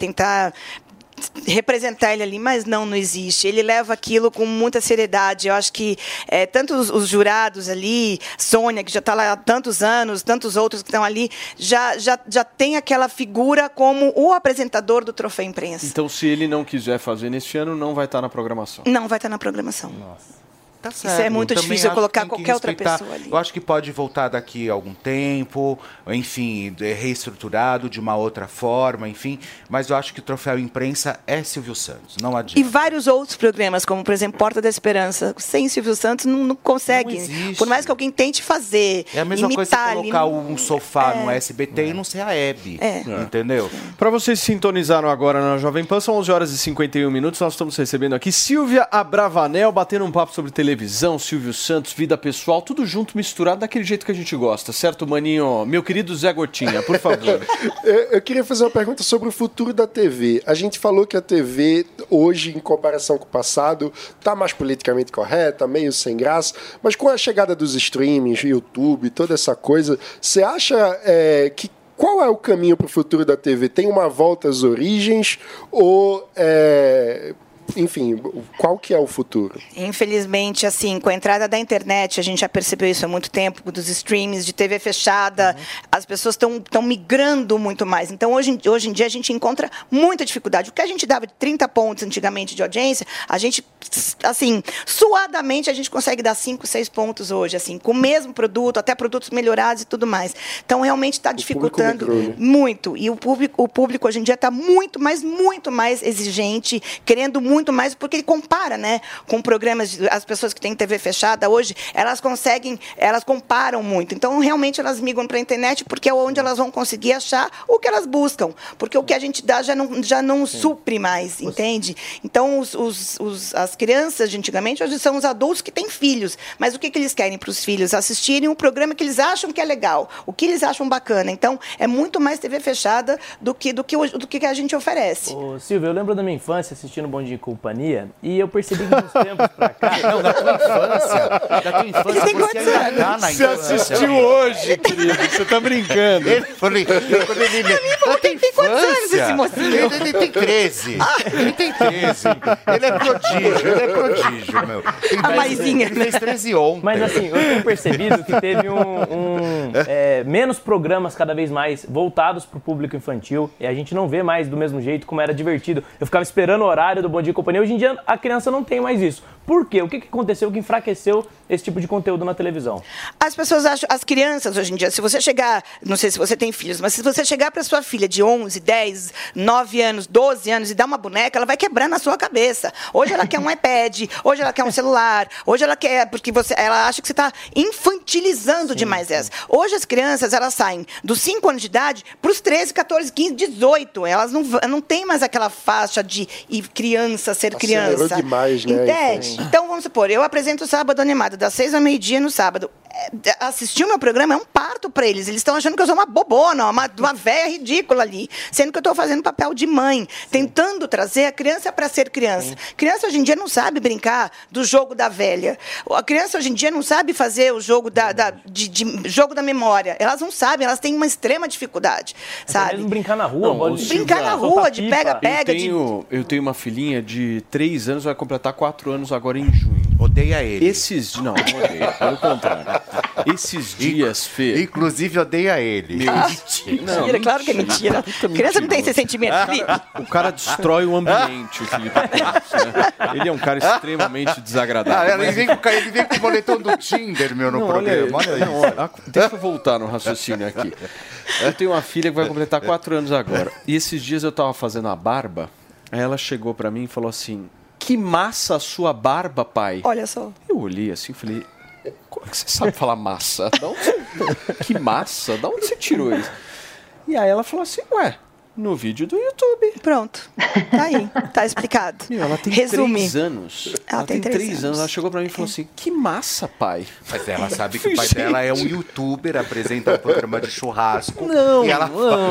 representar ele ali, mas não existe. Ele leva aquilo com muita seriedade. Eu acho que tanto os jurados ali, Sônia, que já está lá há tantos anos, tantos outros que estão ali, já tem aquela figura como o apresentador do troféu imprensa. Então, se ele não quiser fazer nesse ano, não vai estar na programação? Não vai estar na programação. Nossa. Tá certo. Isso é muito difícil eu colocar qualquer outra pessoa ali. Eu acho que pode voltar daqui a algum tempo, enfim, reestruturado de uma outra forma, enfim. Mas eu acho que o troféu imprensa é Silvio Santos, não adianta. E vários outros programas, como, por exemplo, Porta da Esperança, sem Silvio Santos não consegue. Não por mais que alguém tente fazer, é a mesma coisa que colocar um sofá no SBT e não ser a Hebe, entendeu? Para vocês que sintonizaram agora na Jovem Pan, são 11 horas e 51 minutos, nós estamos recebendo aqui Silvia Abravanel, batendo um papo sobre televisão, Silvio Santos, vida pessoal, tudo junto, misturado, daquele jeito que a gente gosta, certo, maninho? Meu querido Zé Gotinha, por favor. Eu queria fazer uma pergunta sobre o futuro da TV. A gente falou que a TV, hoje, em comparação com o passado, está mais politicamente correta, meio sem graça, mas com a chegada dos streamings, YouTube, toda essa coisa, você acha que qual é o caminho para o futuro da TV? Tem uma volta às origens ou... Enfim, qual que é o futuro? Infelizmente, assim, com a entrada da internet, a gente já percebeu isso há muito tempo, dos streams, de TV fechada, as pessoas estão migrando muito mais. Então, hoje em dia, a gente encontra muita dificuldade. O que a gente dava de 30 pontos antigamente de audiência, a gente, assim, suadamente, a gente consegue dar 5, 6 pontos hoje, assim, com o mesmo produto, até produtos melhorados e tudo mais. Então, realmente está dificultando muito. E o público hoje em dia está muito mais exigente, querendo muito mais, porque ele compara, né, com programas, as pessoas que têm TV fechada hoje, elas comparam muito. Então, realmente, elas migram para a internet internet, porque é onde elas vão conseguir achar o que elas buscam. Porque o que a gente dá já não supre mais, entende? Então, as crianças de antigamente, hoje são os adultos que têm filhos. Mas o que eles querem para os filhos? Assistirem um programa que eles acham que é legal, o que eles acham bacana. Então, é muito mais TV fechada do que a gente oferece. Ô, Silvio, eu lembro da minha infância assistindo Bom Dia e Companhia e eu percebi que nos tempos pra cá... Não, da tua infância você ainda tá na infância. Você assistiu hoje, querido, você tá brincando. Ele tem quantos anos esse mocinho? Ele tem 13. Ele tem 13. Ele é prodígio, meu. A maisinha. Ele fez 13 ontem. Mas assim, eu tenho percebido que teve menos programas cada vez mais voltados pro público infantil e a gente não vê mais do mesmo jeito como era divertido. Eu ficava esperando o horário do Bom Dia e Companhia. Hoje em dia a criança não tem mais isso. Por quê? O que aconteceu que enfraqueceu esse tipo de conteúdo na televisão? As pessoas acham, as crianças hoje em dia, se você chegar, não sei se você tem filhos, mas se você chegar para sua filha de 11, 10, 9 anos, 12 anos e dar uma boneca, ela vai quebrar na sua cabeça. Hoje ela quer um iPad, hoje ela quer um celular, hoje ela quer, porque ela acha que você está infantilizando demais essa. Hoje as crianças, elas saem dos 5 anos de idade para os 13, 14, 15, 18. Elas não têm mais aquela faixa de criança, ser criança. Acelerou demais, né? Entende? Então, vamos supor, eu apresento o Sábado Animado, das 6 ao meio-dia no sábado. Assistir o meu programa é um parto para eles. Eles estão achando que eu sou uma bobona, uma véia ridícula ali. Sendo que eu estou fazendo papel de mãe, tentando trazer a criança para ser criança. Sim. Criança hoje em dia não sabe brincar do jogo da velha. A criança hoje em dia não sabe fazer o jogo jogo da memória. Elas não sabem, elas têm uma extrema dificuldade, sabe? Mesmo brincar na rua. Brincar na rua, de pega-pega. Eu tenho uma filhinha de 3 anos, vai completar 4 anos agora em junho. Odeia ele. Não odeia, pelo contrário. Esses dias, Fê... Inclusive, odeia ele. Mentira, claro que é mentira. Criança não tem esse sentimento, Felipe. O cara destrói o ambiente, o Felipe. Ele é um cara extremamente desagradável. Ele vem com o boletão do Tinder, meu, no programa. Deixa eu voltar no raciocínio aqui. Eu tenho uma filha que vai completar 4 anos agora. E esses dias eu tava fazendo a barba, aí ela chegou pra mim e falou assim... Que massa a sua barba, pai. Olha só. Eu olhei assim e falei, como é que você sabe falar massa? Que massa? Da onde você tirou isso? E aí ela falou assim, no vídeo do YouTube. Pronto. Tá aí. Tá explicado. Ela tem 3 anos. Ela tem 3 anos. Ela chegou pra mim e falou assim, que massa, pai. Mas ela sabe que o pai dela é um youtuber, apresenta um programa de churrasco. Não, e ela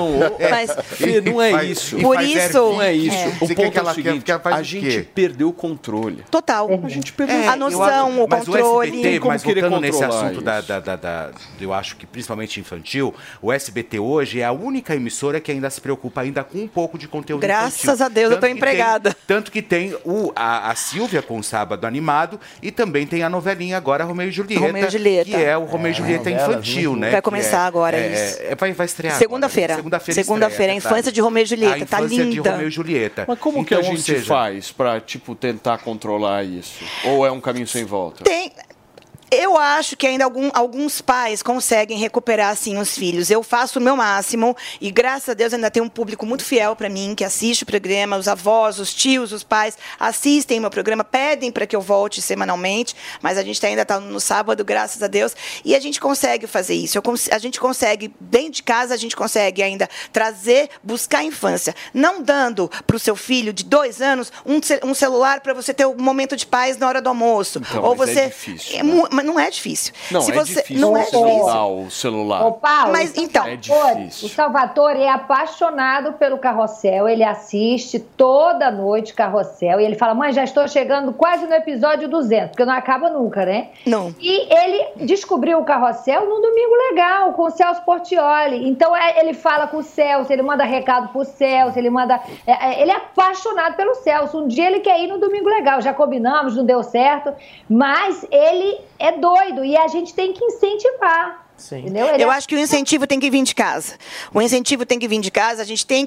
não é isso. Por isso... Não é isso. O ponto é o seguinte, a gente perdeu o controle. Total. A gente perdeu a noção, o controle. O SBT, mas voltando nesse assunto eu acho que principalmente infantil, o SBT hoje é a única emissora que ainda se preocupa ainda com um pouco de conteúdo Graças infantil. a Deus, eu tô empregada. Tanto que tem a Silvia com o Sábado Animado e também tem a novelinha agora, Romeu e Julieta. Que é o Romeu e Julieta infantil, né? Vai começar agora isso. Vai estrear Segunda-feira. Segunda-feira, a infância de Romeu e Julieta. Tá linda. De Romeu e Julieta. Mas como que a gente faz pra, tentar controlar isso? Ou é um caminho sem volta? Eu acho que ainda alguns pais conseguem recuperar, assim, os filhos. Eu faço o meu máximo e, graças a Deus, ainda tem um público muito fiel para mim, que assiste o programa, os avós, os tios, os pais assistem meu programa, pedem para que eu volte semanalmente, mas a gente ainda está no sábado, graças a Deus, e a gente consegue fazer isso. A gente consegue, dentro de casa, a gente consegue ainda buscar a infância, não dando para o seu filho de 2 anos um celular para você ter um momento de paz na hora do almoço. Então, ou você... é difícil, não é difícil. Não, difícil. Não é difícil. O celular. Ô, Paulo, mas então, é difícil. O Salvatore é apaixonado pelo Carrossel. Ele assiste toda noite Carrossel e ele fala: mãe, já estou chegando quase no episódio 200, porque não acaba nunca, né? Não. E ele descobriu o Carrossel num domingo legal, com o Celso Portiolli. Então ele fala com o Celso, ele manda recado pro Celso, ele é apaixonado pelo Celso. Um dia ele quer ir no domingo legal, já combinamos, não deu certo, mas ele é doido e a gente tem que incentivar. Sim. Eu acho que o incentivo tem que vir de casa. A gente tem que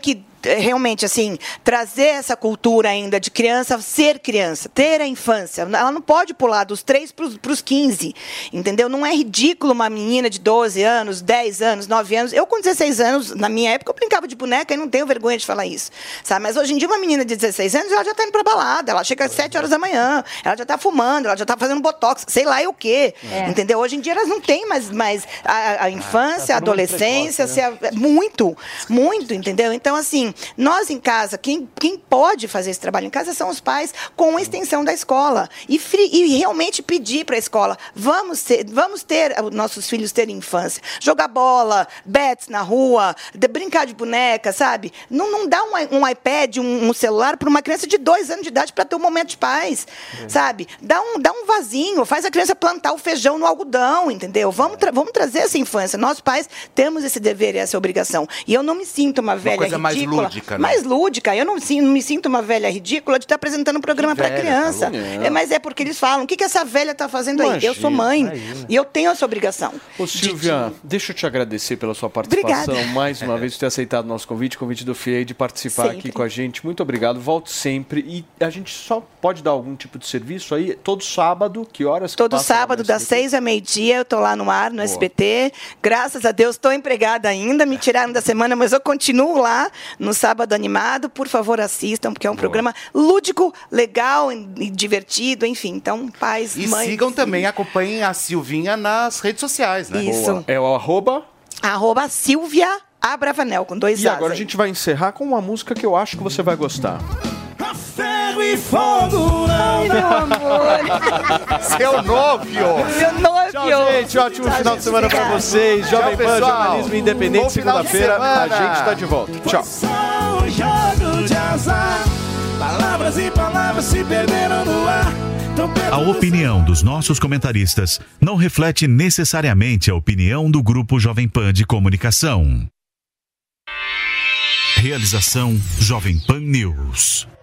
realmente, assim, trazer essa cultura ainda de criança, ser criança, ter a infância. Ela não pode pular dos 3 para os 15, entendeu? Não é ridículo uma menina de 12 anos, 10 anos, 9 anos. Eu, com 16 anos, na minha época, eu brincava de boneca e não tenho vergonha de falar isso, sabe? Mas hoje em dia, uma menina de 16 anos, ela já está indo para balada, ela chega às 7 horas da manhã, ela já está fumando, ela já está fazendo botox, sei lá o quê, entendeu? Hoje em dia, elas não têm mais a infância, a adolescência, muito, entendeu? Então, assim, nós em casa, quem pode fazer esse trabalho em casa são os pais com a extensão da escola. E realmente pedir para a escola, vamos ter nossos filhos terem infância. Jogar bola, bets na rua, brincar de boneca, sabe? Não dá um iPad, um celular para uma criança de 2 anos de idade para ter um momento de paz, sabe? Dá um vasinho, faz a criança plantar o feijão no algodão, entendeu? Vamos trazer essa infância. Nós, pais, temos esse dever e essa obrigação. E eu não me sinto uma velha ridícula. Mais lúdica, né? Mais lúdica. Eu não me sinto uma velha ridícula de estar apresentando um programa para criança. Mas é porque eles falam, o que essa velha está fazendo aí? Eu sou mãe e eu tenho essa obrigação. Ô, Silvia, deixa eu te agradecer pela sua participação. Obrigada. Mais uma vez por ter aceitado o nosso convite do FIEI, de participar aqui com a gente. Muito obrigado. Volte sempre. E a gente só pode dar algum tipo de serviço aí? Todo sábado, que horas? Todo sábado, das 6 ao meio-dia, eu estou lá no ar, no SBT. Graças a Deus, estou empregada ainda. Me tiraram da semana, mas eu continuo lá no Sábado Animado. Por favor, assistam, porque é um programa lúdico, legal e divertido, enfim. Então, pais, mães... E sigam também, acompanhem a Silvinha nas redes sociais, né? Isso. Boa. É o @... Silvia Abravanel, com 2 As. E agora a gente vai encerrar com uma música que eu acho que você vai gostar. Ferro e fogo, ai, meu amor. Seu novio. Meu novio. Tchau, gente. Ótimo final de semana pra vocês. Jovem Pan, jornalismo independente. Segunda-feira a gente tá de volta. Tchau. Um jogo de azar. Palavras e palavras se perderam no ar. A opinião dos nossos comentaristas não reflete necessariamente a opinião do Grupo Jovem Pan de Comunicação. Realização Jovem Pan News.